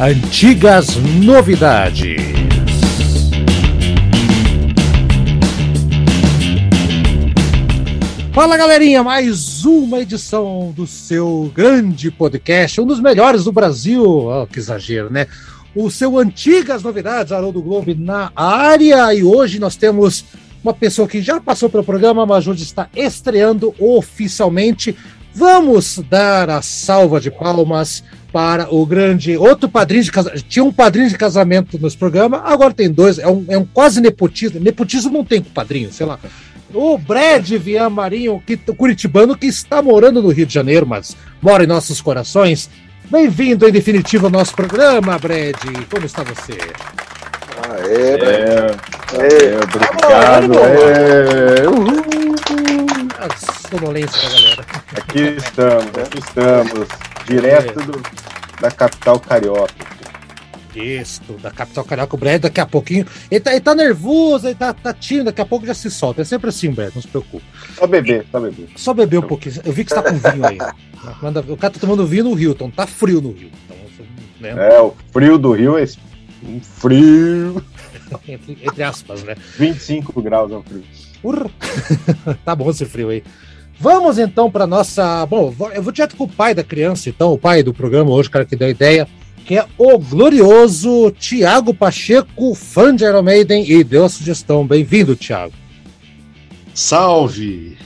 Antigas Novidades. Fala, galerinha, mais uma edição do seu grande podcast, um dos melhores do Brasil. Oh, que exagero, né? O seu Antigas Novidades, Haroldo Globo na área, e hoje nós temos uma pessoa que já passou pelo programa, mas hoje está estreando oficialmente. Vamos dar a salva de palmas para o grande, outro padrinho de casamento. Tinha um padrinho de casamento nos programas, agora tem dois, é um quase nepotismo. Nepotismo não tem com padrinho, sei lá. O Brad Vian Marinho, curitibano, que está morando no Rio de Janeiro, mas mora em nossos corações. Bem-vindo, em definitivo, ao nosso programa, Brad. Como está você? Aê, Brad. Obrigado. A sonolência da galera. Aqui estamos. Direto da capital carioca. Isso, da capital carioca. O Brad, daqui a pouquinho, ele tá nervoso, ele tá tímido, daqui a pouco já se solta. É sempre assim, Brad, não se preocupe. Só beber um pouquinho. Eu vi que você tá com vinho aí. O cara tá tomando vinho no Rio, então tá frio no Rio. Então, né? O frio do Rio é um frio. entre aspas, né? 25 graus é um frio. Tá bom esse frio aí. Vamos então para nossa. Bom, eu vou direto com o pai da criança, então, o pai do programa hoje, o cara que deu a ideia, que é o glorioso Thiago Pacheco, fã de Iron Maiden, e deu a sugestão. Bem-vindo, Thiago. Salve,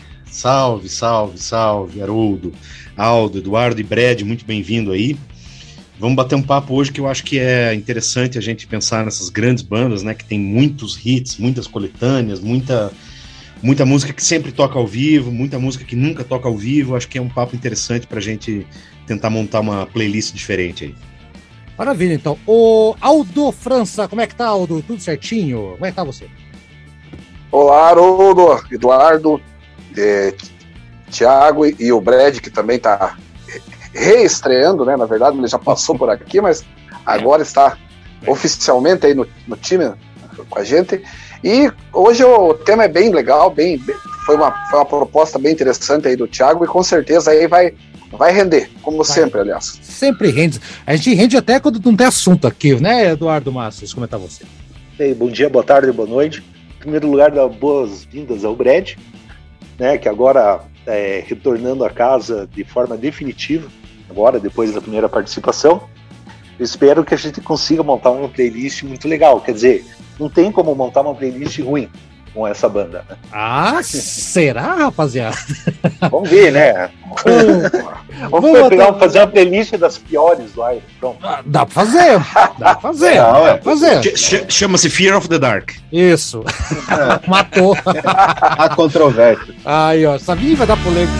Haroldo, Aldo, Eduardo e Brad, muito bem-vindo aí. Vamos bater um papo hoje que eu acho que é interessante a gente pensar nessas grandes bandas, né, que tem muitos hits, muitas coletâneas, muita música que sempre toca ao vivo, muita música que nunca toca ao vivo. Acho que é um papo interessante pra gente tentar montar uma playlist diferente aí. Maravilha, então. O Aldo França, como é que tá, Aldo? Tudo certinho? Como é que tá você? Olá, Haroldo, Eduardo, Thiago e o Brad, que também tá reestreando, né? Na verdade, ele já passou por aqui, mas agora está oficialmente aí no time com a gente. E hoje o tema é bem legal, foi uma proposta bem interessante aí do Thiago, e com certeza aí vai render, como sempre, aliás. Sempre rende. A gente rende até quando não tem assunto aqui, né, Eduardo Massas? Como é que tá você? Ei, bom dia, boa tarde, boa noite. Em primeiro lugar, dar boas-vindas ao Brad, né, que agora retornando a casa de forma definitiva, agora, depois da primeira participação. Eu espero que a gente consiga montar uma playlist muito legal. Quer dizer, não tem como montar uma playlist ruim com essa banda, né? Ah, será, rapaziada? Vamos ver, né? Vamos fazer uma playlist das piores lá. Pronto. Dá pra fazer. Chama-se Fear of the Dark. Isso. Matou. A controvérsia. Aí, ó, sabia que vai dar polêmica.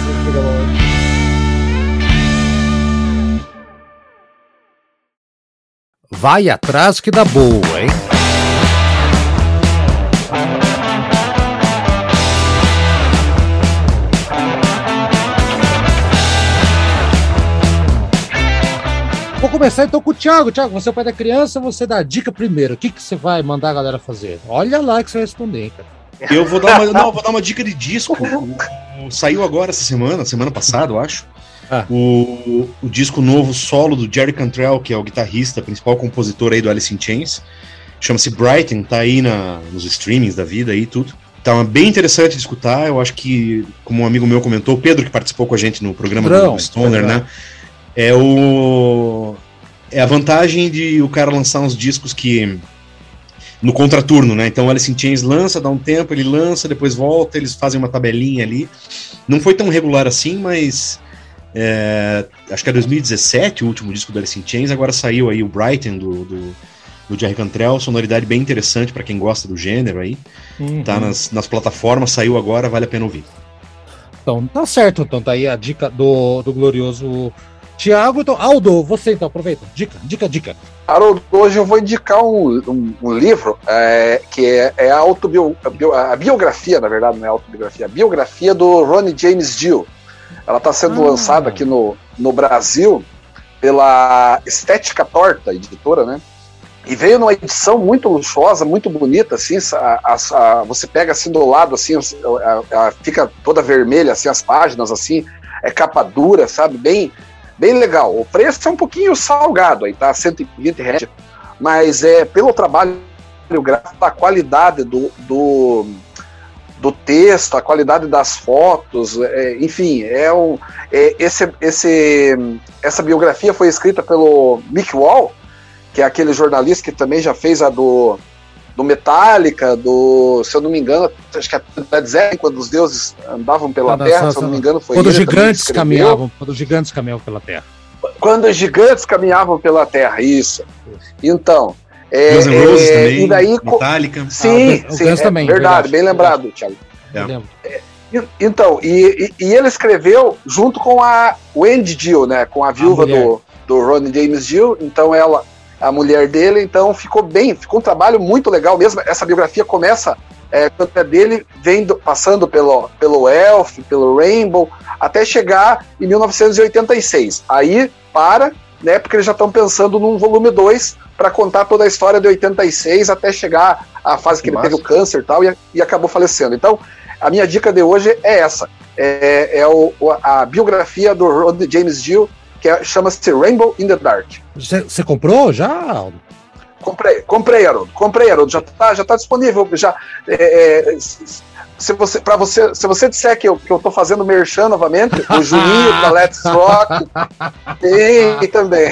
Vai atrás que dá boa, hein? Vou começar então com o Thiago. Thiago, você é o pai da criança, você dá a dica primeiro. O que você vai mandar a galera fazer? Olha lá que você vai responder, hein, cara. Eu vou dar uma dica de disco. Saiu agora essa semana passada, eu acho. O disco novo solo do Jerry Cantrell, que é o guitarrista, principal compositor aí do Alice in Chains. Chama-se Brighten, tá aí nos streamings da vida aí e tudo. Tá bem interessante de escutar. Eu acho que, como um amigo meu comentou, o Pedro, que participou com a gente no programa do Stoner, né? É a vantagem de o cara lançar uns discos que no contraturno, né? Então o Alice in Chains lança, dá um tempo, ele lança, depois volta, eles fazem uma tabelinha ali. Não foi tão regular assim, mas acho que é 2017 o último disco do Alice in Chains. Agora saiu aí o Brighten do Jerry Cantrell, sonoridade bem interessante para quem gosta do gênero aí. Tá nas plataformas, saiu agora, vale a pena ouvir. Então tá certo, então tá aí a dica do glorioso Thiago. Então, Aldo, você então, aproveita. Dica. Haroldo, hoje eu vou indicar um livro que é a biografia, na verdade, não é autobiografia, a biografia do Ronnie James Dio. Ela está sendo lançada aqui no Brasil pela Estética Torta, editora, né? E veio numa edição muito luxuosa, muito bonita, assim, você pega assim do lado, assim, fica toda vermelha, assim, as páginas, assim, capa dura, sabe, bem bem legal. O preço é um pouquinho salgado, aí tá R$120, mas pelo trabalho gráfico, a qualidade do texto, a qualidade das fotos, enfim, essa biografia foi escrita pelo Mick Wall, que é aquele jornalista que também já fez a do Metallica, se eu não me engano, acho que a Led Zeppelin, quando os deuses andavam pela Terra, se eu não me engano, foi quando os gigantes caminhavam pela Terra. Quando os gigantes caminhavam pela Terra, isso. Então, Guns N' Roses também, e daí, Metallica. Sim, também, verdade, bem lembrado, Thiago. Então, e ele escreveu junto com a Wendy Dill, né, com a viúva do Ronnie James Dio, então ela, a mulher dele, então ficou um trabalho muito legal mesmo. Essa biografia começa quando é dele, passando pelo Elf, pelo Rainbow, até chegar em 1986. Aí né, porque eles já estão pensando num volume 2 para contar toda a história de 86 até chegar à fase que ele teve o câncer e tal, e acabou falecendo. Então, a minha dica de hoje é essa. A biografia do Ronnie James Dio, que chama-se Rainbow in the Dark. Você comprou já, Aldo? Comprei, Haroldo. Já tá disponível. Se você disser que eu tô fazendo merchan novamente, o Juninho da Let's Rock tem também.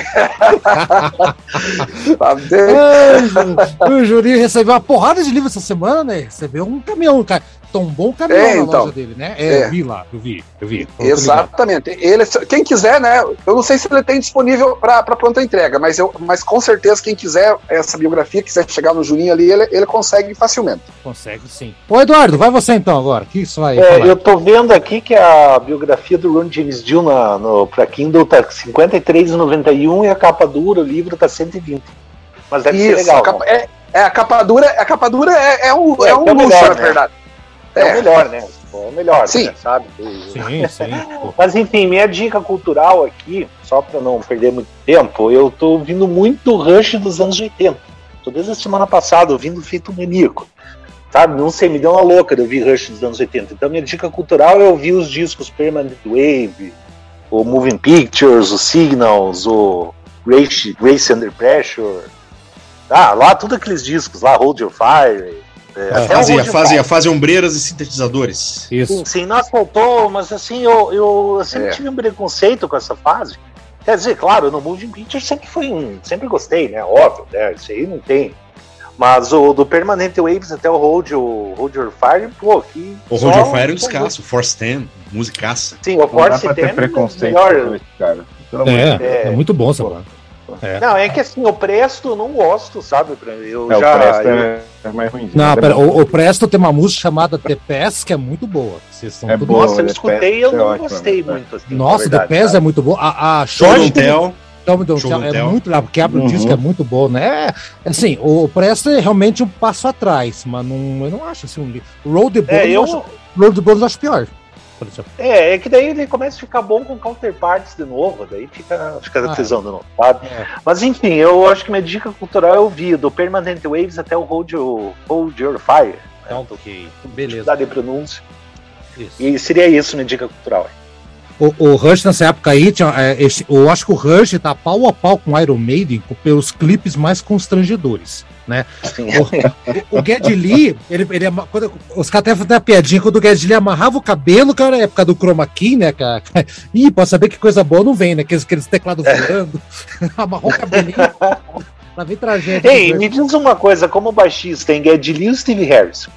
Tá bem? O Juninho recebeu uma porrada de livros essa semana, né? Recebeu um caminhão, cara. Tombou um caminhão na loja dele, né? Eu vi lá, eu vi. Exatamente. Quem quiser, né? Eu não sei se ele tem disponível para pronta entrega, mas com certeza quem quiser essa biografia, quiser chegar no Juninho ali, ele consegue facilmente. Consegue, sim. Ô, Eduardo, vai você então agora. O que isso vai falar? Eu tô vendo aqui que a biografia do Ron James Dio pra Kindle tá R$53,91 e a capa dura, o livro tá R$120. Mas deve ser legal. A capa dura é um luxo, melhor, na verdade. É o melhor, né? É o melhor, sim. Né, sabe? Sim. Mas enfim, minha dica cultural aqui, só pra não perder muito tempo, eu tô ouvindo muito Rush dos anos 80. Tô desde a semana passada ouvindo feito maníaco. Sabe? Não sei, me deu uma louca de ouvir Rush dos anos 80. Então minha dica cultural é ouvir os discos Permanent Wave, o Moving Pictures, o Signals, o Grace Under Pressure. Lá todos aqueles discos lá, Hold Your Fire. A fase ombreiras e sintetizadores. Isso. Sim, não faltou, mas assim, eu sempre tive um preconceito com essa fase. Quer dizer, claro, no Moving Picture sempre gostei, né? Óbvio, né? Isso aí não tem. Mas o do Permanent Waves até o Hold Your Fire, pô, que. O Hold Your Fire é um descasso, Force 10, musicaça. Sim, o Force 10 preconceito melhor. Cara. É muito bom essa banda. Não, é que assim, o Presto eu não gosto, sabe? O Presto é mais ruim. Não, pera, o Presto tem uma música chamada The Pass que é muito boa. Nossa, eu escutei e eu não gostei muito. Assim, nossa, The Pass é muito boa. A Show Don't Tell é muito legal, porque abre o disco, é muito bom, né? Assim, o Presto é realmente um passo atrás, mas eu não acho assim um livro. Road the Bones eu acho pior. É que daí ele começa a ficar bom com counterparts de novo, daí fica tesão de novo, sabe? Mas enfim, eu acho que minha dica cultural é ouvir do Permanent Waves até o Hold Your Fire. Ok, beleza. Dá de pronúncia. Isso. E seria isso minha dica cultural. O Rush nessa época aí, eu acho que o Rush tá pau a pau com o Iron Maiden pelos clipes mais constrangedores, né? O Geddy Lee, quando os caras até fazem a piadinha, quando o Geddy Lee amarrava o cabelo, cara, na época do chroma key, né, cara? Ih, pode saber que coisa boa não vem, né? Aqueles teclados voando, amarrou o cabelinho, lá vem tragédia. Ei, me diz uma coisa, como baixista, tem Geddy Lee ou Steve Harris?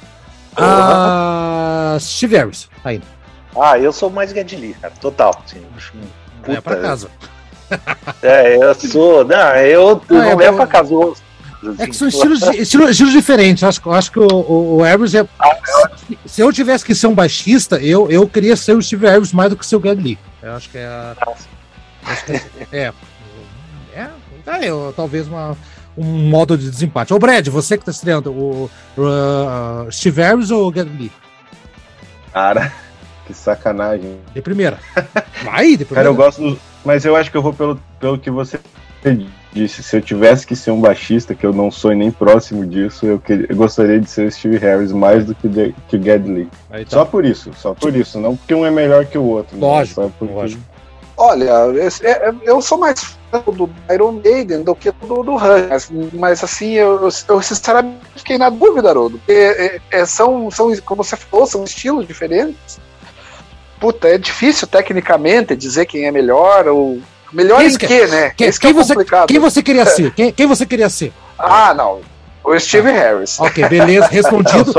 Steve Harris, ainda. Eu sou mais Geddy Lee, cara, total. Assim, é pra casa. Eu sou. Eu não levo pra casa. É que são estilos diferentes. Acho que o Harris é. Se eu tivesse que ser um baixista, eu queria ser o Steve Harris mais do que ser o Geddy Lee. Eu acho que talvez um modo de desempate. Ô, Brad, você que tá estreando, o Steve Harris ou o Geddy Lee? Cara, que sacanagem. De primeira. Vai, de primeira. Cara, eu gosto mas eu acho que eu vou pelo que você disse. Se eu tivesse que ser um baixista, que eu não sou nem próximo disso, eu gostaria de ser o Steve Harris mais do que o Geddy Lee. Só por isso, não porque um é melhor que o outro. Lógico, né? Só porque... lógico. Olha, eu sou mais fã do Iron Maiden do que do Rush, mas assim, eu sinceramente fiquei na dúvida, Haroldo, porque são, como você falou, são estilos diferentes. Puta, é difícil tecnicamente dizer quem é melhor, ou melhor em quê, né? Quem você queria ser? Quem você queria ser? Ah, não, o Steve Harris. Ok, beleza, respondido.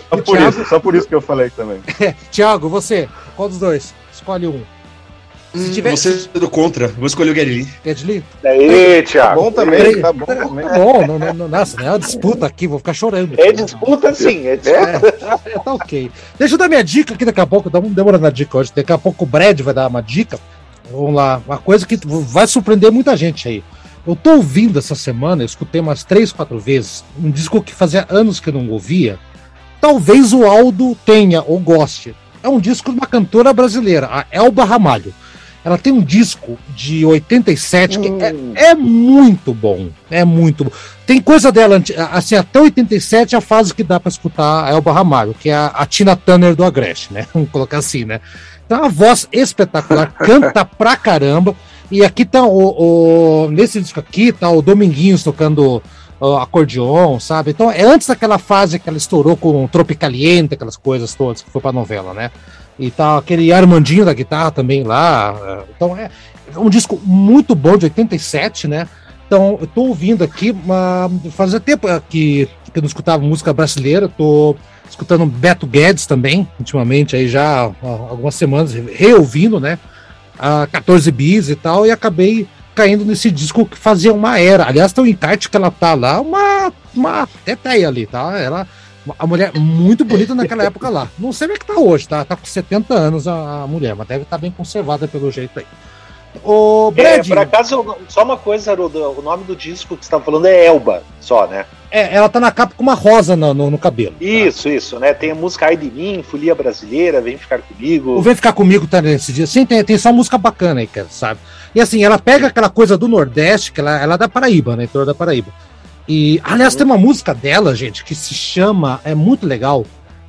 Só por isso que eu falei também. Thiago, você, qual dos dois? Escolhe um. Se tiver... Você é do contra, vou escolher o Geddy Lee. Geddy Lee? Aí, Thiago. Tá bom também, tá bom também. Tá bom, nossa, não é uma disputa aqui, vou ficar chorando. É disputa sim, é disputa. Tá ok. Deixa eu dar minha dica aqui daqui a pouco, demora na dica hoje, daqui a pouco o Brad vai dar uma dica. Vamos lá, uma coisa que vai surpreender muita gente aí. Eu tô ouvindo essa semana, eu escutei umas 3-4 vezes, um disco que fazia anos que eu não ouvia. Talvez o Aldo tenha ou goste. É um disco de uma cantora brasileira, a Elba Ramalho. Ela tem um disco de 87 que é muito bom. É muito bom. Tem coisa dela, assim, até 87 é a fase que dá pra escutar a Elba Ramalho, que é a Tina Turner do Agreste, né? Vamos colocar assim, né? Então, uma voz espetacular, canta pra caramba. E aqui tá nesse disco aqui, tá o Dominguinhos tocando acordeon, sabe? Então, é antes daquela fase que ela estourou com Tropicaliente, aquelas coisas todas que foi pra novela, né? E tá aquele Armandinho da guitarra também lá. Então é um disco muito bom, de 87, né? Então eu tô ouvindo aqui, fazia tempo que eu não escutava música brasileira, tô escutando Beto Guedes também, ultimamente, aí já há algumas semanas, reouvindo, né? 14 bis e tal, e acabei caindo nesse disco que fazia uma era. Aliás, tem um encarte que ela tá lá, uma teteia ali, tá? A mulher muito bonita naquela época lá. Não sei como é que tá hoje, tá? Tá com 70 anos a mulher, mas deve estar bem conservada pelo jeito aí. Ô, Brad, por acaso, só uma coisa, Haroldo, o nome do disco que você tá falando é Elba, só, né? Ela tá na capa com uma rosa no cabelo. Isso, né? Tem a música Ai de Mim, Folia Brasileira, Vem Ficar Comigo. O Vem Ficar Comigo tá nesse dia. Sim, tem só música bacana aí, cara, sabe? E assim, ela pega aquela coisa do Nordeste, que ela é da Paraíba, né? Interior da Paraíba. E, aliás, tem uma música dela, gente, que se chama, é muito legal,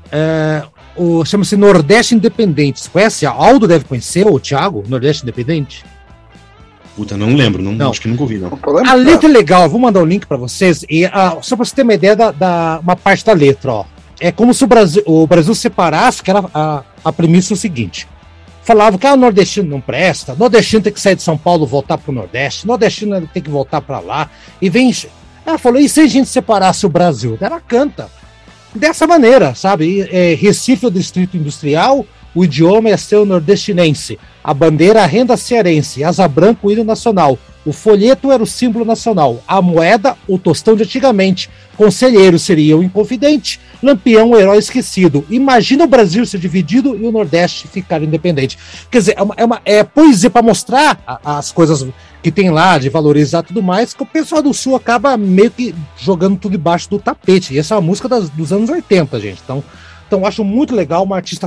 chama-se Nordeste Independente. Você conhece? A Aldo deve conhecer, o Thiago, Nordeste Independente? Puta, não lembro, não. Acho que nunca ouvi, não. A letra é legal, vou mandar o link pra vocês, e só pra você ter uma ideia uma parte da letra, ó. É como se o Brasil separasse, que era a premissa é o seguinte. Falava que o nordestino não presta, nordestino tem que sair de São Paulo e voltar pro Nordeste, nordestino tem que voltar pra lá, e vem... Ela falou, e se a gente separasse o Brasil? Ela canta dessa maneira, sabe? Recife é o distrito industrial, o idioma é seu nordestinense, a bandeira a renda cearense, asa branca o hino nacional, o folheto era o símbolo nacional, a moeda o tostão de antigamente, conselheiro seria o inconfidente, Lampião o herói esquecido. Imagina o Brasil ser dividido e o Nordeste ficar independente. Quer dizer, é poesia para mostrar as coisas que tem lá, de valorizar tudo mais, que o pessoal do Sul acaba meio que jogando tudo debaixo do tapete. E essa é uma música dos anos 80, gente. Então eu acho muito legal, uma artista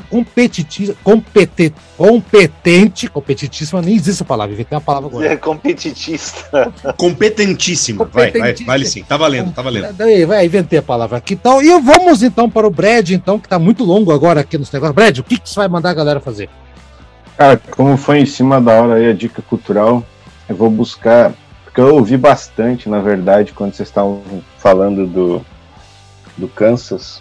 competitíssima, nem existe a palavra, tem uma palavra agora. Competitista. Competentíssima, vale sim, tá valendo. Vai, inventei a palavra aqui, então, e vamos então para o Brad, então, que tá muito longo agora aqui nos negócios. Brad, o que você vai mandar a galera fazer? Cara, como foi em cima da hora aí a dica cultural, eu vou buscar, porque eu ouvi bastante, na verdade, quando vocês estavam falando do Kansas.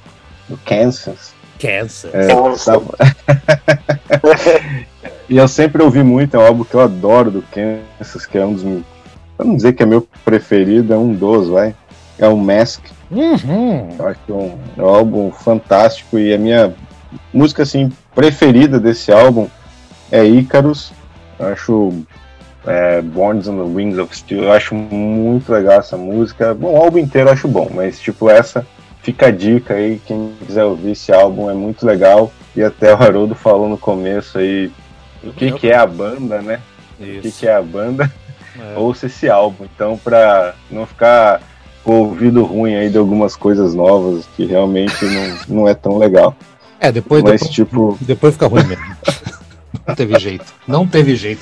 E eu sempre ouvi muito, é um álbum que eu adoro do Kansas, que é um dos meus, vamos dizer que é meu preferido, é um dos, é o Mask. Eu acho que é um álbum fantástico, e a minha música assim, preferida desse álbum é Icarus. Eu acho Born on the Wings of Steel, eu acho muito legal essa música. Bom, o álbum inteiro eu acho bom, mas tipo essa, fica a dica aí, quem quiser ouvir esse álbum, é muito legal. E até o Haroldo falou no começo aí o que é a banda, né? Isso. O que é a banda, ouça esse álbum. Então, pra não ficar com o ouvido ruim aí de algumas coisas novas, que realmente não é tão legal. Depois fica ruim mesmo. Não teve jeito.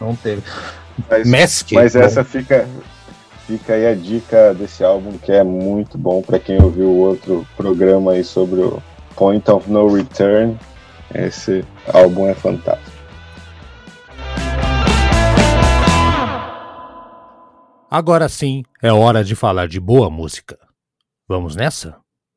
Mas essa fica aí a dica desse álbum, que é muito bom para quem ouviu o outro programa aí sobre o Point of No Return. Esse álbum é fantástico. Agora sim, é hora de falar de boa música. Vamos nessa?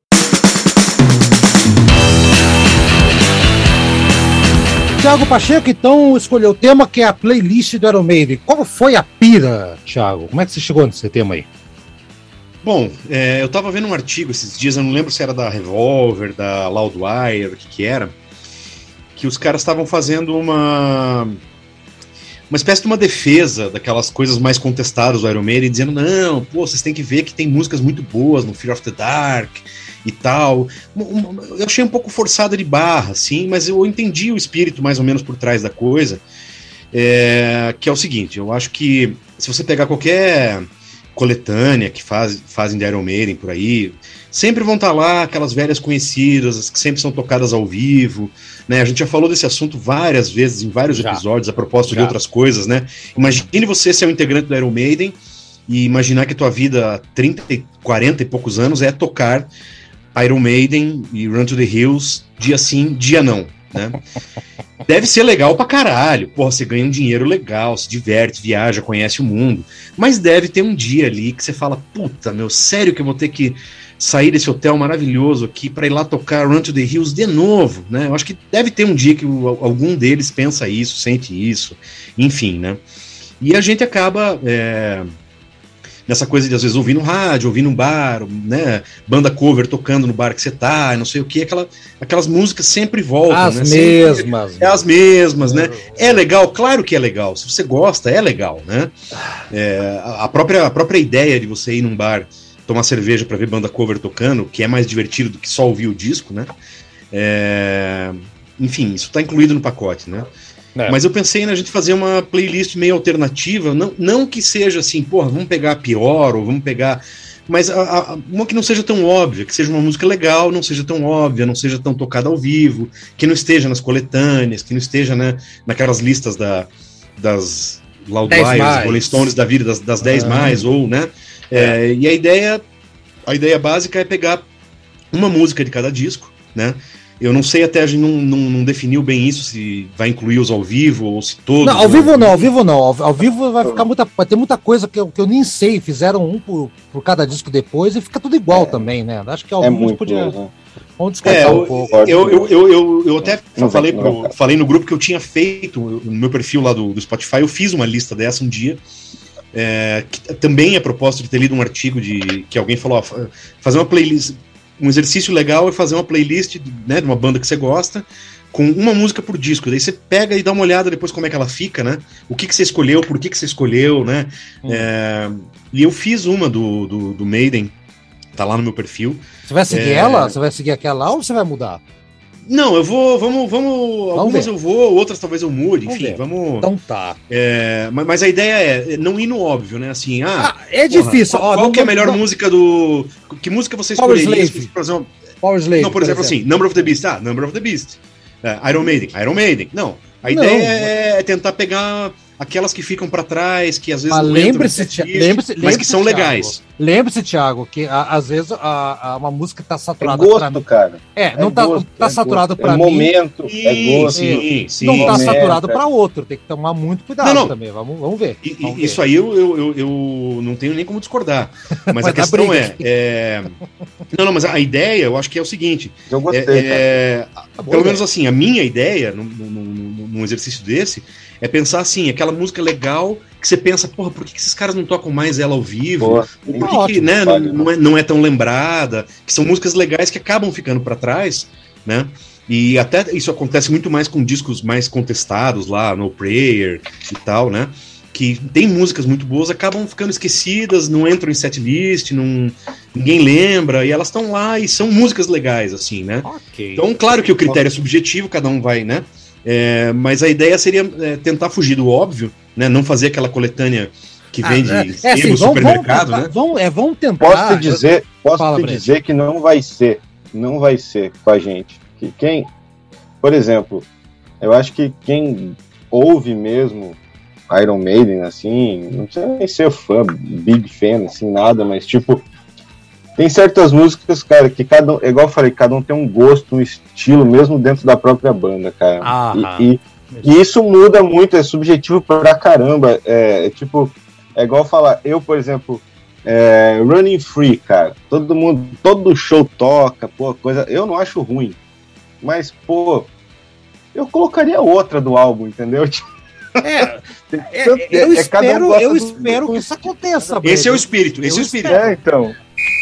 Thiago Pacheco, então, escolheu o tema que é a playlist do Iron Maiden. Qual foi a pira, Thiago? Como é que você chegou nesse tema aí? Bom, eu tava vendo um artigo esses dias, eu não lembro se era da Revolver, da Loudwire, o que era, que os caras estavam fazendo uma espécie de uma defesa daquelas coisas mais contestadas do Iron Maiden, dizendo, não, pô, vocês têm que ver que tem músicas muito boas no Fear of the Dark e tal. Eu achei um pouco forçada de barra, assim, mas eu entendi o espírito mais ou menos por trás da coisa, que é o seguinte, eu acho que se você pegar qualquer coletânea que fazem de Iron Maiden por aí, sempre vão estar lá aquelas velhas conhecidas, as que sempre são tocadas ao vivo, né? A gente já falou desse assunto várias vezes em vários episódios a propósito de outras coisas, né? Imagine você ser um integrante do Iron Maiden e imaginar que a tua vida há 30, 40 e poucos anos é tocar Iron Maiden e Run to the Hills dia sim, dia não, né? Deve ser legal pra caralho, porra, você ganha um dinheiro legal, se diverte, viaja, conhece o mundo, mas deve ter um dia ali que você fala, puta, meu, sério que eu vou ter que sair desse hotel maravilhoso aqui pra ir lá tocar Run to the Hills de novo, né? Eu acho que deve ter um dia que algum deles pensa isso, sente isso, enfim, né? E a gente acaba nessa coisa de às vezes ouvir no rádio, ouvir num bar, né? Banda cover tocando no bar que você tá, não sei o que, aquelas músicas sempre voltam, as né? mesmas. É as mesmas, né? É legal, claro que é legal. Se você gosta, é legal, né? A própria ideia de você ir num bar tomar cerveja para ver banda cover tocando, que é mais divertido do que só ouvir o disco, né? Enfim, isso tá incluído no pacote, né? Mas eu pensei na gente fazer uma playlist meio alternativa, não que seja assim, porra, vamos pegar a pior, ou vamos pegar... Mas uma que não seja tão óbvia, que seja uma música legal, não seja tão óbvia, não seja tão tocada ao vivo, que não esteja nas coletâneas, que não esteja, né, naquelas listas das Loudwire, Rolling Stones da vida, das 10 mais, ou, né? E a ideia básica é pegar uma música de cada disco, né? Eu não sei, até a gente não definiu bem isso, se vai incluir os ao vivo ou se todos. Não, ao vivo não. Ao vivo vai ficar vai ter muita coisa que eu nem sei. Fizeram um por cada disco depois e fica tudo igual também, né? Acho que ao vivo a gente podia. Vamos descansar um pouco. Eu até falei no grupo que eu tinha feito, no meu perfil lá do Spotify, eu fiz uma lista dessa um dia. Que também a propósito de ter lido um artigo que alguém falou, fazer uma playlist. Um exercício legal é fazer uma playlist, né, de uma banda que você gosta, com uma música por disco. Daí você pega e dá uma olhada depois como é que ela fica, né? O que você escolheu, por que você escolheu, né? E eu fiz uma do Maiden, tá lá no meu perfil. Você vai seguir ela? Você vai seguir aquela ou você vai mudar? Não, eu vou, vamos algumas ver. Eu vou, outras talvez eu mude, enfim, vamos... Então tá. Mas a ideia é não ir no óbvio, né, assim, é difícil. Qual que é a melhor música do... Que música você escolheria? Power Slave. Não, por exemplo, assim, Number of the Beast, Number of the Beast. Iron Maiden. Não, a ideia é tentar pegar aquelas que ficam pra trás, que às vezes não lembre-se, mas que são legais. Lembre-se, Thiago, que às vezes uma música tá saturada. É gosto, cara. Não tá saturado pra mim. Momento, gosto. Sim, não tá saturado pra outro, tem que tomar muito cuidado também. Vamos ver. Isso aí eu não tenho nem como discordar. Mas a questão mas a ideia, eu acho que é o seguinte. Eu gostei. Pelo menos assim, a minha ideia, num exercício desse, é pensar assim, aquela música legal que você pensa, porra, por que esses caras não tocam mais ela ao vivo? Por que né, não é tão lembrada? Que são músicas legais que acabam ficando para trás, né? E até isso acontece muito mais com discos mais contestados lá, No Prayer e tal, né? Que tem músicas muito boas, acabam ficando esquecidas, não entram em setlist, ninguém lembra, e elas estão lá e são músicas legais, assim, né? Okay. Então, claro que o critério é subjetivo, cada um vai, né? Mas a ideia seria tentar fugir do óbvio, né? Não fazer aquela coletânea que vende no supermercado, né? Vamos tentar. Posso te dizer que não vai ser com a gente. Que quem, por exemplo, eu acho que quem ouve mesmo Iron Maiden, assim, não precisa nem ser fã, big fan, assim, nada, mas tipo, tem certas músicas, cara, que igual eu falei, cada um tem um gosto, um estilo, mesmo dentro da própria banda, cara. E isso muda muito, é subjetivo pra caramba. É igual falar, eu, por exemplo, Running Free, cara, todo show toca, pô, coisa, eu não acho ruim, mas, pô, eu colocaria outra do álbum, entendeu? Eu espero que isso aconteça. Esse é o espírito, Então.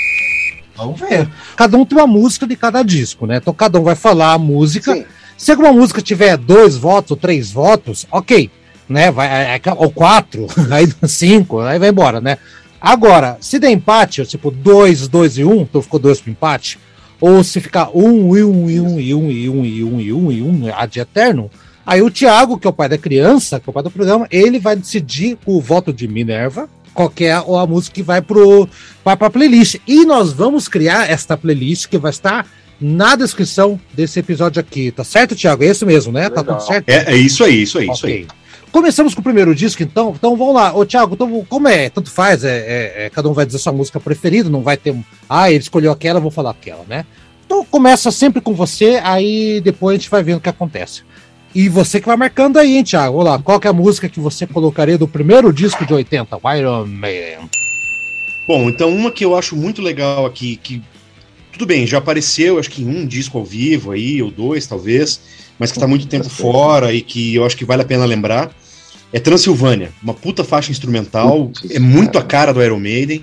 Vamos ver. Cada um tem uma música de cada disco, né? Então cada um vai falar a música. Sim. Se alguma música tiver 2 votos ou 3 votos, ok, né? Vai, ou 4, aí 5, aí vai embora, né? Agora, se der empate, tipo 2, 2 e 1, então ficou 2 pro empate, ou se ficar 1 e 1 e 1 e 1 e 1 e 1 e 1 e 1 ad eterno, aí o Thiago, que é o pai da criança, que é o pai do programa, ele vai decidir o voto de Minerva, qual que é a música que vai pra playlist. E nós vamos criar esta playlist que vai estar na descrição desse episódio aqui, tá certo, Thiago? É isso mesmo, né? Legal. Tá tudo certo? É isso aí. Ok. Começamos com o primeiro disco, então vamos lá. Ô, Thiago, então, como tanto faz, cada um vai dizer sua música preferida, não vai ter ele escolheu aquela, vou falar aquela, né? Então começa sempre com você, aí depois a gente vai vendo o que acontece. E você que vai marcando aí, hein, Thiago? Vamos lá, qual que é a música que você colocaria do primeiro disco de 80, Iron Maiden? Bom, então uma que eu acho muito legal aqui, que tudo bem, já apareceu, acho que em um disco ao vivo aí, ou 2 talvez, mas que tá muito tempo fora e que eu acho que vale a pena lembrar, é Transilvânia, uma puta faixa instrumental, é muito a cara do Iron Maiden,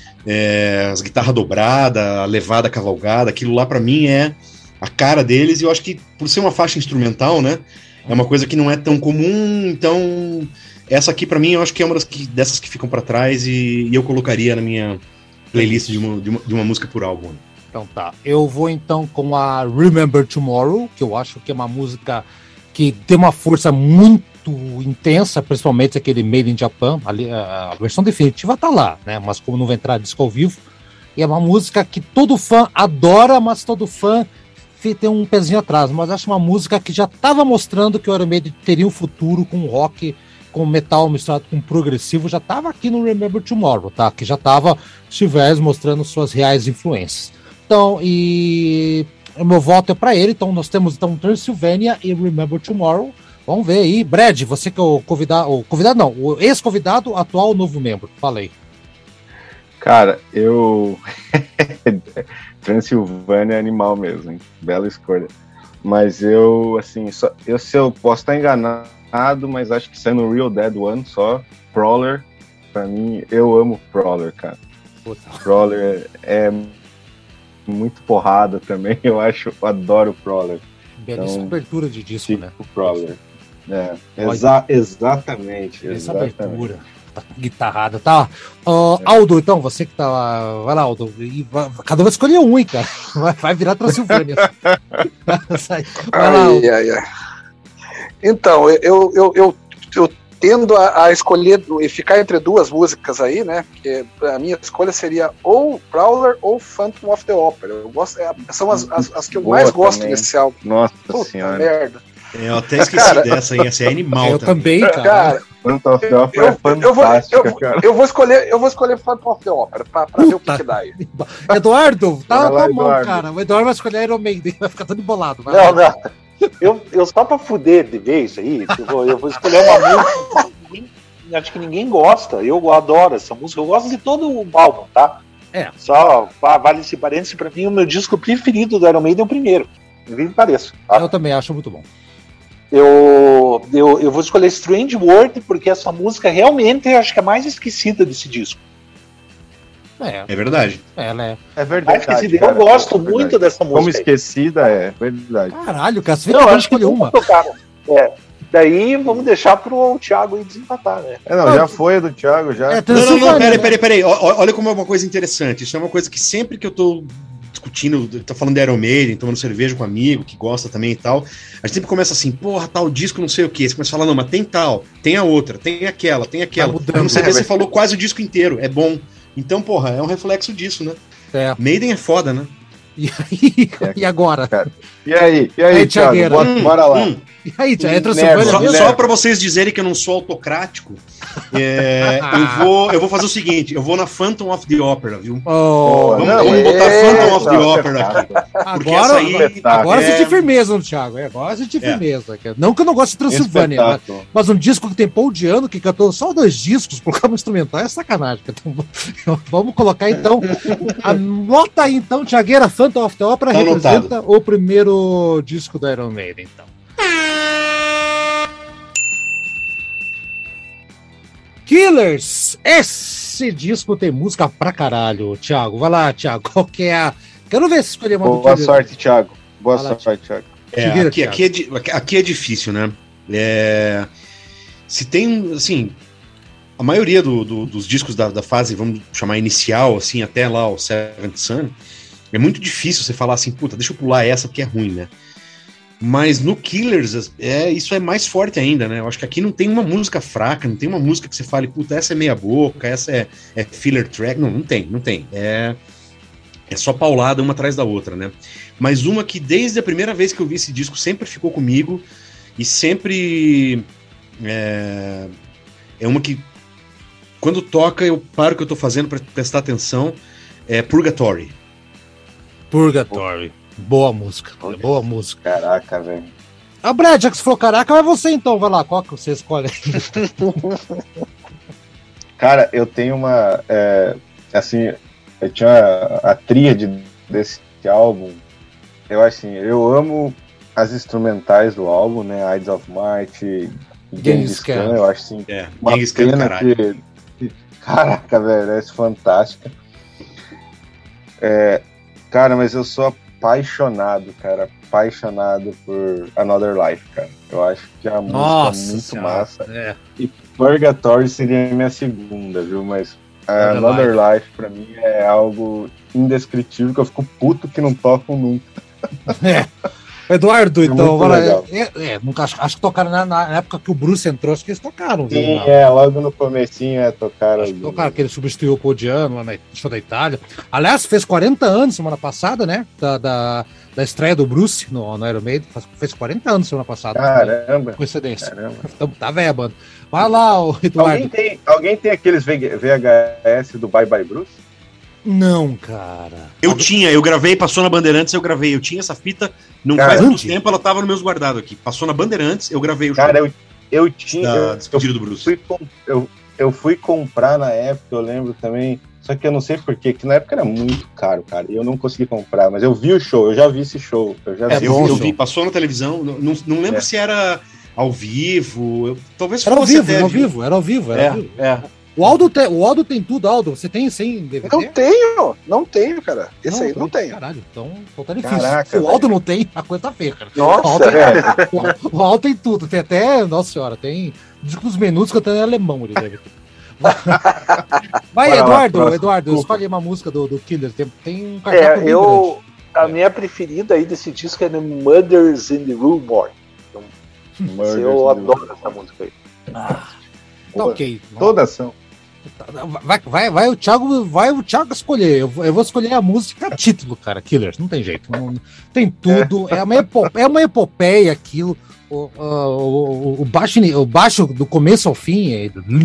as guitarras dobradas, a levada cavalgada, aquilo lá pra mim é a cara deles, e eu acho que por ser uma faixa instrumental, né, é uma coisa que não é tão comum, então essa aqui pra mim eu acho que é uma dessas que ficam pra trás e eu colocaria na minha playlist de uma música por álbum. Então tá, eu vou então com a Remember Tomorrow, que eu acho que é uma música que tem uma força muito intensa, principalmente aquele Made in Japan, ali, a versão definitiva tá lá, né, mas como não vai entrar disco ao vivo, e é uma música que todo fã adora, mas todo fã tem um pezinho atrás, mas acho uma música que já estava mostrando que o Iron Maiden teria um futuro com rock, com metal misturado com progressivo, já estava aqui no Remember Tomorrow, tá? Que já estava Chivers mostrando suas reais influências. Então, e o meu voto é para ele, então nós temos então Transylvania e Remember Tomorrow. Vamos ver aí. Brad, você que é o ex-convidado, atual novo membro. Fala aí. Cara, Transilvânia é animal mesmo, hein? Bela escolha. Mas eu, assim, se eu posso estar enganado, mas acho que sendo Real Dead One só, Prowler, pra mim, eu amo Prowler, cara. Puta. Prowler é muito porrada também, eu adoro Prowler. Belíssima então, abertura de disco, né? Prowler. Exatamente. Essa abertura. Guitarrada, tá? Aldo, então, você que tá lá, vai lá, Aldo, cada um vai escolher um, hein, cara, vai virar Transilvânia. Vai lá, Aldo. Então, eu tendo a escolher e ficar entre 2 músicas aí, né, porque a minha escolha seria ou Prowler ou Phantom of the Opera. Eu gosto, são as que eu mais gosto desse álbum. Nossa senhora. Merda. Eu até esqueci dessa aí, essa é animal. Eu também, cara. Phantom of the Opera é fantástica, cara. Eu vou escolher Phantom of the Opera pra ver o que dá aí. Eduardo, tá com a mão, cara. O Eduardo vai escolher Iron Maiden, vai ficar todo embolado. Não. Eu só pra fuder de vez aí, eu vou escolher uma música que acho que ninguém gosta. Eu adoro essa música, eu gosto de todo o álbum, tá? Só vale esse parênteses, pra mim o meu disco preferido do Iron Maiden é o primeiro. Me pareça. Tá? Eu também acho muito bom. Eu vou escolher Strange World porque essa música realmente eu acho que é a mais esquecida desse disco. É verdade. Ela é. É verdade. Eu gosto muito dessa música. Como esquecida, é verdade. Caralho, cara, você não escolher uma. Daí vamos deixar pro Thiago aí desempatar, né? Já foi a do Thiago, já. Não, peraí. Olha como é uma coisa interessante. Isso é uma coisa que sempre que eu tô discutindo, tá falando de Iron Maiden, tomando cerveja com um amigo que gosta também e tal, a gente sempre começa assim, porra, tal disco não sei o que, você começa a falar, não, mas tem tal, tem a outra, tem aquela. No CD você falou quase o disco inteiro, é bom. Então, porra, é um reflexo disso, né? Maiden é foda, né? E agora? E aí, Thiago, Thiago, bora lá. E aí, Thiago, é Transilvânia mesmo? Só para vocês dizerem que eu não sou autocrático, eu vou fazer o seguinte, eu vou na Phantom of the Opera, viu? Vamos botar Phantom of the Opera aqui. Agora senti firmeza no Thiago. Agora senti firmeza. Não que eu não gosto de Transilvânia, mas um disco que tem Paul Diano, que cantou só 2 discos, colocar um instrumental é sacanagem. Então, vamos colocar então. Anota aí então, Thiagueira, Phantom of the Opera tá representa o primeiro disco do Iron Maiden, então. Killers, esse disco tem música pra caralho, Thiago. Vai lá, Thiago, qual que é a... Quero ver se escolher uma. Boa sorte, Thiago. Boa sorte, Thiago. Aqui é difícil, né? Se tem, assim, a maioria dos discos da fase, vamos chamar inicial, assim, até lá o Seventh Son, é muito difícil você falar assim, puta, deixa eu pular essa porque é ruim, né? Mas no Killers, isso é mais forte ainda, né? Eu acho que aqui não tem uma música fraca, não tem uma música que você fale, puta, essa é meia boca, essa é filler track. Não tem. É só paulada uma atrás da outra, né? Mas uma que desde a primeira vez que eu vi esse disco sempre ficou comigo e sempre é uma que quando toca eu paro o que eu tô fazendo pra prestar atenção, é Purgatory. Boa música. Caraca, velho. Brad, já que você falou caraca, vai você então, vai lá, qual que você escolhe? Cara, eu tenho uma, assim, eu tinha a tríade desse álbum, eu amo as instrumentais do álbum, né, Ides of March, Genghis Khan, eu acho assim, uma pena que, caraca, velho, é fantástica. Cara, mas eu sou apaixonado por Another Life, cara. Eu acho que é uma música muito massa. E Purgatory seria a minha segunda, viu? Mas Another Life, pra mim, é algo indescritível, que eu fico puto que não tocam nunca. Eduardo, então, nunca, acho que tocaram na época que o Bruce entrou, acho que eles tocaram. Sim, logo no comecinho tocaram. Tocaram, que ele substituiu o Paul Diano lá na show da Itália. Aliás, fez 40 anos semana passada, né? Da estreia do Bruce no Iron Maiden. Fez 40 anos semana passada. Caramba! Coincidência. Então, tá velha a banda. Vai lá, Eduardo. Alguém tem aqueles VHS do Bye Bye Bruce? Não, cara. Eu gravei, passou na Bandeirantes, eu tinha essa fita, não faz muito tempo, ela tava nos meus guardados aqui. Passou na Bandeirantes, eu gravei o show. Cara, eu tinha... despedida do Bruce. Eu fui comprar na época, eu lembro também, só que eu não sei porquê, que na época era muito caro, cara, e eu não consegui comprar, mas eu vi o show, eu já vi esse show. Eu vi, passou na televisão, não lembro se era ao vivo, talvez era fosse ao vivo. Era ao vivo. O Aldo tem tudo, Aldo. Você tem sem DVD? Não tenho, cara. Esse aí não tenho. Caralho, então tá difícil. Caraca, se o Aldo não tem, a coisa tá feia, cara. Nossa, o Aldo tem tudo. Tem até, nossa senhora, tem discos menus que até em alemão ele deve ter. Vai, Eduardo, escolhe uma música do Killer. Tem um cartão a minha preferida aí desse disco é Mothers in the Rue Morgue. Então, eu adoro essa música aí. Tá ok. Todas são. Vai o Thiago escolher. Eu vou escolher a música título, cara. Killers, não tem jeito. Não, tem tudo. É uma epopeia aquilo. O baixo do começo ao fim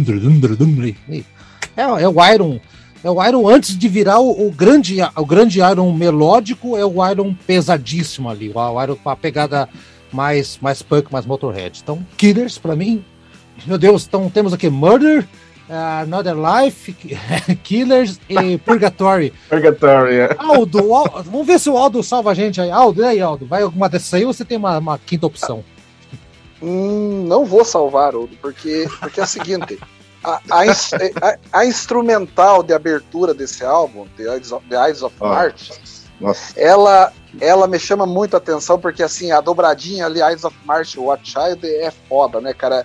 é o Iron. É o Iron antes de virar o grande Iron melódico, é o Iron pesadíssimo ali. O Iron com a pegada mais punk, mais Motorhead. Então, Killers, pra mim, meu Deus, então temos aqui Murder, Another Life, Killers e Purgatory. Aldo, vamos ver se o Aldo salva a gente aí. Aldo, e aí, Aldo? Vai alguma dessas aí ou você tem uma quinta opção? Não vou salvar, Aldo, porque é o seguinte, a instrumental de abertura desse álbum, The Ides of March, ela me chama muito a atenção, porque assim, a dobradinha ali, Ides of March, What Child, é foda, né, cara?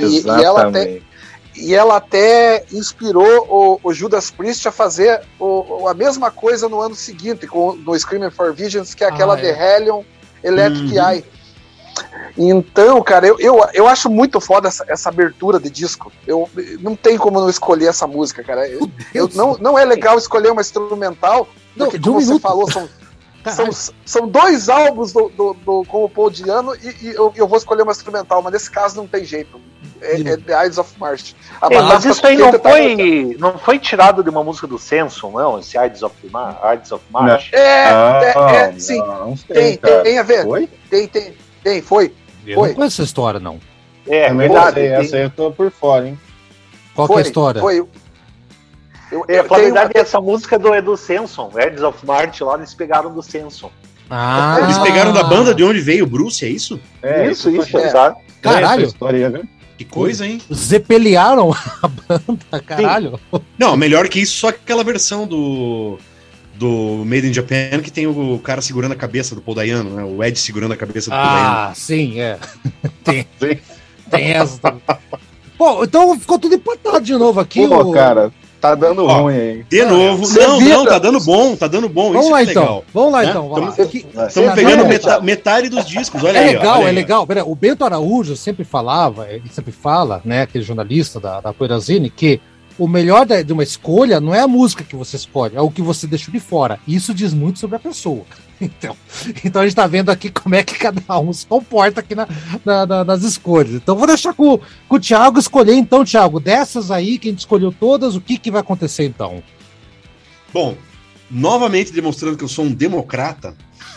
E ela até inspirou o Judas Priest a fazer a mesma coisa no ano seguinte, no Screaming for Visions, que é aquela The Hellion Electric Eye. Então, cara, eu acho muito foda essa abertura de disco. Não tem como não escolher essa música, cara. Não é legal escolher uma instrumental, porque como você falou, São 2 álbuns com o Paul Diano e eu vou escolher uma instrumental, mas nesse caso não tem jeito. É The Ides of March. Mas isso aí não foi tirado de uma música do Samson, não? Esse Ides of March? Sim. Tem a ver. Foi? Foi. Eu não conheço essa história, não. É verdade. Essa aí eu tô por fora, hein? Qual que é a história? Na verdade, essa música é do Samson, Ides of March, lá eles pegaram do Samson. Eles pegaram da banda de onde veio o Bruce, é isso? Isso, sabe? Caralho! História, né? Que coisa, hein? Zepeliaram a banda, caralho. Não, melhor que isso, só aquela versão do Made in Japan que tem o cara segurando a cabeça do Paul Dayano, né? O Ed segurando a cabeça do Paul Dayano. Sim, é. Tem essa também. Pô, então ficou tudo empatado de novo aqui. Cara, tá dando ruim aí. De novo. Não, tá dando bom. Vamos isso lá, é legal. então. Vamos lá, então. Estamos pegando metade dos discos, olha aí. É legal. Pera, o Bento Araújo sempre falava, ele sempre fala, né, aquele jornalista da Poeirazine, que o melhor de uma escolha não é a música que você escolhe, é o que você deixou de fora. Isso diz muito sobre a pessoa. Então a gente tá vendo aqui como é que cada um se comporta aqui nas escolhas. Então vou deixar com o Thiago escolher. Então, Thiago, dessas aí que a gente escolheu todas, o que vai acontecer então? Bom, novamente demonstrando que eu sou um democrata,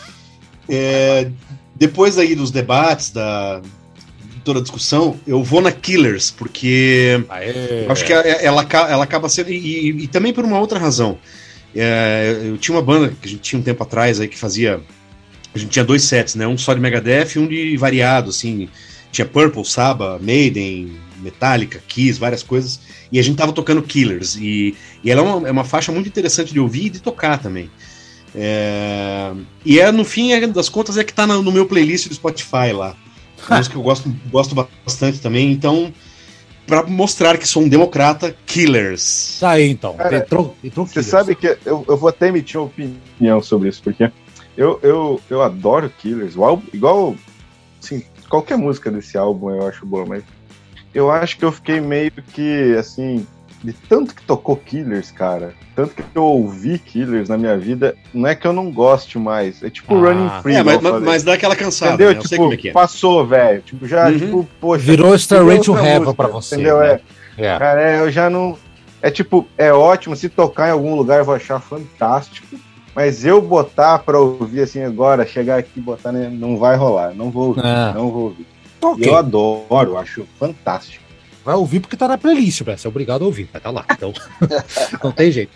depois aí dos debates, de toda a discussão, eu vou na Killers, porque acho que ela acaba sendo, e também por uma outra razão. Eu tinha uma banda que a gente tinha um tempo atrás aí que fazia. A gente tinha 2 sets, né? Um só de Megadeth e um de variado, assim. Tinha Purple, Sabbath, Maiden, Metallica, Kiss, várias coisas. E a gente tava tocando Killers. E ela é uma faixa muito interessante de ouvir e de tocar também. No fim das contas, que tá no meu playlist do Spotify lá. Uma música que eu gosto bastante também. Então, pra mostrar que sou um democrata, Killers. Tá aí, então. Cara, entrou você Killers. sabe que eu vou até emitir uma opinião sobre isso, porque eu adoro Killers. O álbum, igual, assim, qualquer música desse álbum eu acho boa, mas eu acho que eu fiquei meio que, assim, de tanto que tocou Killers, cara, tanto que eu ouvi Killers na minha vida, não é que eu não goste mais, é tipo Running Free. Mas dá aquela cansada, entendeu? Né? Eu sei como é que é. Passou, velho, tipo, já, poxa... Virou Stairway to Heaven pra você, entendeu? né? Cara, eu já não... É ótimo, se tocar em algum lugar eu vou achar fantástico, mas eu botar pra ouvir assim agora, chegar aqui e botar, né, não vai rolar, não vou ouvir. Okay. Eu adoro, acho fantástico. Vai ouvir porque tá na playlist, velho. Você é obrigado a ouvir, vai tá lá. Então, não tem jeito.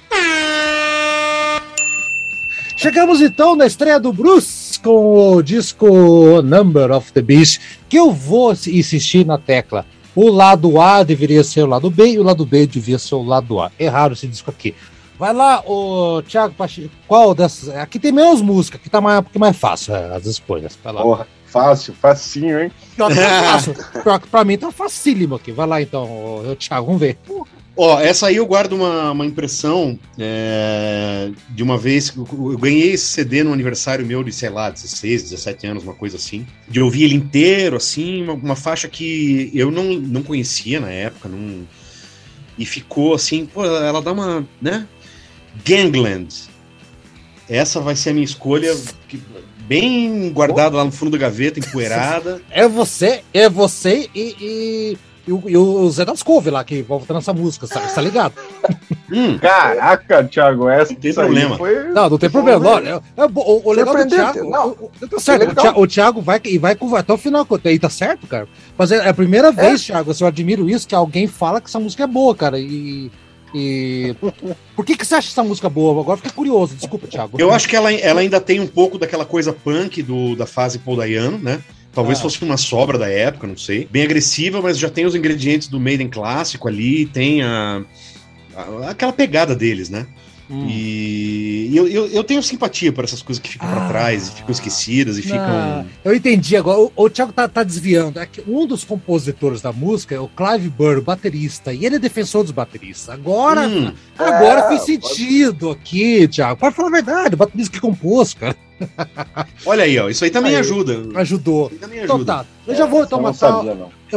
Chegamos então na estreia do Bruce com o disco Number of the Beast, que eu vou insistir na tecla. O lado A deveria ser o lado B e o lado B devia ser o lado A. É raro esse disco aqui. Vai lá, o Thiago Pacheco, qual dessas? Aqui tem menos música, aqui tá um pouquinho mais fácil as escolhas. Vai lá. Porra, facinho, hein? Pior que pra mim tá facílimo aqui. Vai lá então, Thiago, vamos ver. Essa aí eu guardo uma impressão de uma vez que eu ganhei esse CD no aniversário meu de, sei lá, 16, 17 anos, uma coisa assim. De ouvir ele inteiro, assim, uma faixa que eu não conhecia na época, e ficou assim, pô, ela dá uma, né? Gangland. Essa vai ser a minha escolha, bem guardada lá no fundo da gaveta, empoeirada. É você e o Zé das Couve lá, que volta nessa música, tá ligado? Caraca, Thiago, essa não tem problema. Não tem problema. O legal do Thiago. Tá certo, o Thiago vai até o final. E tá certo, cara. Mas é a primeira vez, Thiago, eu admiro isso, que alguém fala que essa música é boa, cara. E por que você acha essa música boa? Agora fica curioso, desculpa, Thiago. Eu acho que ela ainda tem um pouco daquela coisa punk da fase Paul Dayano, né? Talvez fosse uma sobra da época, não sei. Bem agressiva, mas já tem os ingredientes do Maiden clássico ali, tem aquela pegada deles, né? E eu tenho simpatia por essas coisas que ficam pra trás e ficam esquecidas e ficam... Eu entendi agora. O Thiago tá desviando. É que um dos compositores da música é o Clive Burr, baterista, e ele é defensor dos bateristas. Agora fez sentido aqui, Thiago. Pode falar a verdade, o baterista que compôs, cara. Olha aí, isso aí também ajuda. Ajudou. Também ajuda. Então tá. Eu já vou então matar.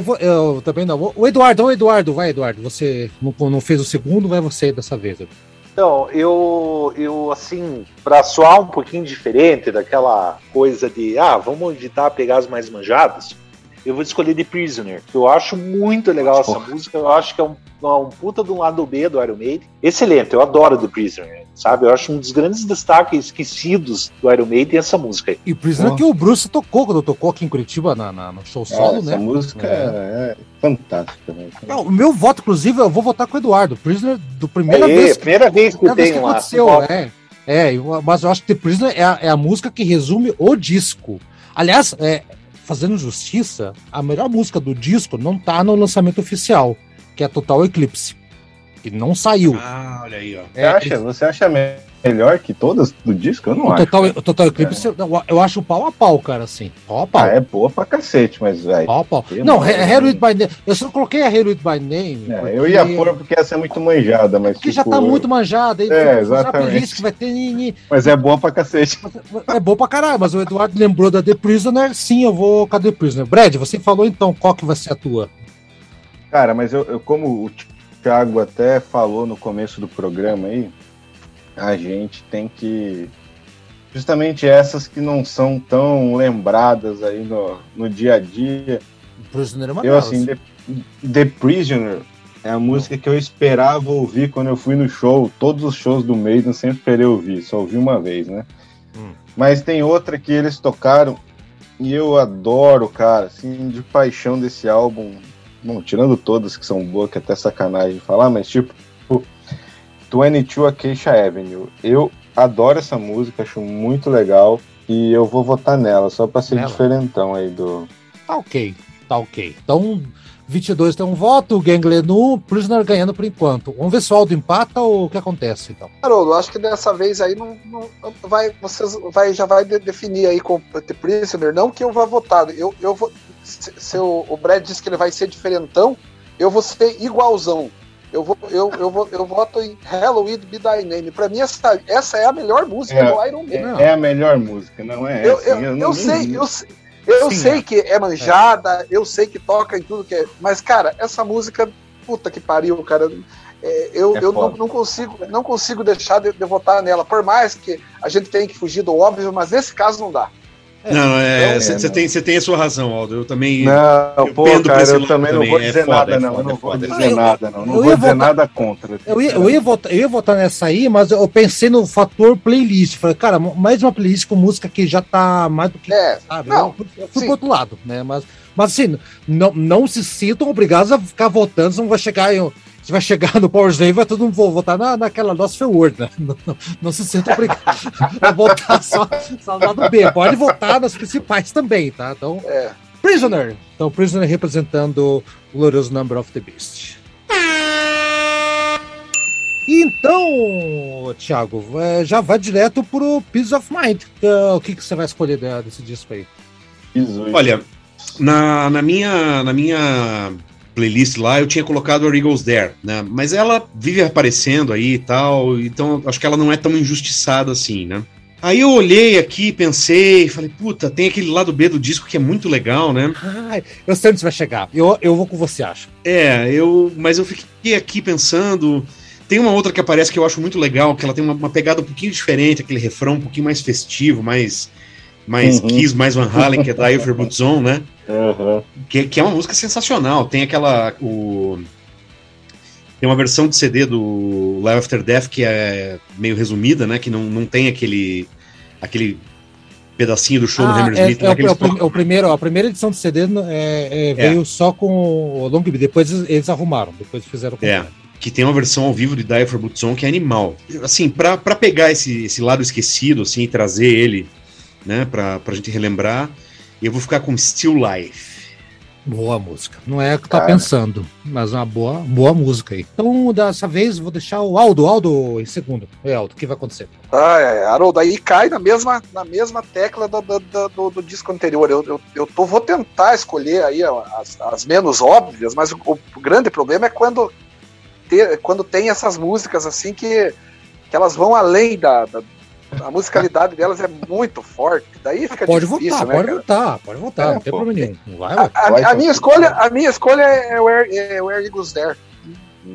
Eu também não vou. O Eduardo, vai, Eduardo. Você não fez o segundo, vai você dessa vez. Então, eu assim, pra soar um pouquinho diferente daquela coisa de, vamos evitar pegar as mais manjadas, eu vou escolher The Prisoner, que eu acho muito legal essa música, eu acho que é um puta de um lado B do Iron Maiden. Excelente, eu adoro The Prisoner, sabe? Eu acho um dos grandes destaques esquecidos do Iron Maiden essa música aí. E Prisoner que o Bruce tocou quando tocou aqui em Curitiba no show solo, né? Essa música é fantástica, né? O meu voto, inclusive, eu vou votar com o Eduardo. Prisoner, primeira vez que tem lá. aconteceu, mas eu acho que The Prisoner é a música que resume o disco. Aliás, fazendo justiça, a melhor música do disco não tá no lançamento oficial, que é Total Eclipse, que não saiu. Olha aí, ó. Você acha melhor que todas do disco? Eu não acho. O Total Eclipse, eu acho pau a pau, cara, assim. Pau a pau. É boa pra cacete, mas, velho. Pau a pau. Não, Hair With My Name. Eu só coloquei a Hair With My Name. Eu ia pôr porque essa é muito manjada, mas. Porque já tá muito manjada. Exatamente. Que vai ter... Mas é boa pra cacete. É boa pra caralho, mas o Eduardo lembrou da The Prisoner. Sim, eu vou com a The Prisoner. Brad, você falou então qual que vai ser a tua? Cara, mas eu como o Thiago até falou no começo do programa aí, a gente tem que... Justamente essas que não são tão lembradas aí no dia a dia. Prisoner é uma delas. Assim, The Prisoner é a música que eu esperava ouvir quando eu fui no show. Todos os shows do Maiden eu sempre esperei ouvir, só ouvi uma vez, né? Mas tem outra que eles tocaram e eu adoro, cara, assim, de paixão desse álbum. Bom, tirando todas que são boas, que é até sacanagem falar, mas tipo 22 Acacia Avenue. Eu adoro essa música, acho muito legal e eu vou votar nela, só pra ser diferentão aí do... Tá ok. Então, 22 tem um voto, o Gangler no Prisoner ganhando por enquanto. Vamos ver se o Aldo empata ou o que acontece, então. Haroldo, acho que dessa vez aí já vai definir aí com o The Prisoner, não que eu vá votar, eu vou... Se o Brad disse que ele vai ser diferentão, eu vou ser igualzão. Eu voto em Halloween Be Thy Name. Pra mim, essa é a melhor música do Iron Maiden. É a melhor música, não é essa. Eu sei que é manjada, eu sei que toca em tudo que é. Mas, cara, essa música, puta que pariu, cara. Eu não consigo deixar de votar nela. Por mais que a gente tenha que fugir do óbvio, mas nesse caso não dá. Você tem a sua razão, Aldo. Eu também. Eu também não vou dizer nada, não. Eu não vou dizer nada, não. Não vou dizer nada contra. Eu ia votar nessa aí, mas eu pensei no fator playlist. Falei, cara, mais uma playlist com música que já tá mais do que. Sabe? Eu fui pro outro lado, né? Mas assim, não se sintam obrigados a ficar votando, senão vai chegar. Você vai chegar no Power Slave, vai todo mundo votar naquela nossa Word, né? Não se sinta obrigado a votar só no lado B. Pode votar nas principais também, tá? Então, Prisoner. Então, Prisoner representando o glorioso Number of the Beast. Então, Thiago, já vai direto pro Peace of Mind. O que você vai escolher desse disco aí? Olha, na minha playlist lá, eu tinha colocado a Eagles There, né? Mas ela vive aparecendo aí e tal, então acho que ela não é tão injustiçada assim, né? Aí eu olhei aqui, pensei, falei, puta, tem aquele lado B do disco que é muito legal, né? Eu sei onde você vai chegar. Eu vou com você, acho. Mas eu fiquei aqui pensando. Tem uma outra que aparece que eu acho muito legal, que ela tem uma pegada um pouquinho diferente, aquele refrão um pouquinho mais festivo, mais Kiss, mais Van Halen, que é da Euphoria Boot Zone, né? Que é uma música sensacional. Tem tem uma versão de CD do Live After Death que é meio resumida, né? Que não tem aquele pedacinho do show do Hammersmith. A primeira edição do CD veio só com o Long Beat, depois eles arrumaram, depois fizeram com que tem uma versão ao vivo de Die for Boot Zone que é animal. Assim, pra pegar esse lado esquecido, assim, e trazer ele, né, pra gente relembrar, eu vou ficar com Still Life. Boa música. Não é o que tá pensando, mas uma boa música aí. Então, dessa vez, vou deixar o Aldo em segundo. Aldo, o que vai acontecer? Haroldo, aí cai na mesma tecla do disco anterior. Vou tentar escolher aí as menos óbvias, mas o grande problema é quando tem essas músicas assim que elas vão além a musicalidade delas é muito forte, daí fica difícil, Pode votar, não tem problema nenhum. Não vai, a minha escolha é Where Eagles There.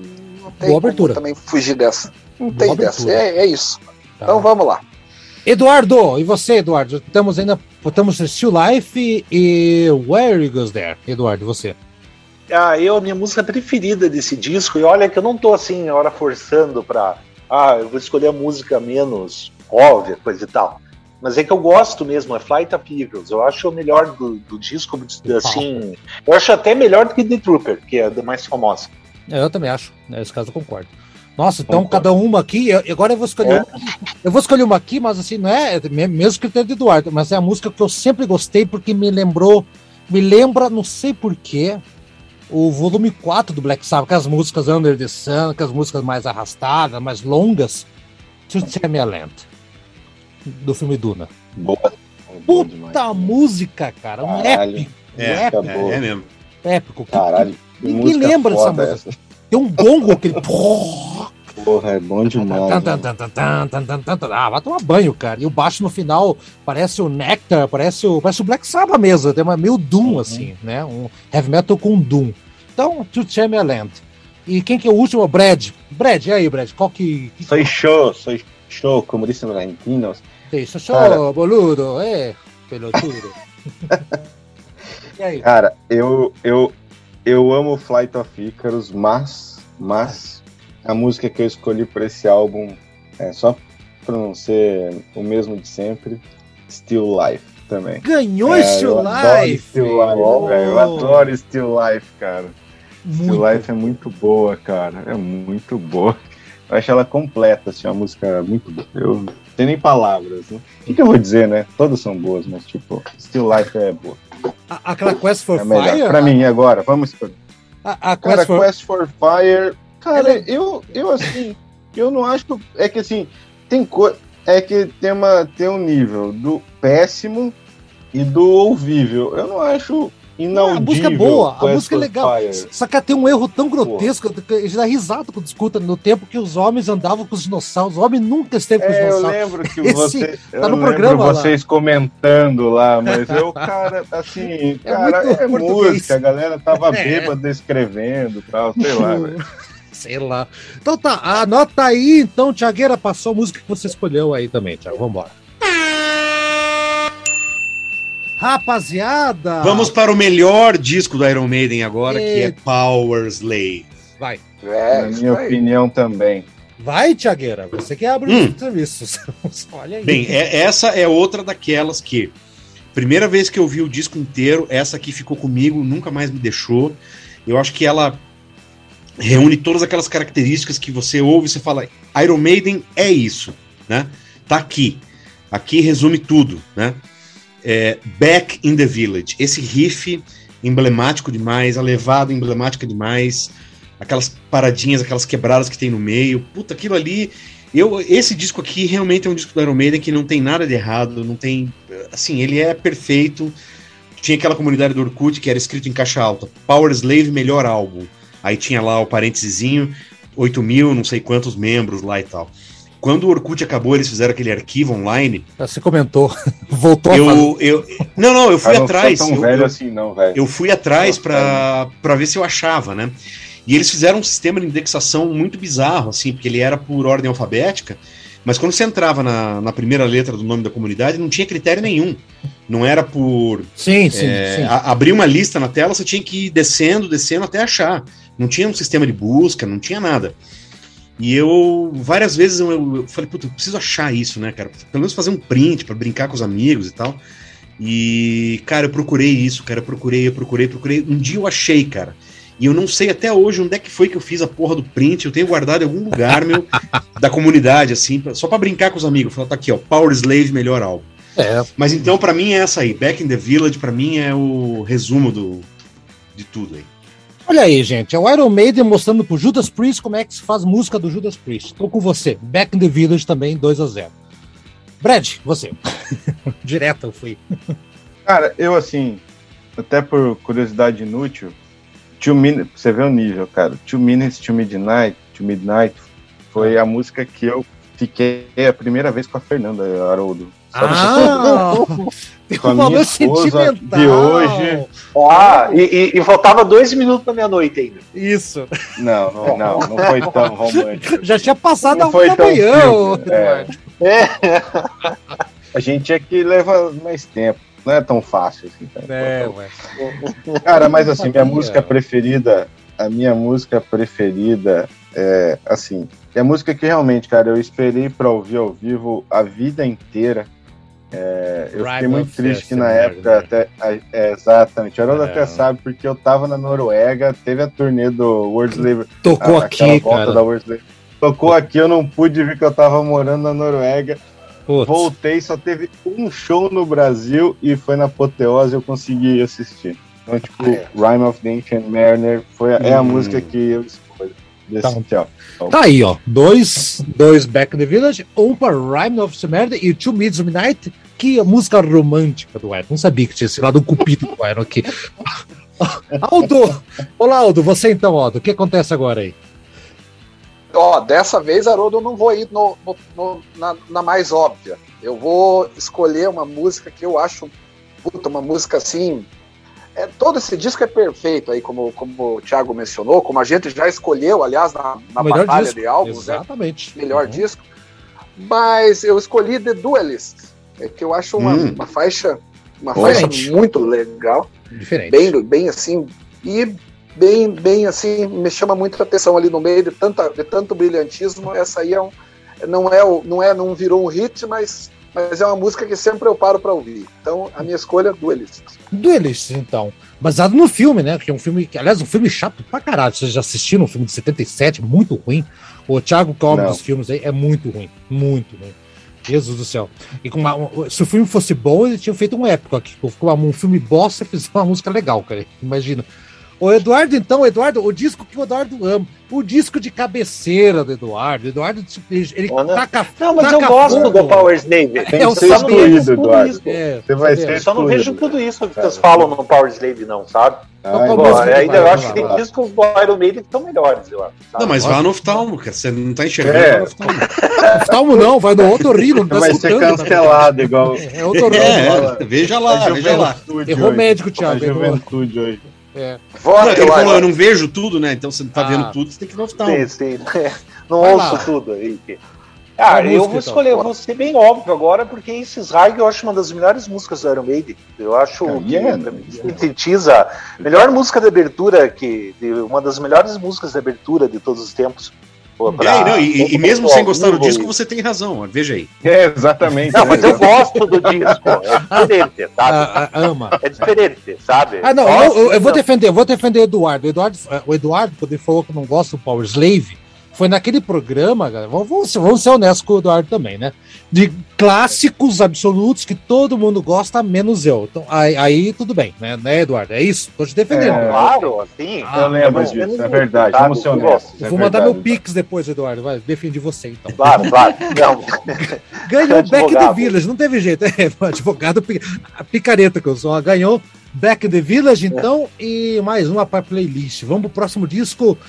Não tem Boa abertura. também fugir dessa. Não Boa tem abertura. dessa. É isso. Tá. Então vamos lá. Eduardo, e você, Eduardo? Estamos Still Life e Where It Goes There. Eduardo, e você? A minha música preferida desse disco, e olha que eu não tô assim, a hora forçando pra. Eu vou escolher a música menos óbvia, coisa e tal. Mas é que eu gosto mesmo, é Flight of Eagles. Eu acho o melhor do disco, assim. Eu acho até melhor do que The Trooper, que é a mais famosa. Eu também acho, nesse caso eu concordo. Nossa, então cada uma aqui, agora eu vou escolher eu vou escolher uma aqui, mas assim, não é mesmo critério de Eduardo, mas é a música que eu sempre gostei porque me lembra, não sei porquê, o volume 4 do Black Sabbath, aquelas músicas Under the Sun, aquelas músicas mais arrastadas, mais longas, To Tell Me a Land, do filme Duna. Boa. Puta música, cara, um épico. É mesmo. Épico. Caralho. Ninguém lembra dessa música. Tem um gongo, aquele... Porra, é bom demais. Vai tomar banho, cara. E o baixo no final parece o Nectar, parece o Black Sabbath mesmo. Tem uma meio Doom, assim, né? Um heavy metal com Doom. Então, To Tell Me a Land. E quem que é o último? Brad. Brad, e aí, Brad? Qual que... Soy show, como dizem os argentinos. Isso, show, boludo. Pelotudo. E aí? Cara, eu amo Flight of Icarus, mas a música que eu escolhi para esse álbum é só para não ser o mesmo de sempre, Still Life também. Ganhou Still Life! Still Life, velho. Eu adoro Still Life, cara. Muito. Still Life é muito boa, cara. É muito boa. Eu acho ela completa, assim, uma música muito boa. Eu não tenho nem palavras, né? O que eu vou dizer, né? Todas são boas, mas tipo, Still Life é boa. Aquela Quest for É melhor. Fire? Pra mim, agora, vamos escolher. A Cara, Quest for Fire, cara, Ela- eu assim, eu não acho que, é que assim, é que tem um nível do péssimo e do ouvível. Eu não acho inaudível. A música é boa, a Quest música é for legal. Fire. Só que ela tem um erro tão grotesco que a gente dá risada quando escuta no tempo que os homens andavam com os dinossauros. Os homens nunca esteve com os Eu dinossauros. lembro que Esse eu tá no lembro programa lá. vocês comentando lá, mas eu, cara, assim, É cara, muito é português. música, a galera tava É. bêbada escrevendo e tal, sei lá, velho. Sei lá. Então tá, anota aí, então, Thiagueira, passou a música que você escolheu aí também, Thiago. Vambora. Rapaziada! Vamos para o melhor disco do Iron Maiden agora, que é Power Slave. Vai. Na minha opinião também. Vai, Thiagueira. Você que abre os serviços. Olha aí. Bem, essa é outra daquelas que, primeira vez que eu vi o disco inteiro, essa aqui ficou comigo, nunca mais me deixou. Eu acho que ela reúne todas aquelas características que você ouve e você fala, Iron Maiden é isso, né? Tá aqui. Aqui resume tudo, né? Back in the Village. Esse riff emblemático demais, a levada emblemática demais, aquelas paradinhas, aquelas quebradas que tem no meio. Puta, aquilo ali... Esse disco aqui realmente é um disco do Iron Maiden que não tem nada de errado, não tem... Assim, ele é perfeito. Tinha aquela comunidade do Orkut que era escrito em caixa alta, Power Slave, melhor álbum. Aí tinha lá o parêntesezinho, 8.000, não sei quantos membros lá e tal. Quando o Orkut acabou, eles fizeram aquele arquivo online. Você comentou, voltou eu fui atrás. Não velho assim, não, velho. Eu fui atrás pra ver se eu achava, né? E eles fizeram um sistema de indexação muito bizarro, assim, porque ele era por ordem alfabética, mas quando você entrava na primeira letra do nome da comunidade, não tinha critério nenhum. Não era por... Sim. Abrir uma lista na tela, você tinha que ir descendo até achar. Não tinha um sistema de busca, não tinha nada. E várias vezes eu falei, puta, eu preciso achar isso, né, cara? Pelo menos fazer um print pra brincar com os amigos e tal. E, cara, eu procurei isso, cara, eu procurei. Um dia eu achei, cara. E eu não sei até hoje onde é que foi que eu fiz a porra do print. Eu tenho guardado em algum lugar, meu, da comunidade, assim, só pra brincar com os amigos. Falar, tá aqui, ó, Power Slave, melhor álbum. Mas então, pra mim, é essa aí. Back in the Village, pra mim, é o resumo de tudo aí. Olha aí, gente, é o Iron Maiden mostrando pro Judas Priest como é que se faz música do Judas Priest. Tô com você. Back in the Village também, 2-0. Brad, você. Direto eu fui. Cara, eu assim, até por curiosidade inútil, você vê o nível, cara. 2 Minutes to Midnight foi a música que eu fiquei a primeira vez com a Fernanda Haroldo. com a minha esposa de hoje. E faltava 2 minutos pra meia-noite ainda. Isso. Não foi tão romântico. Já tinha passado Não foi a tão manhã, frio, A gente é que leva mais tempo. Não é tão fácil assim. Tá? Ué. Cara, mas assim, a minha música preferida é, assim, é a música que realmente, cara, eu esperei pra ouvir ao vivo a vida inteira. Eu fiquei muito triste que na época exatamente, o Haroldo até sabe, porque eu tava na Noruega, teve a turnê do World Slave, tocou aqui, cara. Da World Slave. Tocou aqui, eu não pude vir que eu tava morando na Noruega. Putz. Voltei, só teve um show no Brasil e foi na Apoteose, eu consegui assistir. Então, tipo, Rime of the Ancient Mariner é a música que eu escolho. Tá aí, ó. Dois Back in the Village, um para Rime of the Mariner e Two Midnight, que é a música romântica do Iron. Não sabia que tinha esse lado cupido do Iron aqui. Aldo! Olá, Aldo. Você então, Aldo. O que acontece agora aí? Dessa vez, Haroldo, eu não vou ir na mais óbvia. Eu vou escolher uma música que eu acho uma música assim. Todo esse disco é perfeito aí, como o Thiago mencionou, como a gente já escolheu, aliás, na batalha disco. De álbuns. Exatamente. Melhor disco. Mas eu escolhi The Duelist, que eu acho uma faixa muito legal. Diferente. Bem assim. E bem assim, me chama muito a atenção ali no meio de tanto brilhantismo. Essa aí não virou um hit, mas é uma música que sempre eu paro para ouvir. Então a minha escolha é Duelist. Duelist, então, baseado no filme, né? Que é um filme que, aliás, um filme chato pra caralho. Vocês já assistiram um filme de 77, muito ruim. O Thiago Cobb dos filmes aí é muito ruim, muito ruim. Jesus do céu. E se o filme fosse bom, eles tinham feito um épico aqui. Um filme bosta e fizeram uma música legal, cara. Imagina. O Eduardo, então, o disco que o Eduardo ama, o disco de cabeceira do Eduardo. Eduardo, ele taca. Não, mas eu gosto do Power Slave. Tem que ser excluído, Eduardo. Você vai ser eu só não vejo tudo isso que vocês falam no Power Slave, não, sabe? Eu acho que tem discos do Iron Maiden que estão melhores, eu acho. Não, mas vá no oftalmo, cara. Você não tá enxergando no oftalmo. Oftalmo não, vai no otorrino, não tá vai ser cancelado, igual. É otorrino. Veja lá. Errou médico, Thiago. Juventude hoje. Ele falou, eu não vejo tudo, né? Então você não tá vendo tudo, você tem que ir no oftalmo. Sim. Não ouço tudo aí. Eu vou escolher, eu vou ser bem óbvio agora, porque esses High eu acho uma das melhores músicas do Iron Maiden. Eu acho que sintetiza a melhor música de abertura, uma das melhores músicas de abertura de todos os tempos. E mesmo sem gostar do disco, você tem razão, veja aí. Exatamente. Não, mas eu gosto do disco, é diferente, sabe? Ama. É diferente, sabe? Eu vou defender o Eduardo. O Eduardo, quando ele falou que não gosta do Power Slave, foi naquele programa, galera, vamos ser honestos com o Eduardo também, né? De clássicos absolutos que todo mundo gosta, menos eu. Então, aí tudo bem, né, Eduardo? É isso, tô te defendendo. Claro, assim. Eu lembro disso, é verdade. Vamos ser honestos. Vou mandar meu Pix depois, Eduardo. Vai defender você, então. Claro. Ganhou Back in the Village, não teve jeito. Advogado, picareta que eu sou. Ganhou Back in the Village, então, e mais uma para playlist. Vamos pro próximo disco.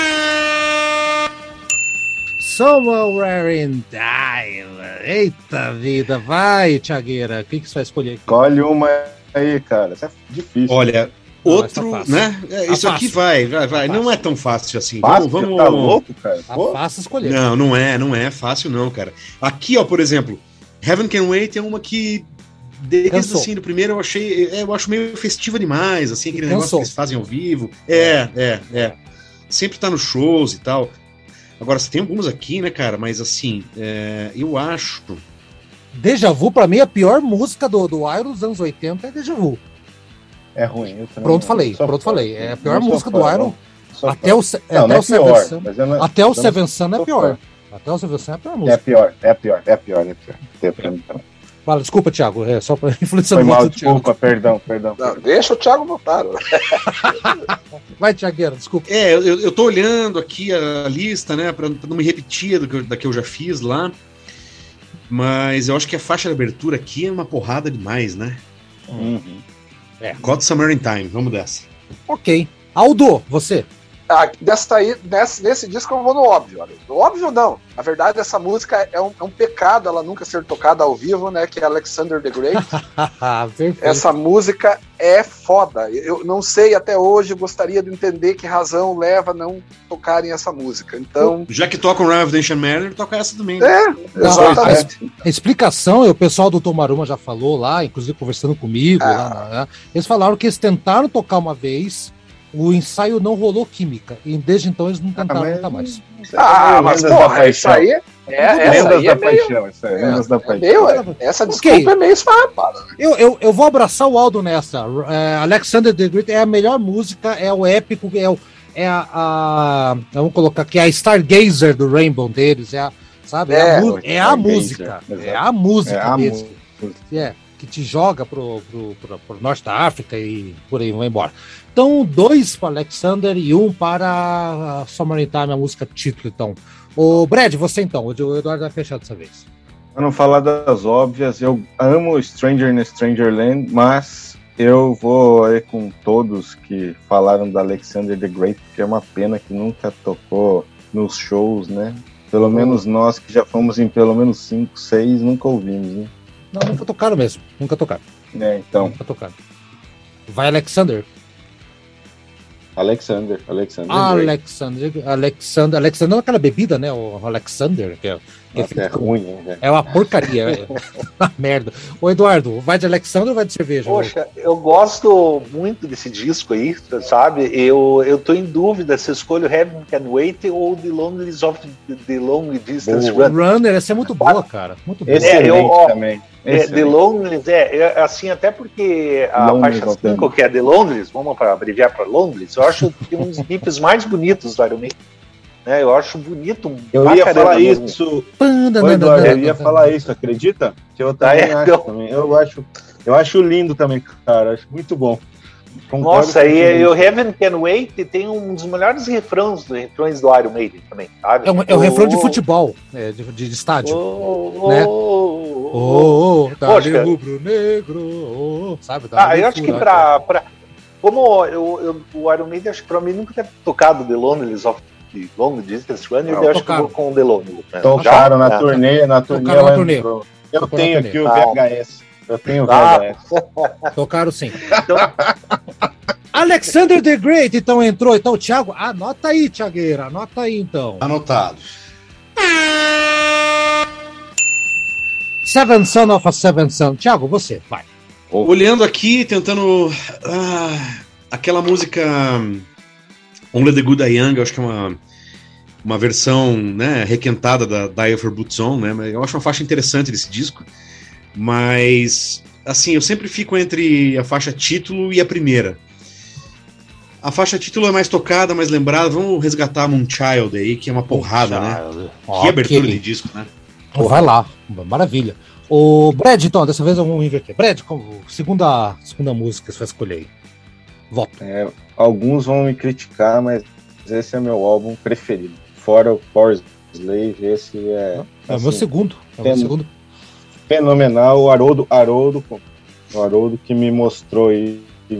Somewhere in Time. Eita vida, vai, Thiagueira. O que você vai escolher aqui? Escolhe uma aí, cara. Isso é difícil. Olha, outro, né? Isso aqui vai. Não é tão fácil assim. Fácil? Vamos... Tá louco, cara? Fácil escolher. Não é fácil não, cara. Aqui, ó, por exemplo, Heaven Can Wait é uma que desde assim, do primeiro eu acho meio festiva demais, assim, aquele negócio que eles fazem ao vivo. Sempre tá nos shows e tal. Agora, você tem algumas aqui, né, cara? Mas assim, eu acho. Deja Vu, pra mim, a pior música do Iron dos anos 80 é Deja Vu. É ruim. Pronto, falei. É a pior música do Iron. Até o Seven Sun. Até o Seven Sun é pior. Até o Seven Sun é a pior música. É a pior. Fala, desculpa, Thiago, só para influenciar o voto do Thiago. Desculpa, perdão. Não, deixa o Thiago votar. Vai, Thiagueira, desculpa. Eu tô olhando aqui a lista, né, pra não me repetir da que eu já fiz lá, mas eu acho que a faixa de abertura aqui é uma porrada demais, né? Uhum. God Summer in Time, vamos dessa. Ok. Aldo, você? Nesse disco eu vou no óbvio. Olha. No óbvio não. Na verdade, essa música é um pecado ela nunca ser tocada ao vivo, né? Que é Alexander the Great. Essa música é foda. Eu não sei até hoje, gostaria de entender que razão leva a não tocarem essa música. Então, já que tocam Rhyme of the Ancient Mariner, toca essa também. Exatamente. A explicação, o pessoal do Tomaruma já falou lá, inclusive conversando comigo, lá, eles falaram que eles tentaram tocar uma vez, o ensaio não rolou química, e desde então eles não tentaram nunca mais. Mas porra, isso aí Lendas da Paixão, isso aí, Lendas da Paixão. Essa desculpa é meio esfarrapada. Eu vou abraçar o Aldo nessa. Alexander the Great é a melhor música, é o épico, vamos colocar aqui, é a Stargazer do Rainbow deles, sabe? É a música mesmo. Que te joga pro norte da África e por aí vai embora. Então, 2 para Alexander e 1 para Summertime, a música título, então. O Brad, você então, o Eduardo vai fechar dessa vez. Para não falar das óbvias, eu amo Stranger in a Strangerland, mas eu vou aí com todos que falaram da Alexander the Great, porque é uma pena que nunca tocou nos shows, né? Pelo menos nós que já fomos em pelo menos 5, 6, nunca ouvimos, né? Não, nunca tocaram mesmo, nunca tocaram. Então. Nunca tocaram. Vai Alexander não é aquela bebida, né? O Alexander, que é ruim, né? É uma porcaria, é uma merda. Ô Eduardo, vai de Alexander ou vai de cerveja? Poxa, eu gosto muito desse disco aí, sabe? Eu tô em dúvida se eu escolho Heaven Can Wait ou The Loneliness of the Long Distance Runner, essa é muito boa, cara. Muito boa. Excelente também. The Loneliness, assim, até porque a faixa 5, que é The Loneliness, vamos abreviar para Loneliness, eu acho que um dos riffs mais bonitos do Iron Maiden. Eu acho bonito. Eu ia falar isso. Eu ia falar isso, acredita? Que eu também acho também. Eu acho lindo também, cara. Acho muito bom. Concordo. Nossa, e o Heaven Can Wait tem um dos melhores refrões do Iron Maiden também, sabe? É um refrão de futebol, de estádio. Né? Tá de rubro negro, sabe? Eu acho que como o Iron Maiden, acho que pra mim nunca deve tocado The Loneliness of the Long Distance Run, eu acho que eu vou com o The Loneliness. Tocaram na turnê, Eu tenho aqui o VHS. Tocaram sim. Então, Alexander the Great, então entrou. Então, Thiago, anota aí, Thiagueira. Anota aí, então. Anotado. Seven Son of a Seven Son. Thiago, você, vai. Olhando aqui, tentando... aquela música Only the Good Are Young, eu acho que é uma versão, né, requentada da Die for Boots On, né? Mas eu acho uma faixa interessante desse disco. Mas, assim, eu sempre fico entre a faixa título e a primeira. A faixa título é mais tocada, mais lembrada. Vamos resgatar a Moonchild aí, que é uma porrada, né? Que abertura de disco, né? Vai lá, maravilha. O Brad, então, dessa vez eu vou inverter. Brad, segunda música que você vai escolher aí. Volta. Alguns vão me criticar, mas esse é meu álbum preferido. Fora o Power Slave, esse é... É o meu segundo. Fenomenal. O Haroldo que me mostrou aí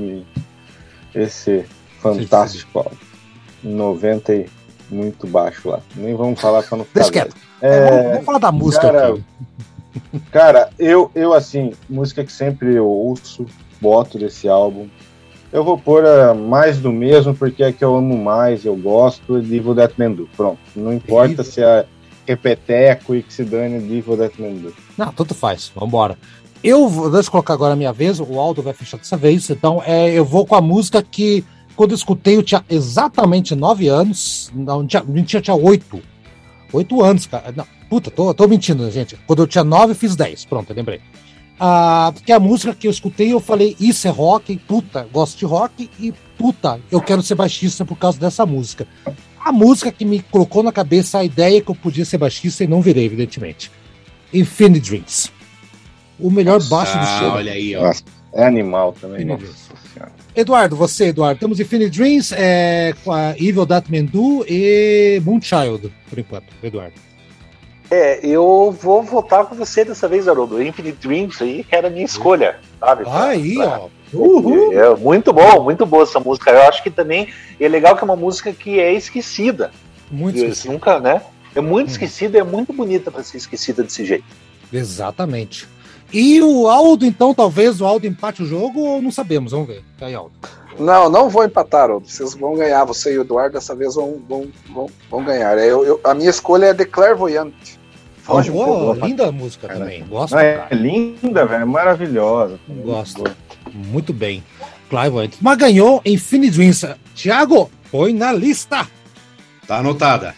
esse fantástico álbum. 90 e muito baixo lá. Nem vamos falar pra não ficar. Deixa quieto. Vamos falar da música aqui. Cara, eu assim, música que sempre eu ouço, boto desse álbum. Eu vou pôr mais do mesmo, porque é que eu amo mais, eu gosto de Evil That Man Do. Pronto, não importa se é repeteco e que se dane de Evil That Man Do. Não, tanto faz, vambora. Deixa eu colocar agora a minha vez, o Aldo vai fechar dessa vez, então eu vou com a música que, quando eu escutei, eu tinha exatamente 9 anos, não, tinha 8. 8 anos, cara. Não, puta, tô mentindo, gente. Quando eu tinha 9, eu fiz 10, pronto, eu lembrei. Porque a música que eu escutei, eu falei, isso é rock, puta, gosto de rock e puta, eu quero ser baixista por causa dessa música. A música que me colocou na cabeça a ideia que eu podia ser baixista e não virei, evidentemente. Infinite Dreams. O melhor baixo do show. Olha aí, ó. Nossa, é animal também. Eduardo, temos Infinite Dreams, com a Evil That Man Do e Moonchild, por enquanto, Eduardo. Eu vou votar com você dessa vez, Haroldo. Infinite Dreams aí, que era a minha escolha, sabe? Aí, ó. É muito boa essa música. Eu acho que também é legal que é uma música que é esquecida. Muito esquecida. Nunca, né? É muito esquecida, é muito bonita para ser esquecida desse jeito. Exatamente. E o Aldo, então, talvez o Aldo empate o jogo ou não sabemos? Vamos ver. Aí, Aldo. Não vou empatar, Aldo. Vocês vão ganhar. Você e o Eduardo dessa vez vão ganhar. A minha escolha é The Clairvoyante. Foge um pouco. Linda a música também. Gosto. É linda, velho. Maravilhosa. Gosto. Muito bem. Clairvoyante. Mas ganhou Infinity Dreams. Thiago, põe na lista. Tá anotada.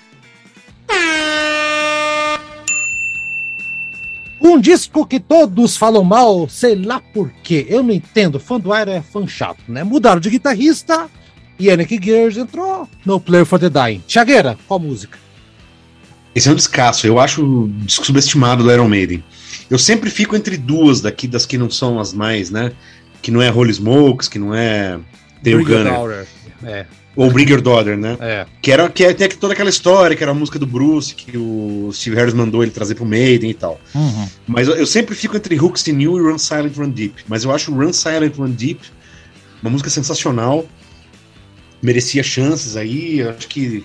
Um disco que todos falam mal, sei lá por quê. Eu não entendo. Fã do Iron é fã chato, né? Mudaram de guitarrista. Yannick Gers entrou. No Play for the Dying. Thiagueira, qual música? Esse é um descasso. Eu acho o disco subestimado do Iron Maiden. Eu sempre fico entre duas daqui, das que não são as mais, né? Que não é Holy Smokes, que não é Tail Gunner. Ou Bring Your Daughter, né? Que tem toda aquela história, que era a música do Bruce, que o Steve Harris mandou ele trazer pro Maiden e tal. Uhum. Mas eu sempre fico entre Hooks in You e Run Silent, Run Deep. Mas eu acho Run Silent, Run Deep uma música sensacional. Merecia chances aí. Eu acho que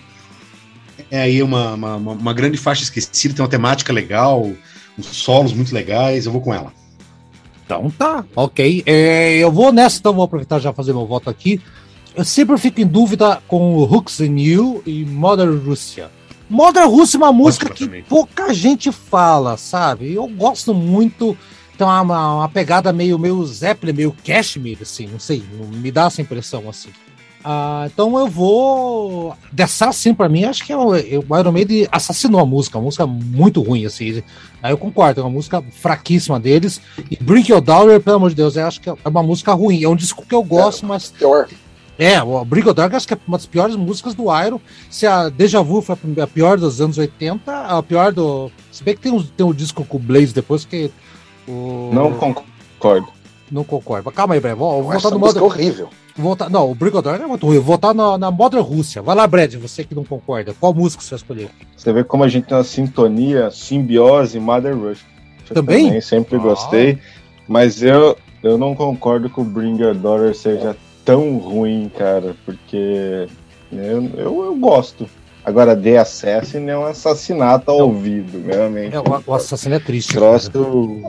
é aí uma grande faixa esquecida, tem uma temática legal, uns solos muito legais. Eu vou com ela. Então tá, ok. Eu vou nessa, então vou aproveitar já fazer meu voto aqui. Eu sempre fico em dúvida com Hooks in You e Mother Russia. Mother Russia é uma música que pouca gente fala, sabe? Eu gosto muito. Tem uma pegada meio Zeppelin, meio Kashmir, assim, não sei, me dá essa impressão, assim. Então eu vou... Dessa, assim, pra mim, acho que o Iron Maiden assassinou a música muito ruim, assim. Aí eu concordo, é uma música fraquíssima deles. E Bring Your Daughter, pelo amor de Deus, eu acho que é uma música ruim. É um disco que eu gosto, mas... Pior. O Bring Your Daughter acho que é uma das piores músicas do Iron. Se a Deja Vu foi a pior dos anos 80, a pior do... Se bem que tem um disco com o Blaze depois que... Não concordo. Não concordo. Calma aí, Brad. Vou voltar no música horrível. Não, o Bring Your Daughter é muito ruim. Eu vou votar na Mother Russia. Vai lá, Brad, você que não concorda. Qual música você vai escolher? Você vê como a gente tem uma sintonia, simbiose, Mother Russia. Também sempre gostei. Mas eu não concordo que o Bring Your Daughter seja tão ruim, cara, porque eu gosto. Agora, The Assassin é um assassinato ao ouvido, realmente. O assassino é triste. Próximo.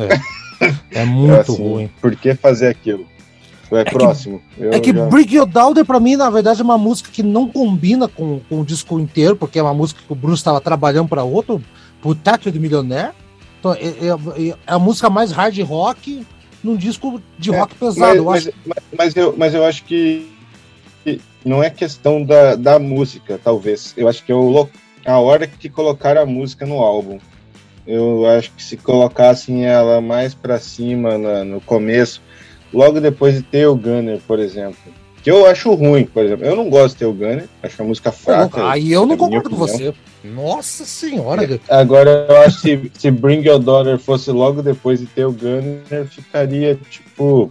É muito ruim. Por que fazer aquilo? Próximo. Bring Your Daughter, pra mim, na verdade, é uma música que não combina com o disco inteiro, porque é uma música que o Bruce estava trabalhando para outro, pro Tattooed Millionaire. Então, é a música mais hard rock num disco de rock pesado. Mas eu acho que não é questão da música, talvez. Eu acho que a hora que colocaram a música no álbum. Eu acho que se colocassem ela mais pra cima no começo, logo depois de Tail Gunner, por exemplo. Que eu acho ruim, por exemplo. Eu não gosto de Tail Gunner, acho a música fraca. Aí eu não concordo com você. Nossa senhora. Agora, eu acho que se Bring Your Daughter fosse logo depois de Tail Gunner, ficaria, tipo...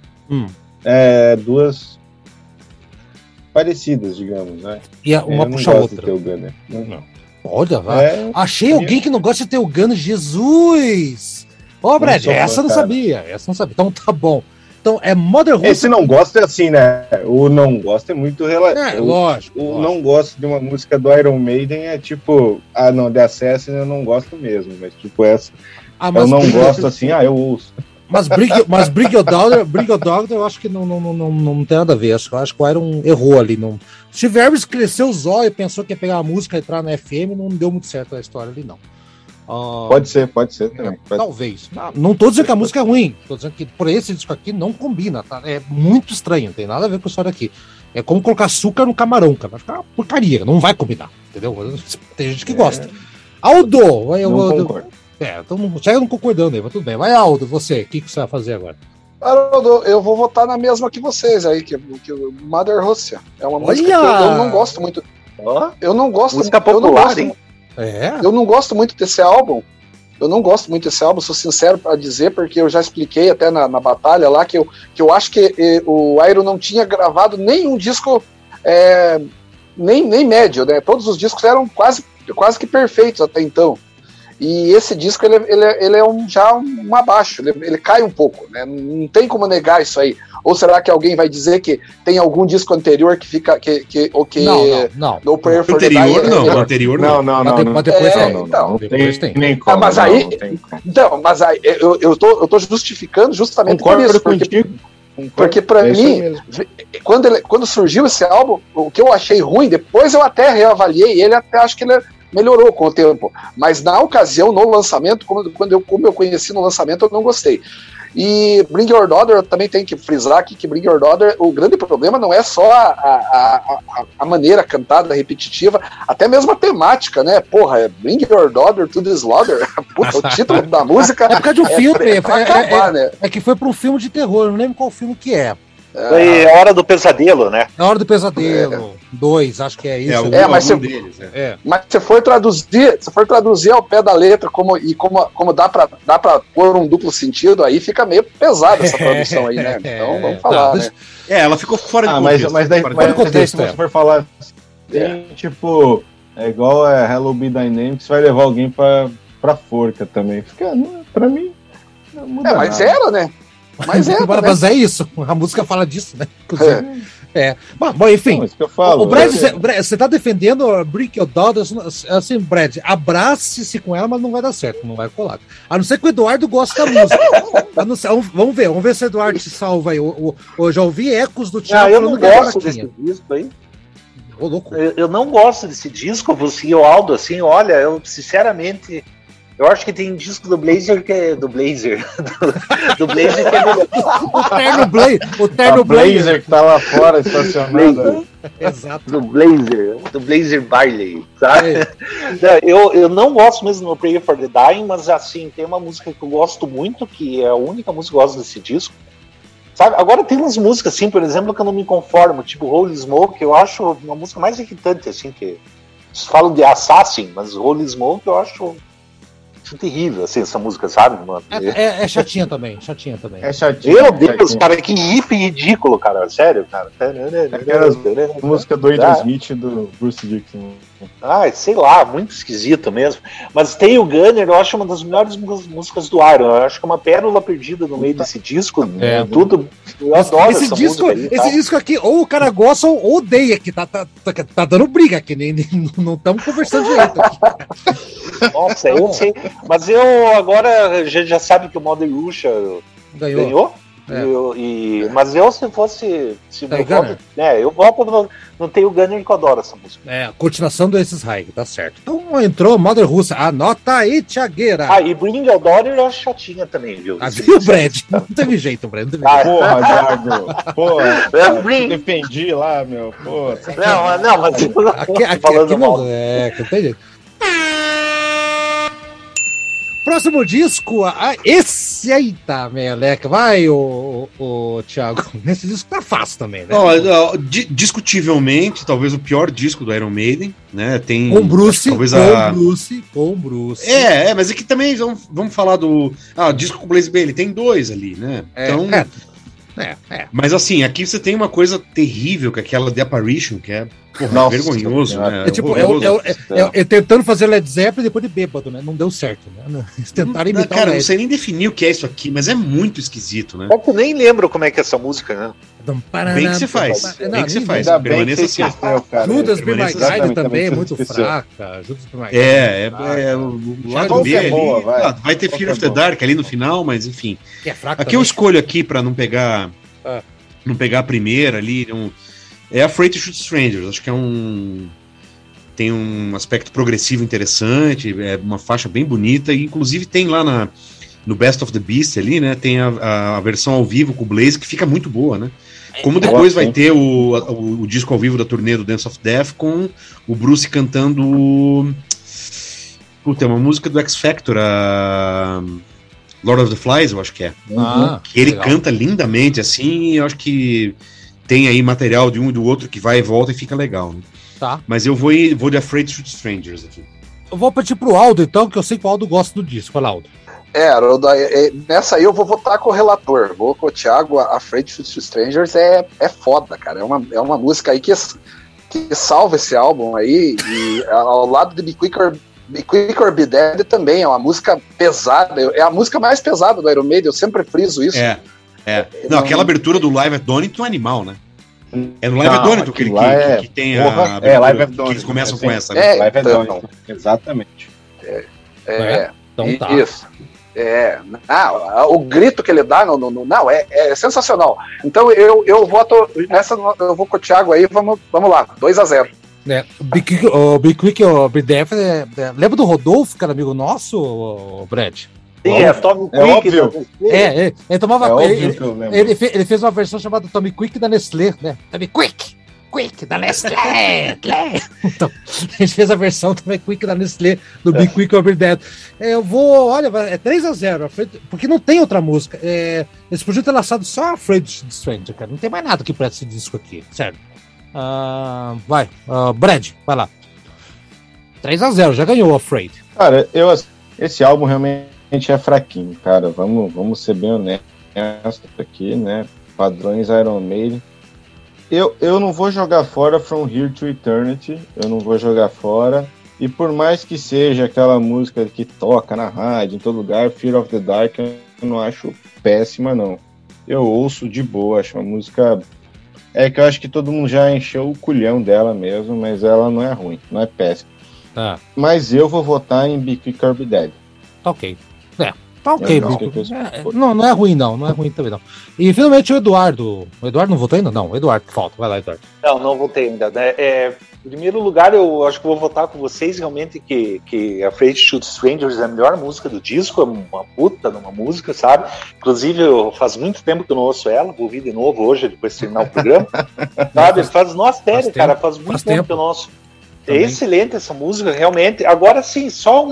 duas parecidas, digamos, né? E uma puxa a outra. Tail Gunner. Não. Olha, achei alguém que não gosta de Tail Gunner. Jesus! Brad, essa eu não sabia. Então tá bom. Então é Mother Russia. Esse não gosta é assim, né? O não gosta é muito relativo. Lógico. Não gosto de uma música do Iron Maiden é tipo... não, The Assassin eu não gosto mesmo. Mas tipo essa... eu não gosto assim, eu ouço. Mas Bring Your Daughter, eu acho que não tem nada a ver. Acho que o Iron errou ali. Steve Harris cresceu os olhos e pensou que ia pegar a música e entrar na FM, não deu muito certo a história ali, não. Pode ser também. Talvez. Não tô dizendo que a música é ruim, tô dizendo que por esse disco aqui não combina, tá? É muito estranho, não tem nada a ver com a história aqui. É como colocar açúcar no camarão, cara. Vai ficar uma porcaria, não vai combinar, entendeu? Tem gente que gosta. Aldo! Concordo. Então não chega não concordando aí, mas tudo bem. Vai, Aldo, você, o que você vai fazer agora? Haroldo, eu vou votar na mesma que vocês aí, que Mother Russia. É uma música que eu não gosto muito. Eu não gosto. Música popular, hein? Eu não gosto muito desse álbum. Sou sincero para dizer, porque eu já expliquei até na batalha lá que eu acho que o Iron não tinha gravado nenhum disco nem médio, né? Todos os discos eram quase que perfeitos até então. E esse disco ele é já um abaixo, ele cai um pouco, né? Não tem como negar isso aí. Ou será que alguém vai dizer que tem algum disco anterior que fica Não. No Prayer for Anterior the Dying não, anterior não. Mas depois então, depois tem. Nem como, mas aí, não tem como. então, mas aí eu tô justificando justamente por Concordo isso, contigo. porque para mim, quando surgiu esse álbum, o que eu achei ruim, depois eu até reavaliei ele, até acho que ele melhorou com o tempo, mas na ocasião, no lançamento, como eu conheci no lançamento, eu não gostei. E Bring Your Daughter, eu também tenho que frisar aqui que Bring Your Daughter, o grande problema não é só a maneira cantada, repetitiva, até mesmo a temática, né? Porra, é Bring Your Daughter to the Slaughter. Puta, o título da música. É por causa de um filme. pra acabar, né? É que foi para um filme de terror, eu não lembro qual filme que é. Foi A Hora do Pesadelo, né? Na Hora do Pesadelo 2, acho que é isso. Mas se for traduzir ao pé da letra como dá pra pôr um duplo sentido, aí fica meio pesada essa tradução aí, né? Então vamos falar, né? Ela ficou fora de contexto. Mas daí se você for falar tipo, é igual Hello Be Dynamics, vai levar alguém pra forca também. Fica, pra mim, não muda mas nada. era, né? Mas é isso, a música fala disso, né? Bom, enfim, não, isso que eu falo, o Brad, você tá defendendo a Bring Your Daughter, assim, Brad, abrace-se com ela, mas não vai dar certo, não vai colar. A não ser que o Eduardo goste da música. Vamos ver se o Eduardo se salva aí. Eu já ouvi ecos do Thiago. Eu não gosto desse disco aí. Ô, louco. Eu não gosto desse disco, vou seguir o Aldo assim, olha, eu sinceramente... Eu acho que tem disco do Blazer que é do Blazer. do Blazer que é melhor. O terno Blazer que tá lá fora estacionado. Exato. Do Blazer Barley, sabe? Eu não gosto mesmo do Prayer for the Dying, mas assim, tem uma música que eu gosto muito, que é a única música que eu gosto desse disco. Sabe? Agora tem umas músicas, assim, por exemplo, que eu não me conformo, tipo Holy Smoke, eu acho uma música mais irritante, assim, que eles falam de Assassin, mas Holy Smoke eu acho terrível, assim, essa música, sabe, mano? É chatinha também. É chatinha. Meu Deus, cara, que riff ridículo, cara, sério, cara. Aquelas música do Aerosmith e do Bruce Dickinson. Sei lá, muito esquisito mesmo. Mas tem o Gunner, eu acho uma das melhores músicas do Iron. Eu acho que é uma pérola perdida no meio desse disco. Tudo. Eu adoro essa música aí, esse disco aqui, ou o cara gosta ou odeia, que tá dando briga aqui, não estamos conversando direito aqui. Nossa, eu sei. Mas eu agora, a gente já sabe que o Mother Russia ganhou. Mas eu, se fosse. Eu voto no Tem o Gunner, que eu adoro essa música. A continuação do Aces High, tá certo. Então entrou Mother Russia, anota aí, Thiagueira. E Bring Your Daughter eu acho chatinha também, viu? Viu, Brad? Não teve jeito, Brad. Porra, Thiago. Porra, eu defendi lá, meu. Porra. Não, mas eu não aqui falando mal. Que não tem jeito. Próximo disco, esse aí tá, meleca. Vai, o Thiago. Nesse disco tá fácil também, né? Discutivelmente, talvez o pior disco do Iron Maiden, né? Tem com Bruce. Mas é que também vamos falar do disco com o Blaze Bayley. Tem dois ali, né? Então, mas assim, aqui você tem uma coisa terrível, que é aquela The Apparition, que é vergonhoso, né? É tentando fazer Led Zeppelin depois de bêbado, né? Não deu certo, né? Eles tentaram imitar cara, não sei nem definir o que é isso aqui, mas é muito esquisito, né? Eu nem lembro como é que é essa música, né? Bem que se faz. Permanência assim. Judas Be My Guide também é muito fraca. Judas Be My Guide. O lado B ali. Vai ter Fear of the Dark ali no final, mas enfim. Aqui eu escolho aqui pra não pegar a primeira ali. É Afraid to Shoot Strangers. Acho que tem um aspecto progressivo interessante, é uma faixa bem bonita, e inclusive tem lá no Best of the Beast ali, né? Tem a versão ao vivo com o Blaze, que fica muito boa, né? Como depois vai ter o disco ao vivo da turnê do Dance of Death com o Bruce cantando. Puta, é uma música do X Factor, a Lord of the Flies, eu acho que é. Que ele canta lindamente, assim, e eu acho que tem aí material de um e do outro que vai e volta e fica legal, né? Tá. Mas eu vou de Afraid to Shoot Strangers aqui. Eu vou partir pro Aldo, então, que eu sei que o Aldo gosta do disco. Fala, Aldo. Nessa aí eu vou votar com o relator. Vou com o Thiago. Afraid to Shoot Strangers é foda, cara. É uma música aí que salva esse álbum aí. E ao lado de Be Quicker Be Quick or Be Dead também é uma música pesada, é a música mais pesada do Iron Maiden, eu sempre friso isso. Não, aquela abertura do Live at Donington é animal, né? É no Live at Donington que tem a abertura, Live at Donington, que eles começam com essa. Né? Live at Donington, exatamente. Então tá. Isso. O grito que ele dá, não, é sensacional. Então eu voto nessa, eu vou com o Thiago aí, vamos lá, 2-0. Be Quick or Be Dead, lembra do Rodolfo, que era amigo nosso, Brad? Sim, Tommy Quick. Ele tomava. Ele fez uma versão chamada Tommy Quick da Nestlé, né? Tommy Quick da Nestlé. Então, a gente fez a versão Tommy Quick da Nestlé do Be Quick or Be Dead. Eu vou, olha, é 3-0, porque não tem outra música. Eles podiam ter lançado só Afraid of the Stranger, cara. Não tem mais nada que preste esse disco aqui, sério. Brad, vai lá. 3-0, já ganhou Afraid. Cara, esse álbum realmente é fraquinho, cara. Vamos ser bem honestos aqui, né? Padrões Iron Maiden. Eu não vou jogar fora From Here to Eternity. Eu não vou jogar fora. E por mais que seja aquela música que toca na rádio, em todo lugar, Fear of the Dark, eu não acho péssima, não. Eu ouço de boa, acho uma música... É que eu acho que todo mundo já encheu o culhão dela mesmo, mas ela não é ruim, não é péssima. Mas eu vou votar em Be Quick or Be Dead. Tá ok. Tá ok, não é ruim não é ruim também não. E finalmente o Eduardo não votou ainda? Não, o Eduardo que falta, vai lá, Eduardo. Não votei ainda, né? Em primeiro lugar, eu acho que vou votar com vocês realmente que Afraid to Shoot Strangers é a melhor música do disco, é uma puta numa música, sabe? Inclusive, faz muito tempo que eu não ouço ela, vou ouvir de novo hoje, depois de terminar o programa, sabe? Faz muito tempo que eu não ouço. É excelente essa música, realmente. Agora sim, só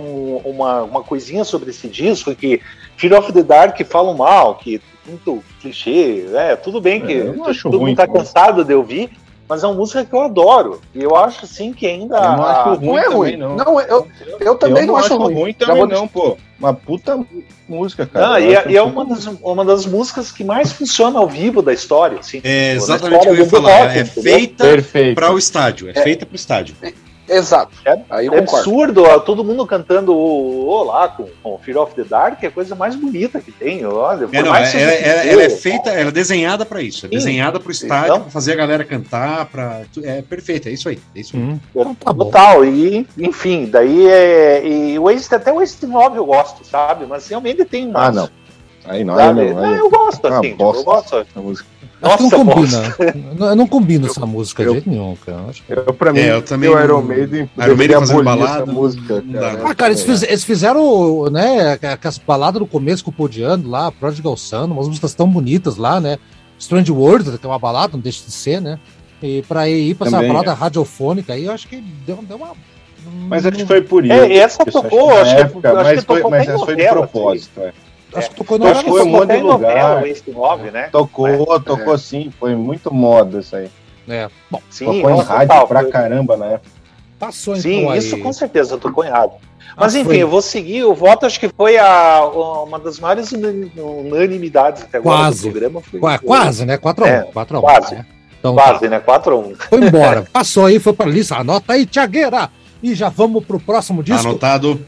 uma coisinha sobre esse disco, que Fear of the Dark falam mal, que muito clichê, tudo bem que todo mundo tá cansado de ouvir, mas é uma música que eu adoro. E eu acho assim que ainda. Eu não acho ruim, não é ruim. Não, eu também não acho ruim também, não, pô. Uma puta música, cara. E é uma das músicas que mais funciona ao vivo da história. Assim, é exatamente o que eu ia falar. Rock, é feita para o estádio. É feita para o estádio. Exato. Aí eu concordo. Absurdo, todo mundo cantando lá com Fear of the Dark, é a coisa mais bonita que tem. Olha, ela é feita, ela é desenhada para isso, é desenhada para o estádio, para fazer a galera cantar, é perfeita, é isso aí. Total, e enfim, daí e até o Waste 9 eu gosto, sabe? Mas realmente tem mais. Não. Aí não, eu gosto, assim, eu gosto da música. Acho que não combina. Não combina essa música de jeito nenhum, cara. Pra mim, eu também. O Iron Maiden fazendo balada. Música, cara, eles fizeram, né, aquelas baladas no começo com o Podiano lá, Prodigal Son, umas músicas tão bonitas lá, né? Strange World, que é uma balada, não deixa de ser, né? E pra ir pra essa balada radiofônica aí, eu acho que deu uma. Mas acho que foi por isso. Essa tocou, acho que mas foi de propósito, Acho que tocou foi um monte de lugar. Né? Tocou sim, foi muito moda isso aí. Bom, sim, tocou em rádio pra caramba na época. Passou então. Sim, aí. Isso com certeza tocou em rádio. Mas enfim, eu vou seguir o voto, acho que foi uma das maiores unanimidades até agora do programa. Quase, né? 4-1. Quase. Né? Então, quase, né? 4-1. Foi embora. Passou aí, foi pra lista. Anota aí, Thiagueira. E já vamos pro próximo disco. Anotado.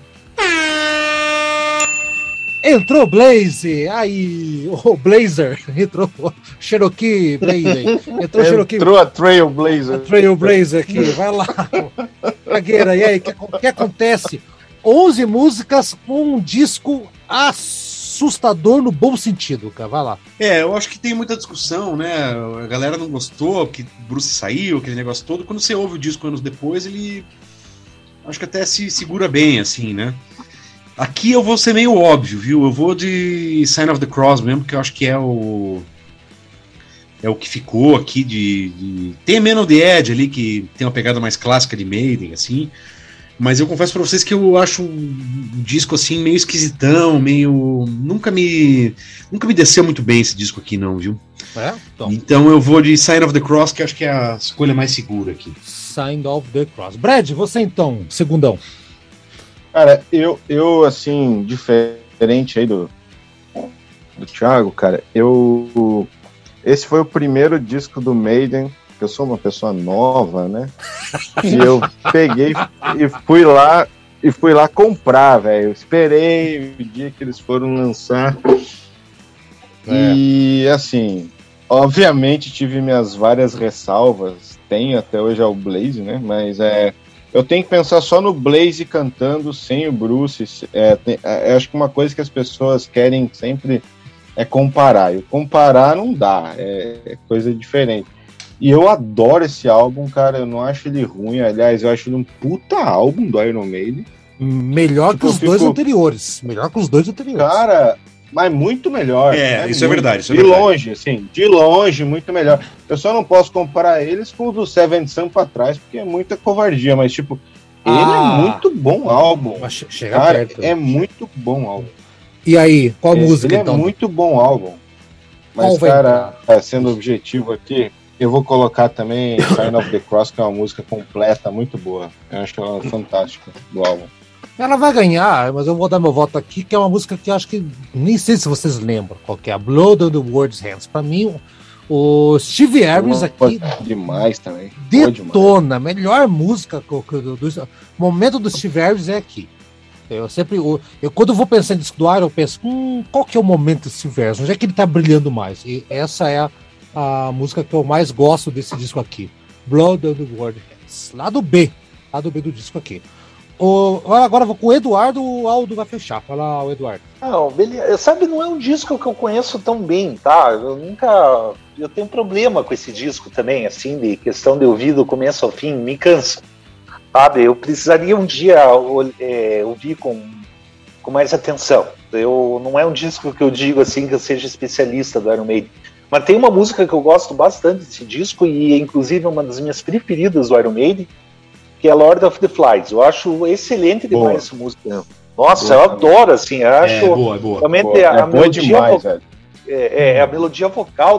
Entrou Blaze, aí o Blazer, entrou Cherokee Blaze, entrou a Trailblazer. Trailblazer aqui, vai lá, Cagueira, e aí, o que acontece? 11 músicas, um disco assustador no bom sentido, cara, vai lá. Eu acho que tem muita discussão, né, a galera não gostou, que Bruce saiu, aquele negócio todo, quando você ouve o disco anos depois, ele acho que até se segura bem, assim, né. Aqui eu vou ser meio óbvio, viu? Eu vou de Sign of the Cross mesmo, que eu acho que é o que ficou aqui de... Tem a Man on the Edge ali, que tem uma pegada mais clássica de Maiden, assim. Mas eu confesso pra vocês que eu acho um disco, assim, meio esquisitão, meio... Nunca me desceu muito bem esse disco aqui, não, viu? Então eu vou de Sign of the Cross, que acho que é a escolha mais segura aqui. Sign of the Cross. Brad, você então, segundão. Cara, eu assim, diferente aí do Thiago, cara, esse foi o primeiro disco do Maiden, que eu sou uma pessoa nova, né? E eu peguei e fui lá e fui lá comprar, velho. Esperei o dia que eles foram lançar. E, assim, obviamente tive minhas várias ressalvas. Tenho até hoje ao Blaze, né? Mas eu tenho que pensar só no Blaze cantando sem o Bruce. Acho que uma coisa que as pessoas querem sempre é comparar. E comparar não dá, é coisa diferente. E eu adoro esse álbum, cara. Eu não acho ele ruim. Aliás, eu acho ele um puta álbum do Iron Maiden. Melhor que os dois anteriores. Melhor que os dois anteriores. Cara, mas muito melhor. Isso é verdade. Isso é verdade. Longe, assim, de longe, muito melhor. Eu só não posso comparar eles com o do Seventh Son pra trás, porque é muita covardia, mas, tipo, ele é muito bom álbum. Chega cara, perto. É muito bom álbum. E aí, qual música, ele então? É muito bom álbum. Mas, cara, sendo objetivo aqui, eu vou colocar também Sign of the Cross, que é uma música completa, muito boa. Eu acho ela fantástica do álbum. Ela vai ganhar, mas eu vou dar meu voto aqui, que é uma música que eu acho que nem sei se vocês lembram qual que é, Blood on the World's Hands. Pra mim, o Steve Harris aqui demais também. detona, a melhor música do momento do Steve Harris é aqui. Eu sempre, quando eu vou pensar em disco do Iron, eu penso, qual que é o momento do Steve Harris? Onde é que ele tá brilhando mais? E essa é a música que eu mais gosto desse disco aqui, Blood on the World's Hands, lado B do disco aqui. Agora eu vou com o Eduardo, o Aldo vai fechar. Fala, o Eduardo. Não, beleza. Sabe, não é um disco que eu conheço tão bem, tá? Eu tenho problema com esse disco também, assim, de questão de ouvir do começo ao fim, me cansa. Sabe, eu precisaria um dia ouvir com mais atenção. Não é um disco que eu digo assim que eu seja especialista do Iron Maiden. Mas tem uma música que eu gosto bastante desse disco, e inclusive é uma das minhas preferidas do Iron Maiden, que é Lord of the Flies. Eu acho excelente demais essa música. Nossa, eu adoro, assim, eu acho... boa. Realmente a melodia demais, velho. A melodia vocal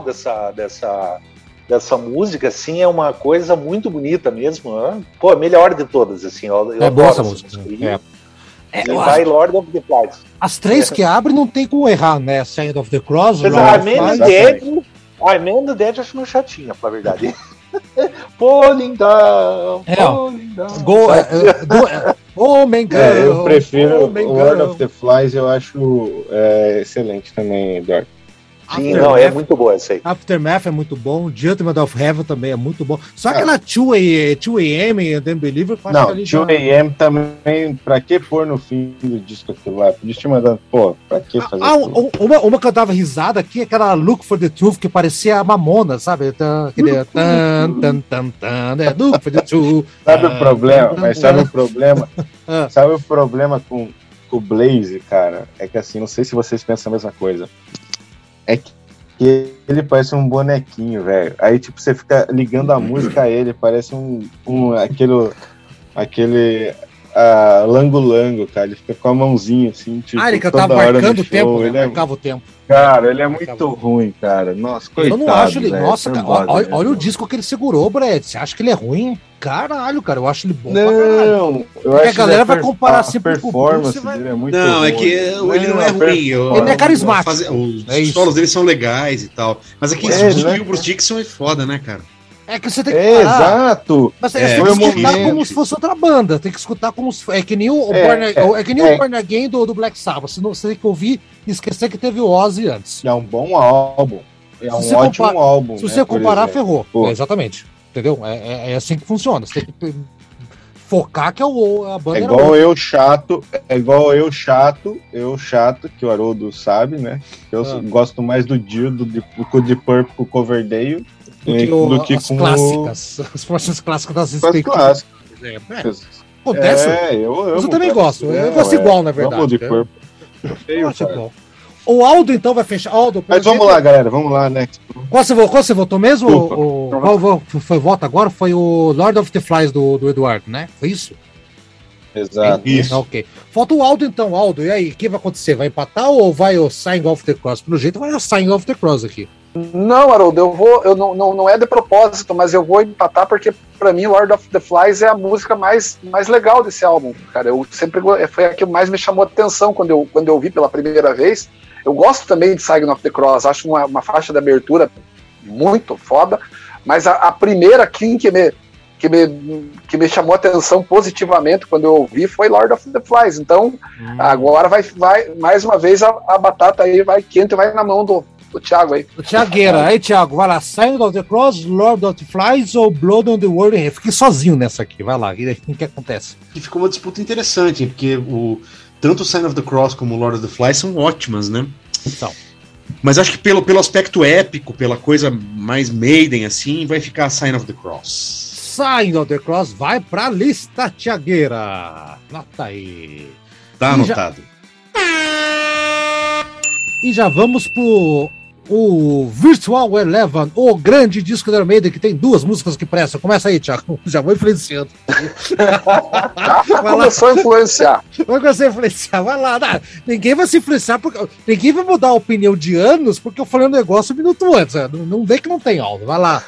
dessa música, assim, é uma coisa muito bonita mesmo. Pô, a melhor de todas, assim. Eu boa essa música. Vai Lord of the Flies. As três que abrem não tem como errar, né? Sign of the Cross, Mas a Man the Dead eu acho meio chatinha, pra verdade. Falling down. Eu prefiro o Lord of the Flies, eu acho excelente também, Eduardo. Sim, é muito boa essa aí. Aftermath é muito bom, Judgment of Heaven também é muito bom. Só aquela 2AM, The Unbeliever... Não, 2AM também, pra que pôr no fim do disco aquilo lá? Podia te mandar, pra que fazer uma que eu dava risada aqui, aquela Look for the Truth, que parecia a Mamona, sabe? Aquele Look for the Truth. Sabe o problema? Mas sabe o problema? Sabe o problema com o Blaze, cara? É que assim, não sei se vocês pensam a mesma coisa. É que ele parece um bonequinho, velho. Aí, tipo, você fica ligando a música a ele, parece aquele lango-lango, cara. Ele fica com a mãozinha, assim, tipo, ele que tava marcando o tempo, né? Marcava o tempo. Cara, ele é muito ruim, cara. Nossa, coitado. Eu não acho ele... Nossa, cara, olha o disco que ele segurou, Brad. Você acha que ele é ruim? Caralho, cara, eu acho ele bom. Não, eu acho que a galera vai comparar sempre com o performance dele é muito Não, ruim. É que ele não é ruim. Ele é carismático. Os solos dele são legais e tal. Mas aqui o Bruce Dickinson é foda, né, cara? É que você tem que parar. Exato. Mas você tem que escutar como se fosse outra banda. Tem que escutar como se... É que nem o Born Again do Black Sabbath. Você tem que ouvir e esquecer que teve o Ozzy antes. É um bom álbum. É um ótimo álbum. Se você comparar, ferrou. Exatamente. Entendeu? É assim que funciona. Você tem que focar que a banda é igual eu chato, que o Haroldo sabe, né? Eu gosto mais do Dio do Deep Purple Coverdale do que as com clássicas. As forças clássicas das respectivas. Acontece. Mas eu também gosto. Eu gosto igual, na verdade. Deep Purple. Eu acho igual. O Aldo, então, vai fechar. Aldo, mas vamos lá, galera. Vamos lá, né? Qual você votou mesmo? Qual foi o voto agora? Foi o Lord of the Flies do Eduardo, né? Foi isso? Exato. Isso. Ok. Falta o Aldo, então. Aldo, e aí? O que vai acontecer? Vai empatar ou vai o Sign of the Cross? Pelo jeito, vai o Sign of the Cross aqui. Não, Haroldo, não é de propósito, mas eu vou empatar porque, pra mim, Lord of the Flies é a música mais legal desse álbum, cara. Eu sempre foi a que mais me chamou a atenção quando eu ouvi pela primeira vez. Eu gosto também de Sign of the Cross, acho uma faixa de abertura muito foda, mas a primeira que que me chamou a atenção positivamente quando eu ouvi foi Lord of the Flies. Então, agora vai mais uma vez a batata aí vai quente, vai na mão do Thiago aí. O Thiagueira, aí Thiago, vai lá, Sign of the Cross, Lord of the Flies ou Blood on the World? Fiquei sozinho nessa aqui, vai lá, o que acontece? E ficou uma disputa interessante, porque tanto o Sign of the Cross como o Lord of the Flies são ótimas, né? Então. Mas acho que pelo aspecto épico, pela coisa mais Maiden, assim, vai ficar Sign of the Cross. Sign of the Cross vai pra lista, Thiagueira. Nota aí. Tá anotado. E já vamos pro o Virtual Eleven, o grande disco da Iron Maiden, que tem 2 músicas que prestam. Começa aí, Thiago. Já vou influenciando. Começou a influenciar. Vai começar a influenciar. Vai lá. Não, ninguém vai se influenciar, porque ninguém vai mudar a opinião de anos porque eu falei um negócio um minuto antes. Não vê que não tem aula. Vai lá.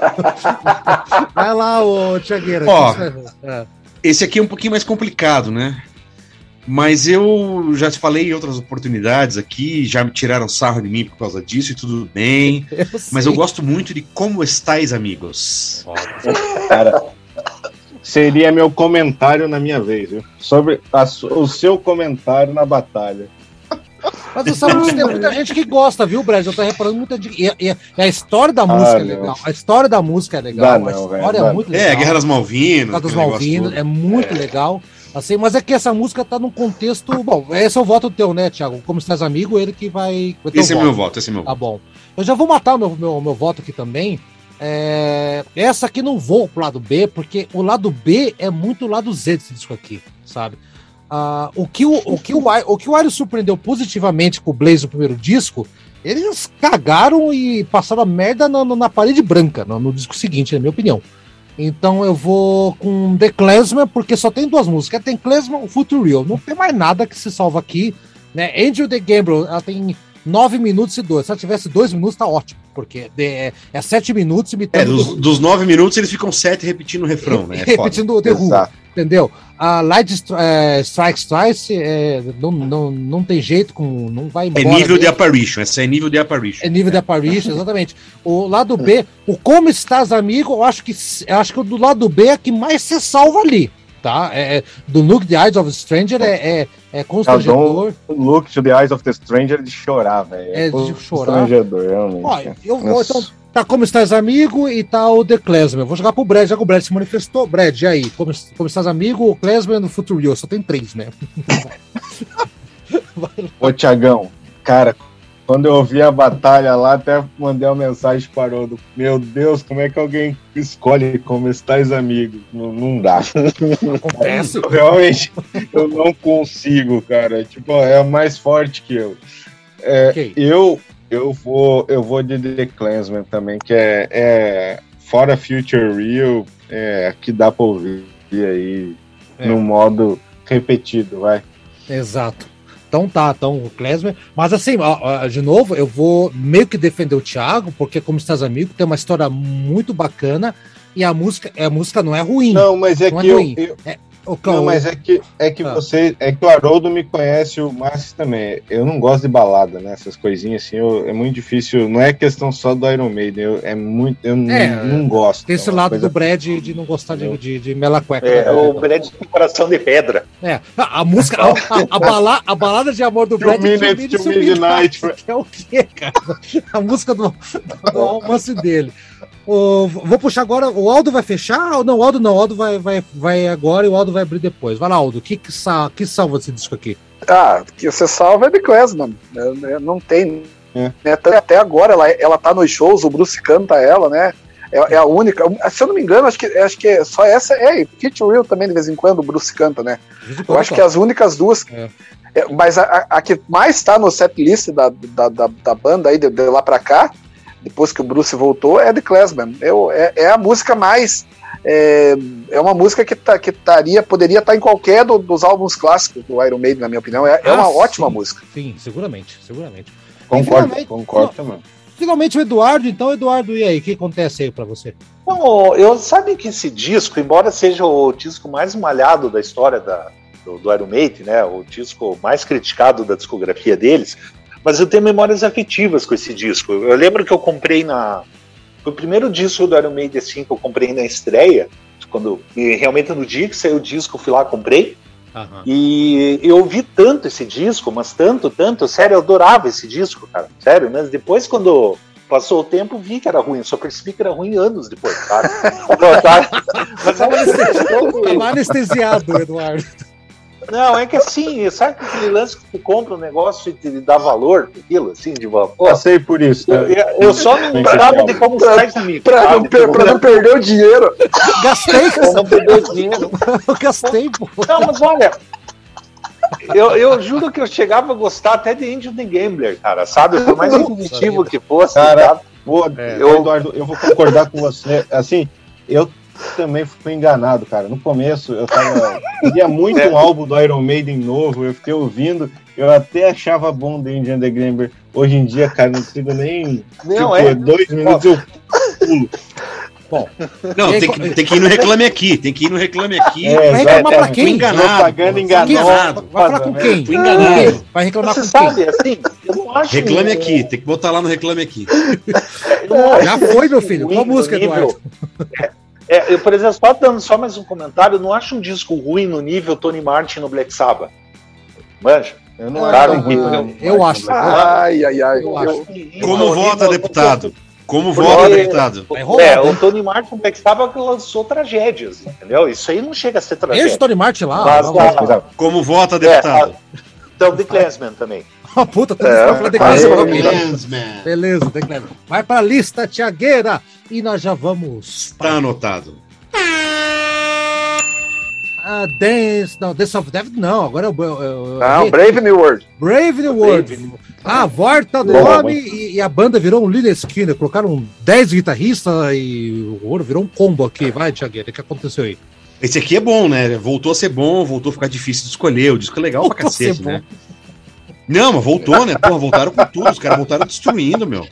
Vai lá, ô Thiagueira. Esse aqui é um pouquinho mais complicado, né? Mas eu já te falei em outras oportunidades aqui, já me tiraram sarro de mim por causa disso e tudo bem. Mas eu gosto muito de Como Estais, Amigos. Cara, seria meu comentário na minha vez, viu? Sobre o seu comentário na batalha. Mas você sabe que tem muita gente que gosta, viu, Brad? Eu tô reparando muita gente. E a história da música é legal. A história da música é legal. A história é muito legal. A Guerra das Malvinas. Guerra das Malvinas é muito legal. Assim, mas é que essa música tá num contexto. Bom, esse é o voto teu, né, Thiago? Como estás amigo, ele que vai. Esse é meu voto, esse é meu voto. Tá bom. Eu já vou matar o meu voto aqui também. Essa aqui não vou pro lado B, porque o lado B é muito o lado Z desse disco aqui, sabe? O que o Iron surpreendeu positivamente com o Blaze, o primeiro disco, eles cagaram e passaram a merda na parede branca, no disco seguinte, na minha opinião. Então eu vou com The Klezmer, porque só tem 2 músicas. Tem Klezmer e Future Real. Não tem mais nada que se salva aqui, né? Angel the Gambler, ela tem 9 minutos e 2. Se ela tivesse 2 minutos, tá ótimo. Porque é 7 minutos imitando... Dos 9 minutos, eles ficam 7 repetindo o refrão, né? Repetindo o The Who, entendeu? A Light Strikes Twice não tem jeito, não vai embora. É nível de Apparition, essa é nível de Apparition. É nível de Apparition, exatamente. O lado B, o Como Estás, Amigo, eu acho que do lado B é que mais se salva ali, tá? Do Look the Eyes of the Stranger é constrangedor. Look to the Eyes of the Stranger de chorar, velho. De chorar. Constrangedor, realmente. Ó, eu vou, então, tá Como Estás, Amigo e tá o The Klezmer. Vou jogar pro Brad, já que o Brad se manifestou. Brad, e aí? Como Estás, Amigo, o Klezmer no Future Real? Só tem 3, né? Ô, Thiagão, cara, quando eu ouvi a batalha lá, até mandei uma mensagem para o meu Deus, como é que alguém escolhe Como Estais, Amigo? Não dá. Acontece. Realmente, eu não consigo, cara. Tipo, é mais forte que eu. Okay. Eu vou de The Klezmer também, que é For a Future Real, que dá pra ouvir aí no modo repetido, vai. Exato. Então o Klezmer. Mas assim, de novo, eu vou meio que defender o Thiago, porque Como Estás, Amigo, tem uma história muito bacana e a música não é ruim. Não, mas é não que é ruim. Não, mas é que o Haroldo me conhece, o Márcio também. Eu não gosto de balada, né? Essas coisinhas assim, é muito difícil. Não é questão só do Iron Maiden, eu não gosto. Tem esse lado do Brad de não gostar de mela cueca. O Brad tem coração de pedra. A música, a balada de amor do Brad to Midnight. Que é o quê, cara? A música do almoço dele. Vou puxar agora. O Aldo vai fechar? Ou não, o Aldo vai agora e o Aldo vai abrir depois. Vai lá, Aldo. Que salva esse disco aqui? Que você salva é The Klezmer. Não tem. Até agora ela tá nos shows, o Bruce canta ela, né? É a única. Se eu não me engano, acho que só essa. Future Real também, de vez em quando, o Bruce canta, né? Eu acho que as únicas duas. Mas a que mais tá no setlist da banda aí, de lá pra cá, depois que o Bruce voltou, é The Klezmer. É a música mais... É uma música que poderia estar em qualquer dos álbuns clássicos do Iron Maiden, na minha opinião. É uma ótima música. Sim, seguramente. Concordo também. Finalmente o Eduardo. Então, Eduardo, e aí? O que acontece aí pra você? Bom, eu sabe que esse disco, embora seja o disco mais malhado da história do Iron Maiden, né, o disco mais criticado da discografia deles, mas eu tenho memórias afetivas com esse disco. Eu lembro que eu comprei foi o primeiro disco do Iron Maiden assim, que eu comprei na estreia, E realmente no dia que saiu o disco, eu fui lá, comprei. E eu ouvi tanto esse disco, mas tanto, sério, eu adorava esse disco, cara, sério, mas depois quando passou o tempo, vi que era ruim, eu só percebi que era ruim anos depois, cara. Mas Tava anestesiado, Eduardo. Não, é que assim, sabe aquele lance que tu compra um negócio e te dá valor pra aquilo, assim, de uma... Passei por isso. Eu só não lembrava de como sai comigo. Pra não perder o dinheiro. Gastei, Pra não perder o dinheiro. Eu gastei, pô. Não, mas olha, eu juro que eu chegava a gostar até de Angel the Gambler, cara, sabe? Por mais intuitivo que fosse, cara, sabe? Eduardo, eu vou concordar com você. Assim, eu também fui enganado, cara. No começo, eu queria muito um álbum do Iron Maiden novo, eu fiquei ouvindo, eu até achava bom The Angel the Gambler. Hoje em dia, cara, não consigo nem... Não, 2 minutos eu pulo. Bom, Não, tem que ir no Reclame Aqui. Tem que ir no Reclame Aqui. Vai reclamar pra quem? Fui enganado. Propaganda enganada. Vai falar com quem? Fui enganado. Vai reclamar Você com quem? sabe, assim, eu não acho... Reclame Aqui. Tem que botar lá no Reclame Aqui. Já foi, meu filho. Qual música, Eduardo? Eu, por exemplo, só dando só mais um comentário, eu não acho um disco ruim no nível Tony Martin no Black Sabbath. Manja? Eu não Claro, acho ruim. Eu acho. Ai. Eu acho. Como vota, deputado? Como vota, deputado? Vai rolar, o Tony Martin no Black Sabbath lançou tragédias, entendeu? Isso aí não chega a ser tragédia. Deixa o Tony Martin lá. Mas, Como vota, deputado? então, The Clansman também. Ah, puta, tudo isso pra falar de Clansman. Beleza, The Clansman. Vai pra lista, Tiagueira. E nós já vamos. Tá anotado. Dance of Death, não. Agora eu Não, Brave New World. Brave New World. A volta do homem e a banda virou um Lynyrd Skynyrd. Colocaram 10 guitarristas e o ouro virou um combo aqui. Vai, Tiagueira, o que aconteceu aí? Esse aqui é bom, né? Voltou a ser bom, voltou a ficar difícil de escolher. O disco é legal pra cacete, né? Não, mas voltou, né? Porra, voltaram com tudo. Os caras voltaram destruindo, meu.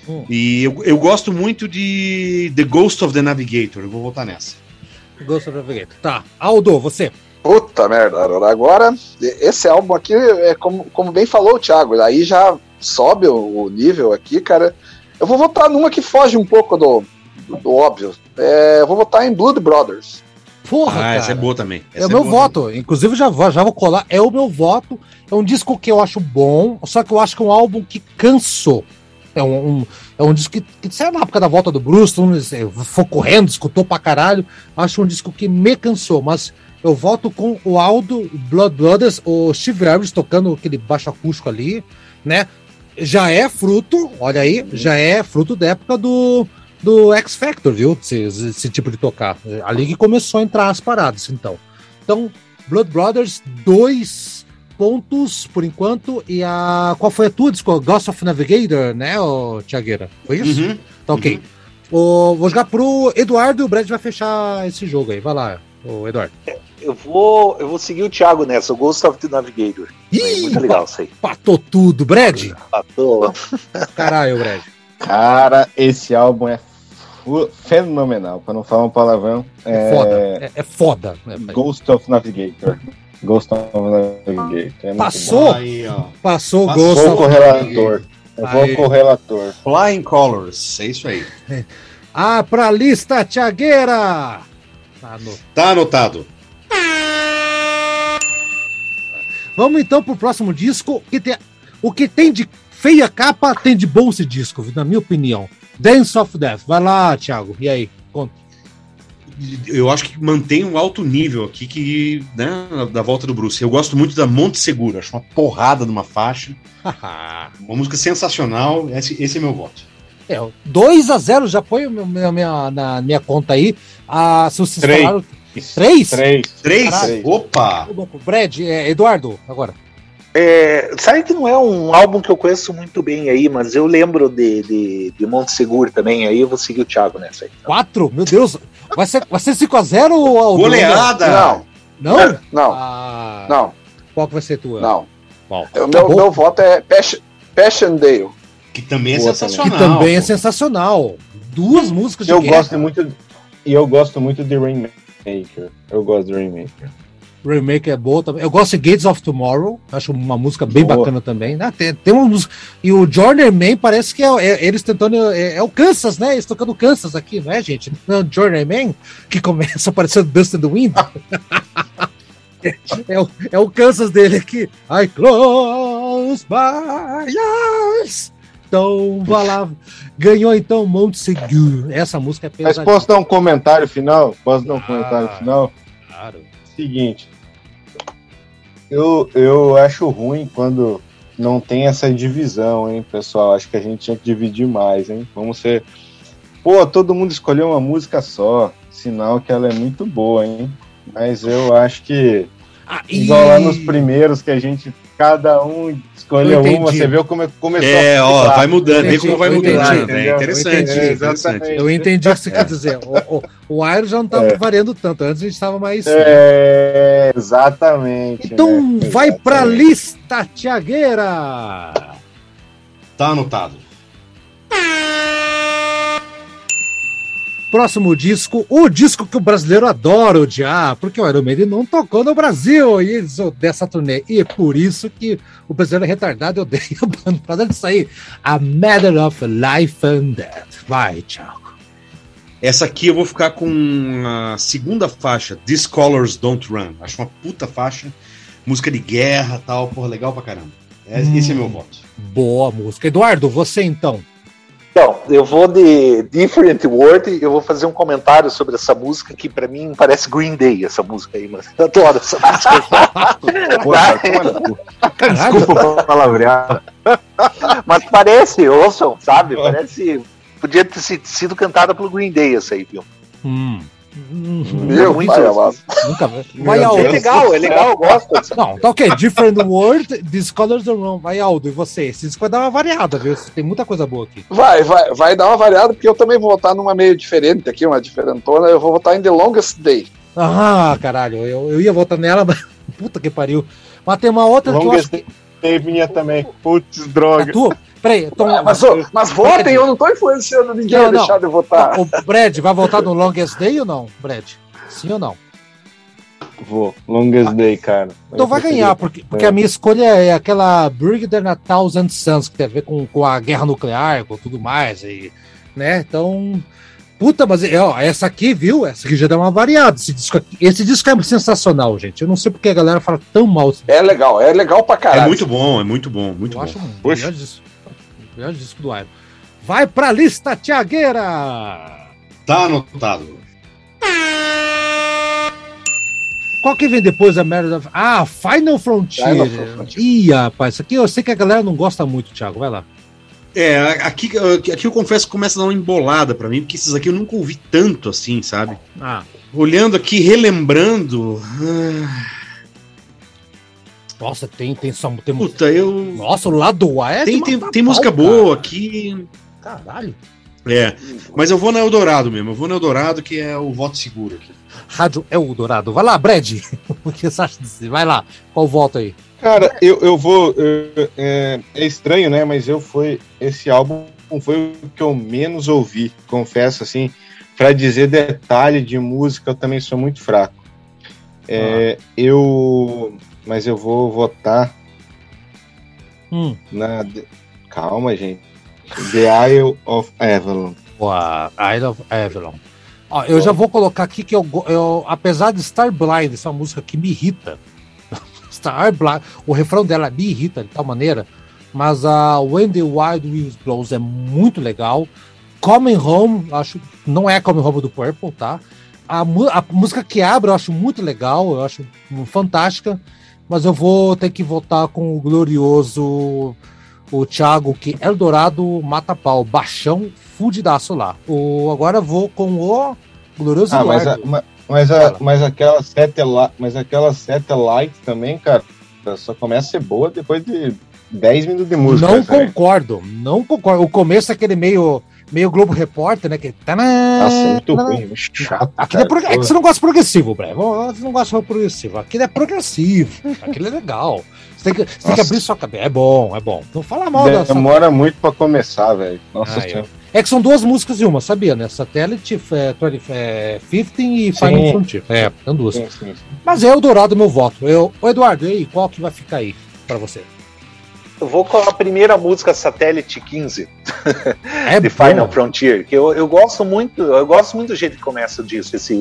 E eu gosto muito de The Ghost of the Navigator. Eu vou voltar nessa. Ghost of the Navigator. Tá. Aldo, você. Puta merda. Agora, esse álbum aqui, é como bem falou o Thiago, aí já sobe o nível aqui, cara. Eu vou votar numa que foge um pouco do óbvio. Eu vou votar em Blood Brothers. Porra, cara. Essa é boa também. É o meu voto. Inclusive, já vou colar. É o meu voto. É um disco que eu acho bom, só que eu acho que é um álbum que cansou. É um disco que saiu na época da volta do Bruce, foi correndo, escutou pra caralho. Acho um disco que me cansou, mas eu voto com o Aldo, Blood Brothers, o Steve Harris tocando aquele baixo acústico ali, né? Já é fruto, olha aí, já é fruto da época do X Factor, viu? Esse tipo de tocar. Ali que começou a entrar as paradas, então. Então, Blood Brothers, 2 pontos por enquanto. E qual foi a tua disco? Ghost of Navigator, né, Tiagueira? Foi isso? Uhum. Tá ok. Vou jogar pro Eduardo e o Brad vai fechar esse jogo aí. Vai lá, Eduardo. Eu vou seguir o Thiago nessa, o Ghost of the Navigator. Ih, muito legal isso aí. Patou tudo, Brad? Patou. Caralho, Brad. Cara, esse álbum é fenomenal, pra não falar um palavrão. É foda. Ghost of Navigator. Ghost of Navigator. Passou? Aí, ó. Passou o Vou Ghost com o relator. Eu vou com o relator. Flying Colors. É isso aí. Pra lista, Tiagueira. Tá anotado. Vamos então pro próximo disco. O que tem de feia capa tem de bom esse disco, na minha opinião. Dance of Death. Vai lá, Thiago. E aí? Conta. Eu acho que mantém um alto nível aqui né, da volta do Bruce. Eu gosto muito da Monte Seguro. Acho uma porrada de uma faixa. Uma música sensacional. Esse é meu voto. 2-0 já põe na minha conta aí. Se vocês 3. falaram... 3? 3? Caralho. Opa! Brad, Eduardo, agora. Sabe que não é um álbum que eu conheço muito bem aí, mas eu lembro de Monte Seguro também, aí eu vou seguir o Thiago nessa aí. 4? Meu Deus! Vai ser 5-0 ou... Goleada! Não? Não. Qual que vai ser tua? Não. Bom, Meu voto é Passchendaele. Que também é sensacional. Que também é sensacional. 2 músicas de eu gosto muito de Rainmaker. Eu gosto de Rainmaker. Remake é boa também. Eu gosto de Gates of Tomorrow, acho uma música bem bacana também. Né? Tem uma música. E o Journeyman parece que eles tentando. É o Kansas, né? Eles tocando Kansas aqui, não é, gente? Não, Journeyman, que começa aparecendo Dust in the Wind. é o Kansas dele aqui. I close my eyes. Então, vai lá. Ganhou então Montsegur. Essa música é Mas pesada. posso dar um comentário final? Claro. Seguinte, eu acho ruim quando não tem essa divisão, hein, pessoal? Acho que a gente tinha que dividir mais, hein? Vamos ser... Pô, todo mundo escolheu uma música só, sinal que ela é muito boa, hein? Mas eu acho que igual lá nos primeiros que a gente, cada um escolheu uma, você viu como começou a vai mudando, vê como vai mudando, é interessante. Eu entendi o que você quer dizer. O Iron já não estava variando tanto, antes a gente estava mais... exatamente. Então né? vai pra lista, Tiagueira! Tá anotado. Próximo disco, o disco que o brasileiro adora odiar, porque o Iron Maiden não tocou no Brasil e eles odeiam essa turnê. E é por isso que o brasileiro é retardado e odeia a banda. Pra disso aí, A Matter of Life and Death. Vai, Thiago. Essa aqui eu vou ficar com a segunda faixa, These Colors Don't Run. Acho uma puta faixa, música de guerra e tal, porra, legal pra caramba. Esse é meu voto. Boa música. Eduardo, você então? Então, eu vou de Different World, eu vou fazer um comentário sobre essa música que pra mim parece Green Day, essa música aí, mas eu adoro essa música. Desculpa a palavreada. Mas parece, ouçam, sabe? Parece... Podia ter sido cantada pelo Green Day essa aí, viu? Meu muito pai, Nunca vai, Aldo. É legal, eu gosto. Não, tá ok. Different World, These Colors Don't Run. Vai, Aldo, e você? Esse disco vai dar uma variada, viu? Tem muita coisa boa aqui. Vai dar uma variada, porque eu também vou votar numa meio diferente aqui, uma diferentona. Eu vou votar em The Longest Day. Ah, caralho, eu ia votar nela, mas puta que pariu. Mas tem uma outra que eu acho que... Tem minha também. Putz, droga. É tua? Peraí, então... Mas votem, eu não tô influenciando ninguém a deixar de votar. O Brad, vai votar no Longest Day ou não, Brad? Sim ou não? Vou. Longest Day, cara. Então vai ganhar, porque a minha escolha é aquela Brigadier na Thousand Suns, que tem a ver com a guerra nuclear, com tudo mais, e, né? Então... Puta, mas essa aqui, viu? Essa aqui já dá uma variada. Esse disco é sensacional, gente. Eu não sei porque a galera fala tão mal. É legal pra caralho. É muito bom, muito bom. Eu acho o melhor disco do Iron. Vai pra lista, Tiagueira! Tá anotado. Qual que vem depois da Merda? Final Frontier. Ih, rapaz, isso aqui eu sei que a galera não gosta muito, Thiago. Vai lá. Aqui eu confesso que começa a dar uma embolada pra mim, porque esses aqui eu nunca ouvi tanto assim, sabe? Olhando aqui, relembrando. Nossa, tem Puta, Nossa, o lado A é tem música boa aqui. Caralho. Mas eu vou na Eldorado mesmo. Eu vou na Eldorado, que é o voto seguro aqui. Rádio Eldorado. Vai lá, Brad. O que você acha disso? Vai lá. Qual o voto aí? Cara, eu vou... É estranho, né? Mas esse álbum foi o que eu menos ouvi, confesso, assim. Pra dizer detalhe de música, eu também sou muito fraco. Mas eu vou votar na... Calma, gente. The Isle of Avalon. Isle of Avalon. Eu já vou colocar aqui que eu apesar de Star Blind, essa música que me irrita, Star Blind, o refrão dela me irrita de tal maneira, mas a When the Wild Winds Blows é muito legal. Coming Home, acho, não é Coming Home do Purple, tá? A música que abre eu acho muito legal, eu acho fantástica, mas eu vou ter que votar com o glorioso, o Thiago, que Eldorado mata pau, baixão, fudidaço lá. Agora eu vou com o glorioso Eduardo. Mas aquela Satellite também, cara, só começa a ser boa depois de 10 minutos de música. Não concordo. O começo é aquele meio Globo Repórter, né? Que... Nossa, muito ruim, muito chato. É que você não gosta de progressivo, Breno. Você não gosta de progressivo. Aquilo é progressivo. Aquilo é legal. Você tem que abrir sua cabeça. É bom. Não fala mal Demora muito pra começar, velho. Nossa Senhora. É que são duas músicas em uma, sabia, né? Satellite, 15 e Final Frontier. São duas. Sim. Mas é o Eldorado meu voto. Ô Eduardo, e aí, qual que vai ficar aí pra você? Eu vou com a primeira música, Satellite 15, de Final Frontier, que eu gosto muito do jeito que começa disso, esse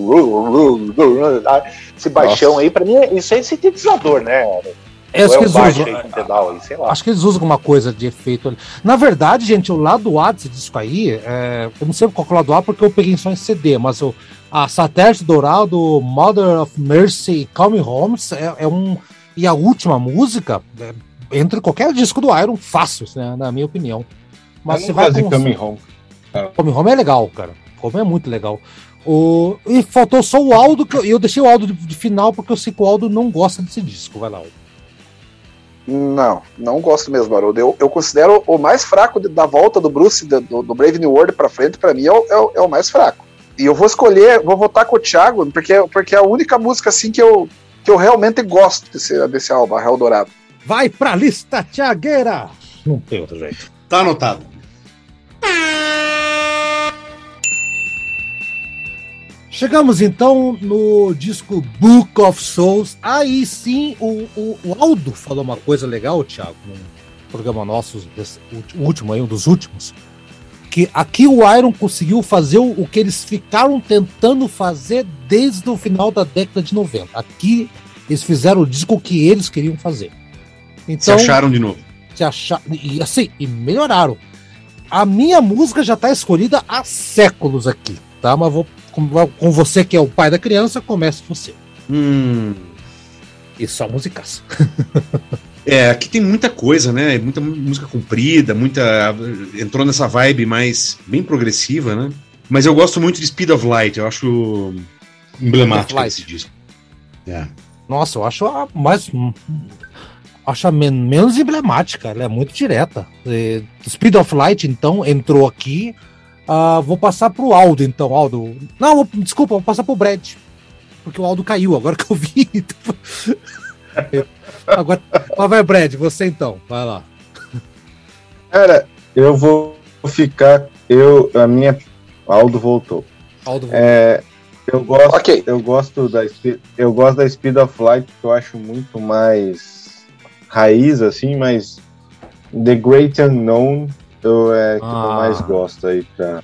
baixão aí, pra mim, isso é sintetizador, né? Acho que eles usam, pedal aí, sei lá. Acho que eles usam alguma coisa de efeito ali. Na verdade, gente, o lado A desse disco aí, eu não sei qual é o lado A, porque eu peguei só em CD, mas a Satélite Dourado, Mother of Mercy, Call Me Home, e a última música, entre qualquer disco do Iron, fácil, né, na minha opinião. Mas você vai com Come Home. Come Home é legal, cara. Come é muito legal. E faltou só o Aldo, que eu deixei o Aldo de final, porque eu sei que o Aldo não gosta desse disco. Vai lá, Aldo. Não gosto mesmo, Haroldo. Eu considero o mais fraco da volta do Bruce, do Brave New World pra frente, pra mim é o mais fraco. E eu vou votar com o Thiago, porque é a única música assim que eu realmente gosto desse álbum, a Eldorado. Vai pra lista, Thiagueira! Não tem outro jeito. Tá anotado. Chegamos então no disco Book of Souls. Aí sim, o Aldo falou uma coisa legal, Thiago, no programa nosso, o último aí, um dos últimos, que aqui o Iron conseguiu fazer o que eles ficaram tentando fazer desde o final da década de 90. Aqui eles fizeram o disco que eles queriam fazer. Então, se acharam de novo. E melhoraram. A minha música já está escolhida há séculos aqui, tá? Mas vou com você, que é o pai da criança, começa você. E só musicaça. Aqui tem muita coisa, né? Muita música comprida, entrou nessa vibe mais bem progressiva, né? Mas eu gosto muito de Speed of Light, eu acho emblemático esse disco. Nossa, eu acho a mais... Acho a menos emblemática, ela é muito direta. Speed of Light, então, entrou aqui. Vou passar pro Aldo, então. Aldo. Não, desculpa, vou passar pro Brad. Porque o Aldo caiu, agora que eu vi. Agora vai, Brad, você então. Vai lá. Cara, eu vou ficar. Aldo voltou. Eu gosto da Speed of Light, que eu acho muito mais raiz, assim, mas The Great Unknown que eu mais gosto aí pra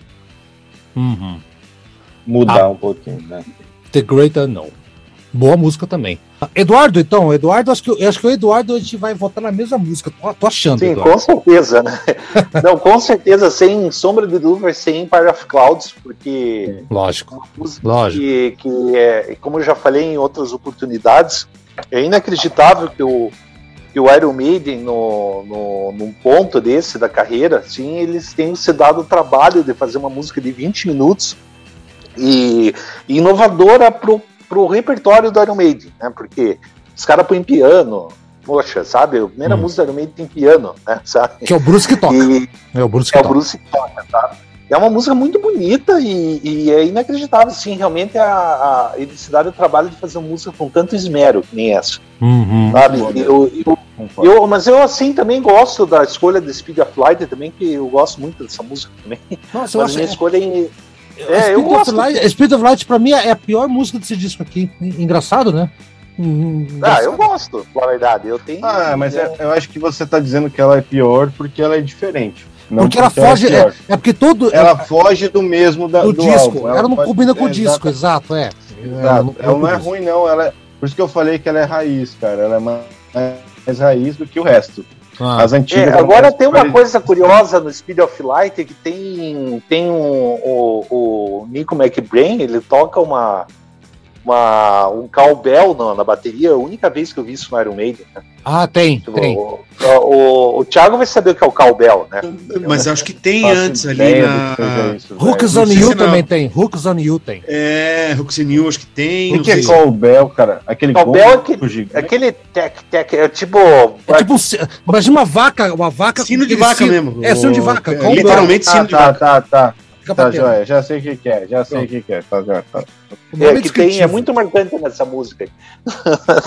mudar um pouquinho, né? The Great Unknown. Boa música também. Eduardo, então, acho que o Eduardo a gente vai votar na mesma música. Tô achando. Sim, Eduardo. Com certeza, né? Não, com certeza, sem sombra de dúvida, vai ser Empire of Clouds, porque lógico. Que como eu já falei em outras oportunidades, é inacreditável que o Iron Maiden, num ponto desse da carreira, assim, eles têm se dado o trabalho de fazer uma música de 20 minutos e inovadora pro repertório do Iron Maiden, né? Porque os caras põem piano, poxa, sabe? A primeira música do Iron Maiden tem piano, né? Sabe? Que é o Bruce que toca. É o Bruce que toca, tá? É uma música muito bonita e é inacreditável, assim, realmente eles se deram o trabalho de fazer uma música com tanto esmero, que nem essa. Sabe? Mas eu, assim, também gosto da escolha de Speed of Light também, que eu gosto muito dessa música também. Nossa, mas a minha escolha é... eu gosto. Speed of Light, pra mim, é a pior música desse disco aqui. Engraçado, né? Eu gosto, na verdade. Mas eu acho que você tá dizendo que ela é pior porque ela é diferente. Não porque ela foge. Porque ela foge do mesmo do disco. Ela não combina com o disco, exato. Ela não é ruim, não. Por isso que eu falei que ela é raiz, cara. Ela é mais raiz do que o resto. As antigas. Agora tem uma coisa curiosa no Speed of Light, que tem o Nico McBrain, ele toca um cowbell na bateria, a única vez que eu vi isso no Iron Maiden, né? Tem. O Thiago vai saber o que é o cowbell, né? Mas acho que tem antes ali na... Hooks on You também tem. Hooks on You tem. Hooks on You acho que tem. O que é cowbell, cara? Aquele cowbell é aquele tec, é tipo... Imagina uma vaca... Sino de vaca mesmo. Sino de vaca. Literalmente sino de vaca. Tá, joia. Já sei o que é. Tá. É muito marcante nessa música.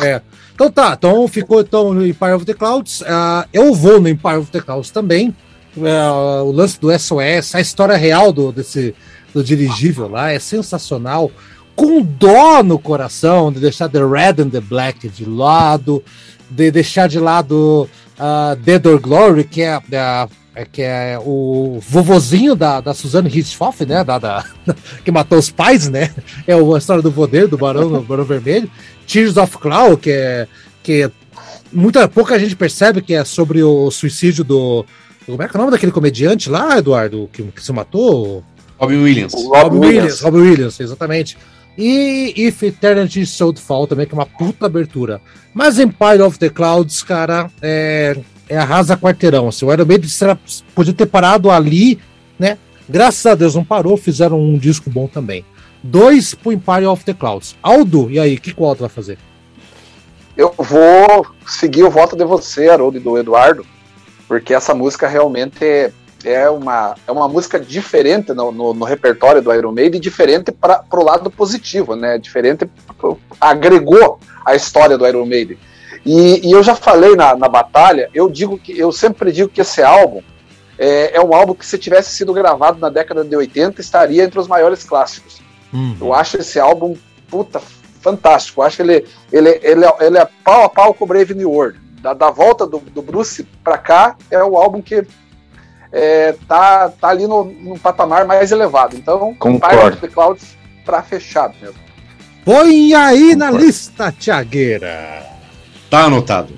Então ficou no Empire of the Clouds. Eu vou no Empire of the Clouds também. o lance do SOS, a história real do dirigível lá é sensacional, com dó no coração de deixar The Red and the Black de lado, de deixar de lado Dead or Glory, que é o vovozinho da Suzanne Richthofen, né, que matou os pais, né, é a história do vô dele, do Barão Vermelho. Tears of Claw, que pouca gente percebe que é sobre o suicídio como é que é o nome daquele comediante lá, Eduardo, que se matou? Robin Williams. Robin Williams, exatamente. E If Eternity Should Fall também, que é uma puta abertura. Mas Empire of the Clouds, cara, arrasa quarteirão. Assim, o Iron Maiden podia ter parado ali, né? Graças a Deus não parou, fizeram um disco bom também. 2 pro Empire of the Clouds. Aldo, e aí, o que o Aldo vai fazer? Eu vou seguir o voto de você, Haroldo, e do Eduardo, porque essa música realmente é uma música diferente no repertório do Iron Maiden, diferente para o lado positivo, né? Diferente, agregou a história do Iron Maiden. E eu já falei na batalha, eu sempre digo que esse álbum é um álbum que, se tivesse sido gravado na década de 80, estaria entre os maiores clássicos. Eu acho esse álbum, fantástico. Eu acho que ele é pau a pau com o Brave New World. Da volta do Bruce pra cá, é o álbum que tá ali no patamar mais elevado. Então, Empire of the Clouds pra fechar mesmo. Põe aí na lista, Thiagueira. Tá anotado.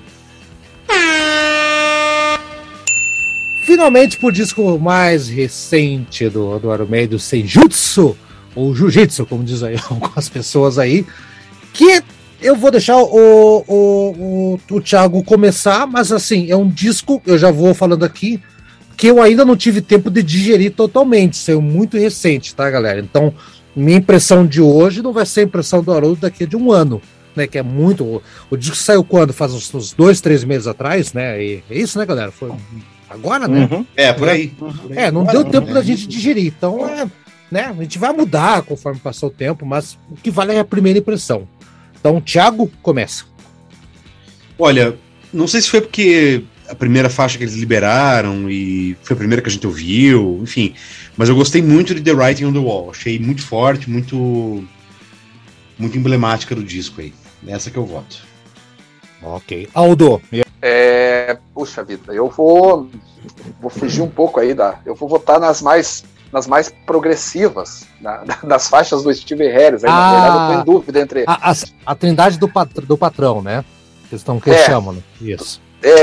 Finalmente, pro disco mais recente do Iron Maiden, o Senjutsu, ou Jiu-Jitsu, como diz aí algumas pessoas aí, que eu vou deixar o Thiago começar, mas assim, é um disco, eu já vou falando aqui, que eu ainda não tive tempo de digerir totalmente, saiu muito recente, tá, galera? Então, minha impressão de hoje não vai ser a impressão do Haroldo daqui de um ano, né, que é muito... O disco saiu quando? Faz uns 2, 3 meses atrás, né? E é isso, né, galera? Foi agora, né? Por aí. Não deu tempo da gente digerir, então, né, a gente vai mudar conforme passar o tempo, mas o que vale é a primeira impressão. Então, Thiago, começa. Olha, não sei se foi porque a primeira faixa que eles liberaram e foi a primeira que a gente ouviu, enfim, mas eu gostei muito de The Writing on the Wall. Achei muito forte, muito emblemática do disco aí. Nessa que eu voto. Ok. Aldo. Puxa vida, eu vou fugir um pouco aí eu vou votar nas mais progressivas, das faixas do Steve Harris. Aí, na verdade, eu tô em dúvida entre... A trindade do patrão, né? Que chamam, né? Isso.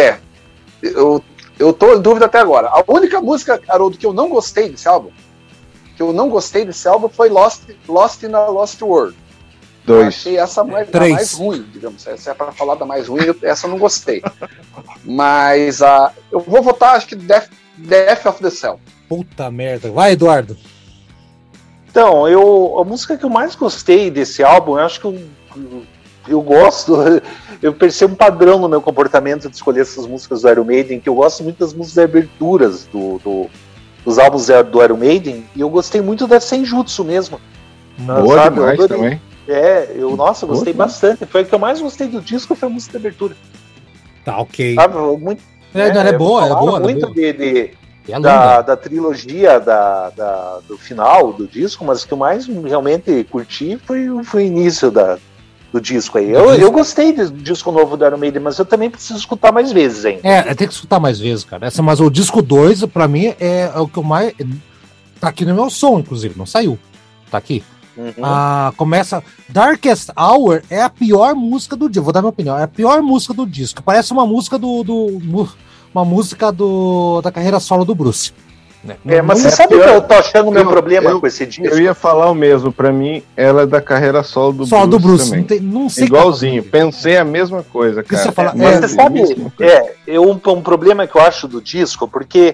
Eu tô em dúvida até agora. A única música, Haroldo, que eu não gostei desse álbum, foi Lost in a Lost World. 2. Eu achei essa mais ruim, digamos. Essa é pra falar da mais ruim, essa eu não gostei. Mas eu vou votar, acho que Death of the Cell. Puta merda. Vai, Eduardo. Então, a música que eu mais gostei desse álbum, eu acho que eu gosto, eu percebo um padrão no meu comportamento de escolher essas músicas do Iron Maiden, que eu gosto muito das músicas de aberturas dos álbuns do Iron Maiden, e eu gostei muito da Senjutsu mesmo. Boa demais também. Eu gostei bastante. Foi a que eu mais gostei do disco, foi a música de abertura. Tá, ok. Muito, ela é boa, muito boa. da trilogia do final do disco, mas o que eu mais realmente curti foi o início do disco aí. Eu gostei do disco novo do Iron Maiden, mas eu também preciso escutar mais vezes ainda. Tem que escutar mais vezes, cara. Mas o disco 2, pra mim, é o que eu mais... Tá aqui no meu som, inclusive, não saiu. Tá aqui. Começa... Darkest Hour é a pior música do disco. Vou dar minha opinião. É a pior música do disco. Parece uma música uma música da carreira solo do Bruce. Né? Mas você sabe o que eu tô achando o meu problema com esse disco? Eu ia falar o mesmo. Pra mim, ela é da carreira solo do Bruce. Solo do Bruce. Também. Não sei. Igualzinho. Pensei a mesma coisa, cara. Mas você sabe, um problema que eu acho do disco, porque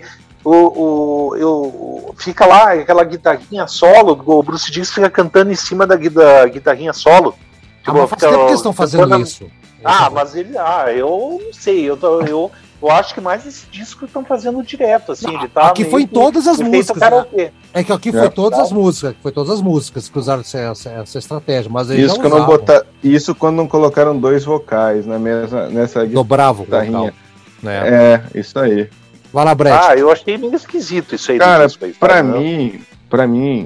fica lá aquela guitarrinha solo, o Bruce Dickinson fica cantando em cima da guitarrinha solo. Mas faz tempo que eles estão fazendo isso. Mas eu não sei, eu acho que mais esse disco estão fazendo direto, assim. Ele tá aqui foi em todas as músicas. Né? É que aqui foi todas as músicas. Foi todas as músicas que usaram essa estratégia. Mas isso que não isso quando não colocaram 2 vocais nessa do Bravo guitarrinha. Né? Isso aí. Vai lá, Brad. Eu achei meio esquisito isso aí. Cara, do disco aí, pra mim,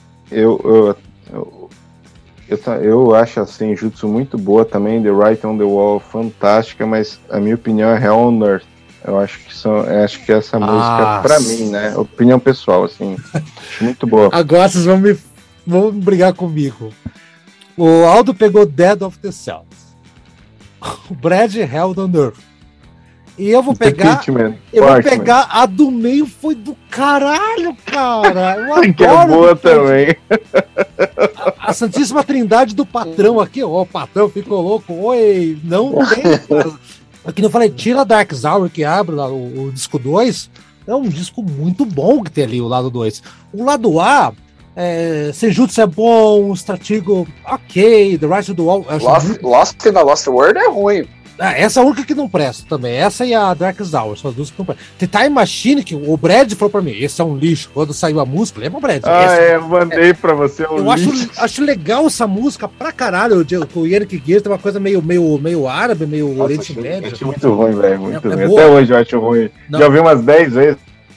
eu acho a Senjutsu muito boa também, The Writing on the Wall fantástica, mas a minha opinião é Hell on Earth. Eu acho que essa música, pra mim, né? Opinião pessoal, assim, acho muito boa. Agora vocês vão brigar comigo. O Aldo pegou Dead of the Cells. O Brad Hell on Earth. E eu vou pegar. Vou pegar a do meio, foi do caralho, cara. Eu adoro. Que é boa também. A Santíssima Trindade do patrão aqui, ó. O patrão ficou louco. Oi, não tem. Aqui eu falei, tira Dark Hour que abre lá o disco 2. É um disco muito bom que tem ali, o lado 2. O lado A, Senjutsu é bom, Stratigo, ok, The Rise of the Wall. Lost in the Lost World é ruim. Essa é a única que não presta também. Essa e a Dark Hour, são as duas que não prestam. The Time Machine, que o Brad falou pra mim, esse é um lixo. Quando saiu a música, lembra, Brad? Eu mandei pra você um lixo. Acho legal essa música pra caralho. O Yannick Gears tem uma coisa meio árabe, meio Oriente Médio. Acho muito ruim, velho. Muito ruim. Até hoje eu acho ruim. Não. Já ouvi umas 10 vezes.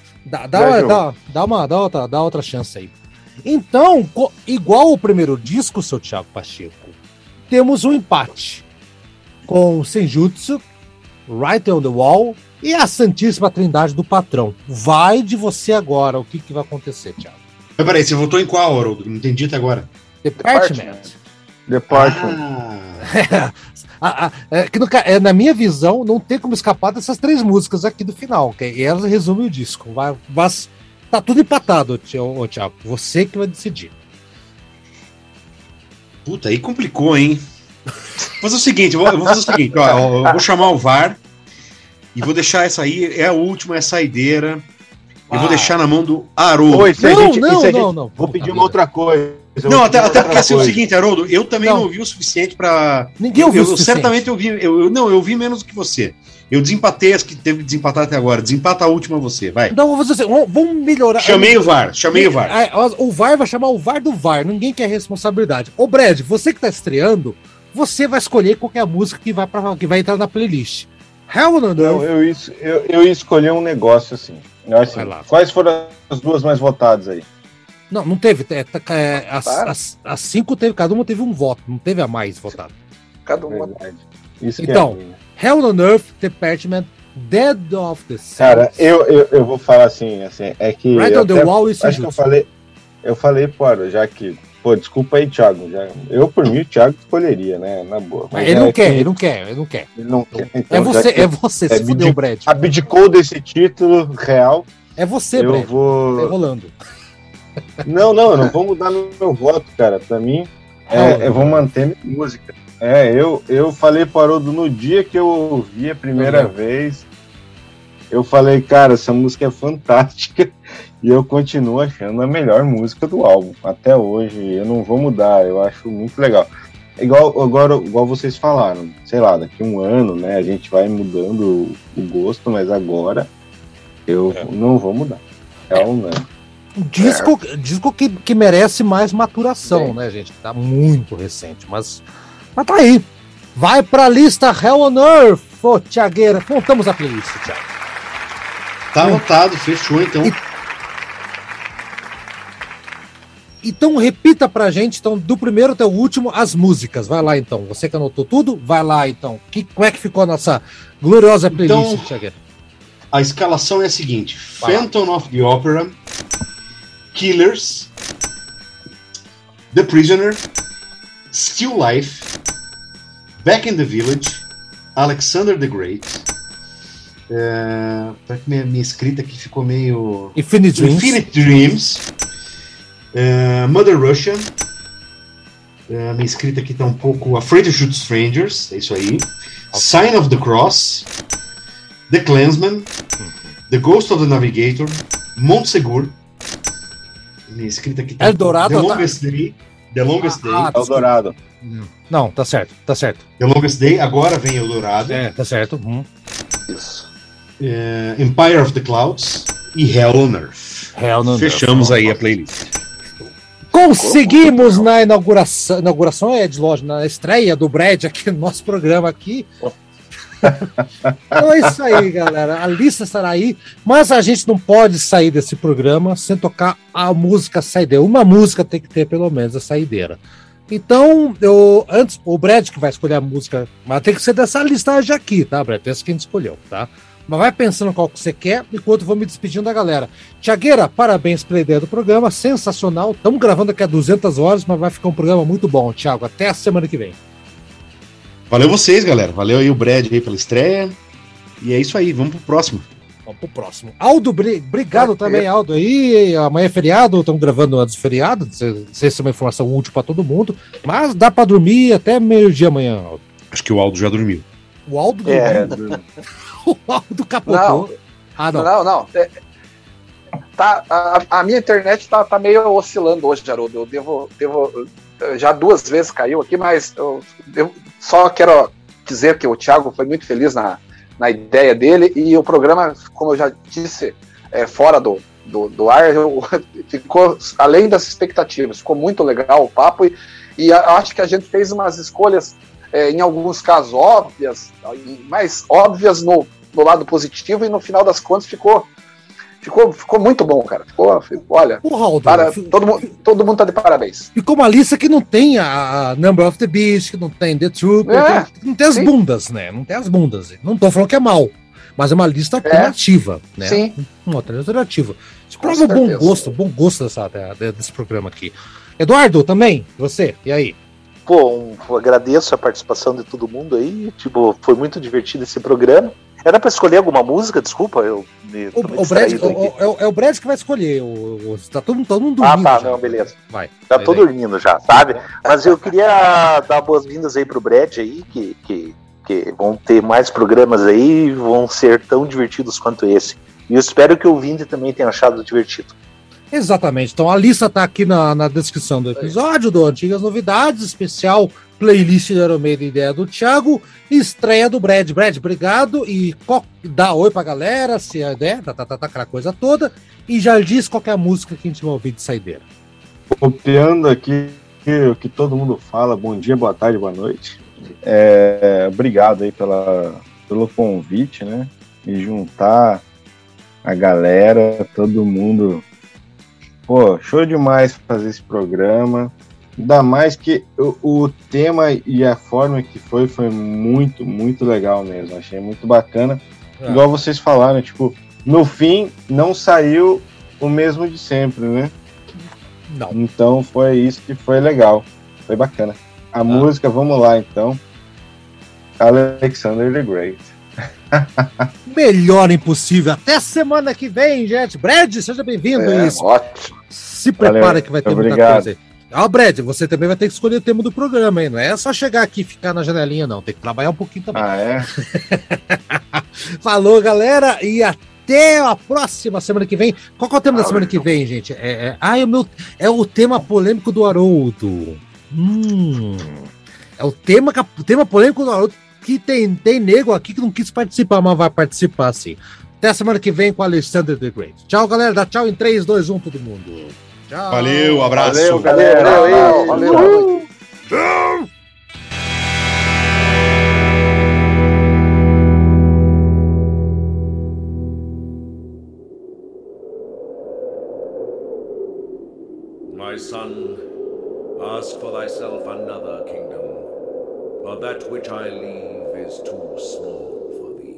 Dá outra chance aí. Então, igual o primeiro disco, seu Thiago Pacheco, temos um empate com Senjutsu, Right on the Wall e a Santíssima Trindade do patrão. Vai de você agora, o que vai acontecer, Thiago? Mas peraí, você votou em qual, Haroldo? Não entendi até agora. Department. Na minha visão, não tem como escapar dessas 3 músicas aqui do final, e elas resumem o disco. Tá tudo empatado, Thiago. Você que vai decidir. Puta, aí complicou, hein? Vou fazer o seguinte, eu vou chamar o VAR e vou deixar essa aí, é a última, é a saideira. Eu vou deixar na mão do Haroldo. Não. Vou pedir uma outra coisa. Não, até porque assim, é o seguinte, Haroldo, eu também não ouvi o suficiente pra... Ninguém ouviu o suficiente. Certamente eu ouvi menos do que você. Eu desempatei as que teve que desempatar até agora. Desempata a última você, vai. Então, vamos fazer assim, vamos melhorar. Chamei o VAR. O VAR vai chamar o VAR do VAR. Ninguém quer responsabilidade. Ô, Brad, você que tá estreando, você vai escolher qual que é a música que vai entrar na playlist. Hell on Earth. Eu ia escolher um negócio assim. Quais foram as 2 mais votadas aí? Não teve. As 5 teve, cada uma teve um voto, não teve a mais votada. Cada uma. Então, Hell on Earth, Department, Dead of the Cells. Cara, eu vou falar assim, é que. Right on the Wall e acho que eu falei, já que. Pô, desculpa aí, Thiago. Eu, por mim, o Thiago escolheria, né? Na boa. Mas ele não quer. Ele não quer. Então, é você, se fudeu o Brad. Abdicou desse título real. É você, Brad. Tá enrolando. Não, eu não vou mudar meu voto, cara. Pra mim, eu vou manter minha música. Eu falei pro Haroldo no dia que eu ouvi a primeira vez. Eu falei, cara, essa música é fantástica. E eu continuo achando a melhor música do álbum. Até hoje, eu não vou mudar, eu acho muito legal. Igual vocês falaram, sei lá, daqui a um ano, né, a gente vai mudando o gosto, mas agora eu não vou mudar. Disco que merece mais maturação, né, gente? Tá muito recente, mas tá aí. Vai pra lista Hell on Earth, Thiagueira. Contamos a playlist, Thiago. Tá anotado, fechou então. Então repita pra gente, então, do primeiro até o último, as músicas. Vai lá, então. Você que anotou tudo, vai lá, então. Como é que ficou a nossa gloriosa playlist, Thiagueira? A escalação é a seguinte. Phantom of the Opera, Killers, The Prisoner, Still Life, Back in the Village, Alexander the Great. Minha escrita aqui ficou meio... Infinite Dreams. Mother Russia. Minha escrita aqui tá um pouco... Afraid to Shoot Strangers, é isso aí. Sign of the Cross, The Clansman, The Ghost of the Navigator, Montsegur. Minha escrita aqui tá Eldorado, The Longest Day. Eldorado. Não, tá certo. The Longest Day, agora vem Eldorado. Tá certo. Isso. Empire of the Clouds e Hell on Earth. Fechamos aí a playlist. Conseguimos na inauguração de loja, na estreia do Brad aqui no nosso programa aqui. Então é isso aí, galera. A lista estará aí, mas a gente não pode sair desse programa sem tocar a música saideira. Uma música tem que ter, pelo menos, a saideira. Então, antes, o Brad que vai escolher a música, mas tem que ser dessa listagem aqui, tá, Brad? Essa que a gente escolheu, tá? Mas vai pensando qual que você quer, enquanto eu vou me despedindo da galera. Tiagueira, parabéns pela ideia do programa, sensacional. Estamos gravando aqui há 200 horas, mas vai ficar um programa muito bom, Thiago. Até a semana que vem. Valeu vocês, galera. Valeu aí o Brad aí pela estreia. E é isso aí, vamos pro próximo. Vamos pro próximo. Aldo, obrigado também, Aldo. Aí, amanhã é feriado, estamos gravando antes do feriado. Não sei se é uma informação útil para todo mundo, mas dá para dormir até meio-dia amanhã, Aldo. Acho que o Aldo já dormiu. O Aldo dormiu? O Aldo capotou. Não. Tá, a minha internet tá meio oscilando hoje, Haroldo. Eu devo. Já 2 vezes caiu aqui, mas eu só quero dizer que o Thiago foi muito feliz na ideia dele e o programa, como eu já disse, fora do ar, ficou além das expectativas. Ficou muito legal o papo e acho que a gente fez umas escolhas. Em alguns casos óbvias, mais óbvias no lado positivo, e no final das contas ficou muito bom, cara. Olha, todo mundo tá de parabéns. Ficou uma lista que não tem a Number of the Beast, que não tem The Trooper, não tem as bundas, né? Não tem as bundas. Não tô falando que é mal, mas é uma lista alternativa, né? Sim. Uma alternativa. Isso prova o bom gosto desse programa aqui. Eduardo, também, você, e aí? Pô, agradeço a participação de todo mundo aí. Tipo, foi muito divertido esse programa. Era pra escolher alguma música? Desculpa, o Brad que vai escolher. Tá todo mundo dormindo. Ah, tá, não, beleza. Vai. Já tô dormindo já, sabe? Mas eu queria dar boas-vindas aí pro Brad aí, que vão ter mais programas aí e vão ser tão divertidos quanto esse. E eu espero que o ouvinte também tenha achado divertido. Exatamente. Então a lista tá aqui na descrição do episódio, do Antigas Novidades, especial playlist de Iron Maiden, ideia do Thiago, estreia do Brad. Brad, obrigado, e dá oi pra galera, se a ideia, aquela coisa toda, e já diz qual que é a música que a gente vai ouvir de saideira. Copiando aqui o que todo mundo fala, bom dia, boa tarde, boa noite. Obrigado aí pelo convite, né? E juntar a galera, todo mundo. Pô, show demais fazer esse programa. Ainda mais que o tema e a forma que foi muito, muito legal mesmo. Achei muito bacana. Igual vocês falaram, tipo, no fim não saiu o mesmo de sempre, né? Não. Então foi isso que foi legal. Foi bacana. A música, vamos lá então. Alexander the Great. Melhor impossível. Até semana que vem, gente. Brad, seja bem-vindo. Ótimo. Se prepara que vai ter muita coisa aí. Brad, você também vai ter que escolher o tema do programa, hein? Não é só chegar aqui e ficar na janelinha, não. Tem que trabalhar um pouquinho também. Falou, galera, e até a próxima semana que vem. Qual que é o tema da semana que vem, gente? É o tema polêmico do Haroldo. É o tema polêmico do Haroldo, que tem nego aqui que não quis participar, mas vai participar sim. Até a semana que vem com o Alexander the Great. Tchau, galera. Dá tchau em 3, 2, 1, todo mundo. Tchau. Valeu, abraço. Valeu, galera. Valeu. Tchau. My son, ask for thyself another kingdom, for that which I leave is too small for thee.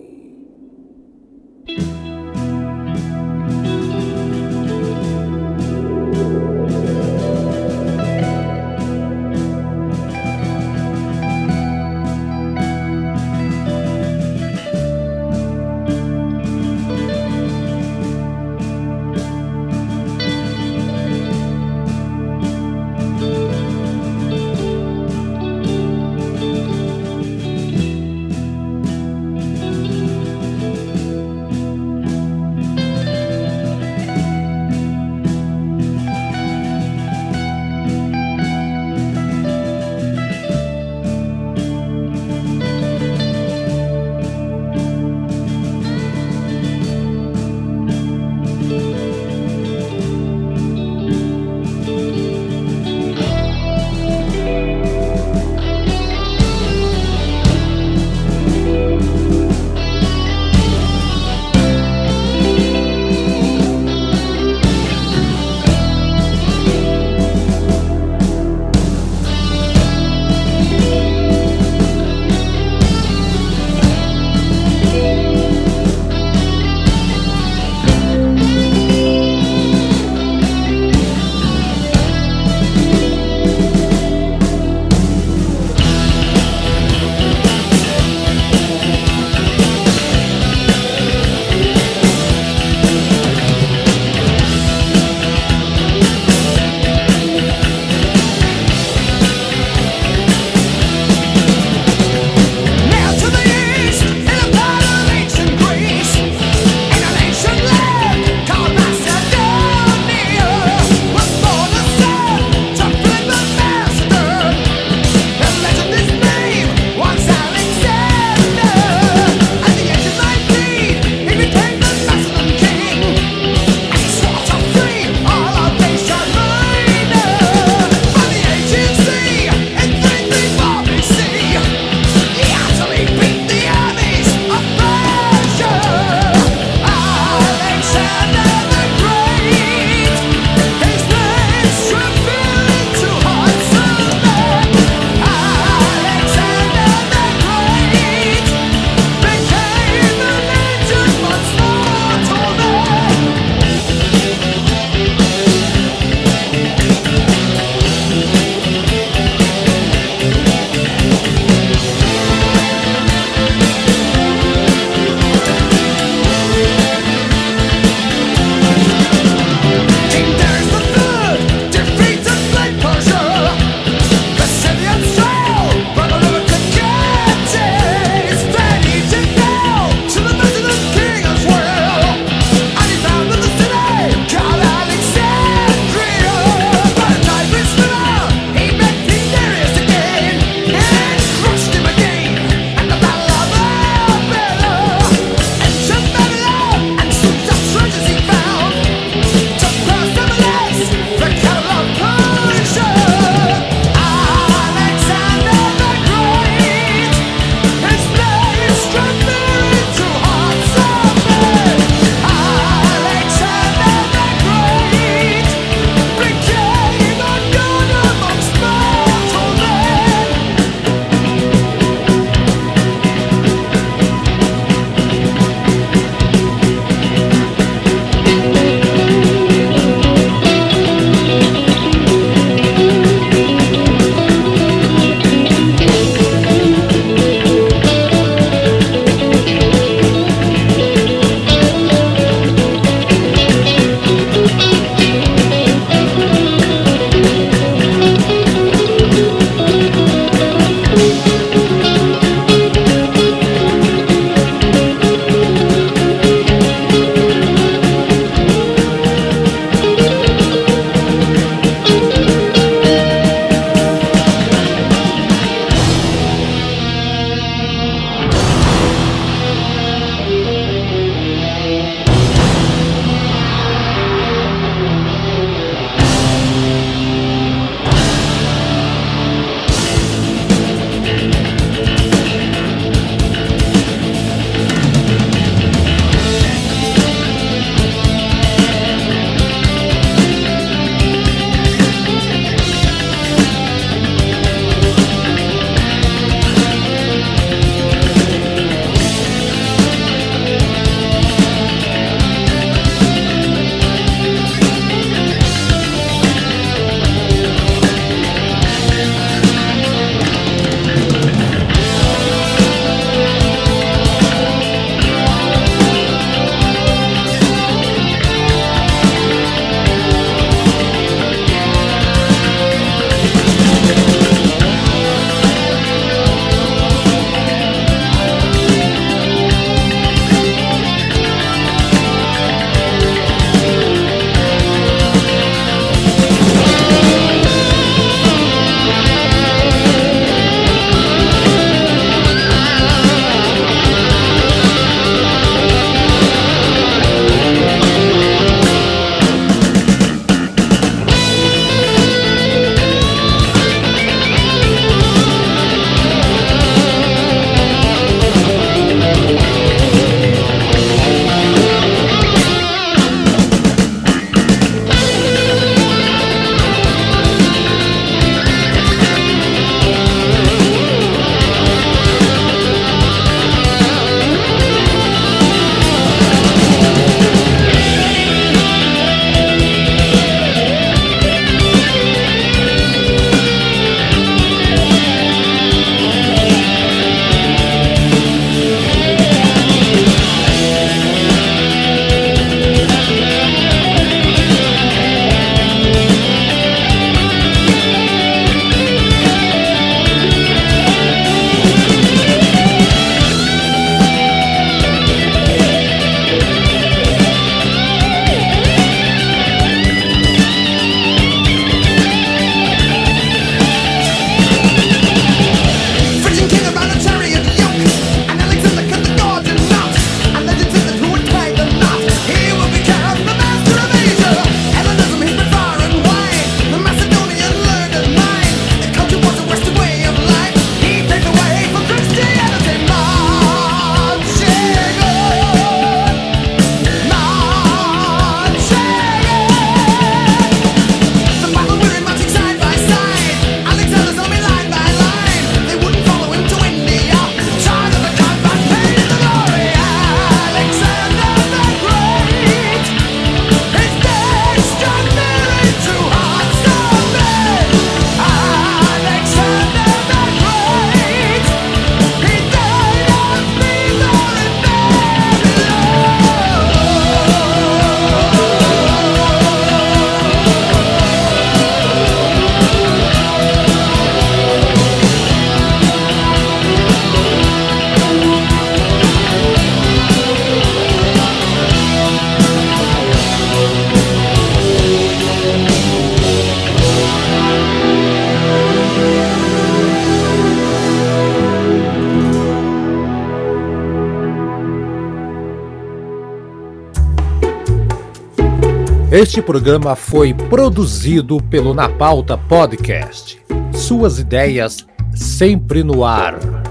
Este programa foi produzido pelo Na Pauta Podcast. Suas ideias sempre no ar.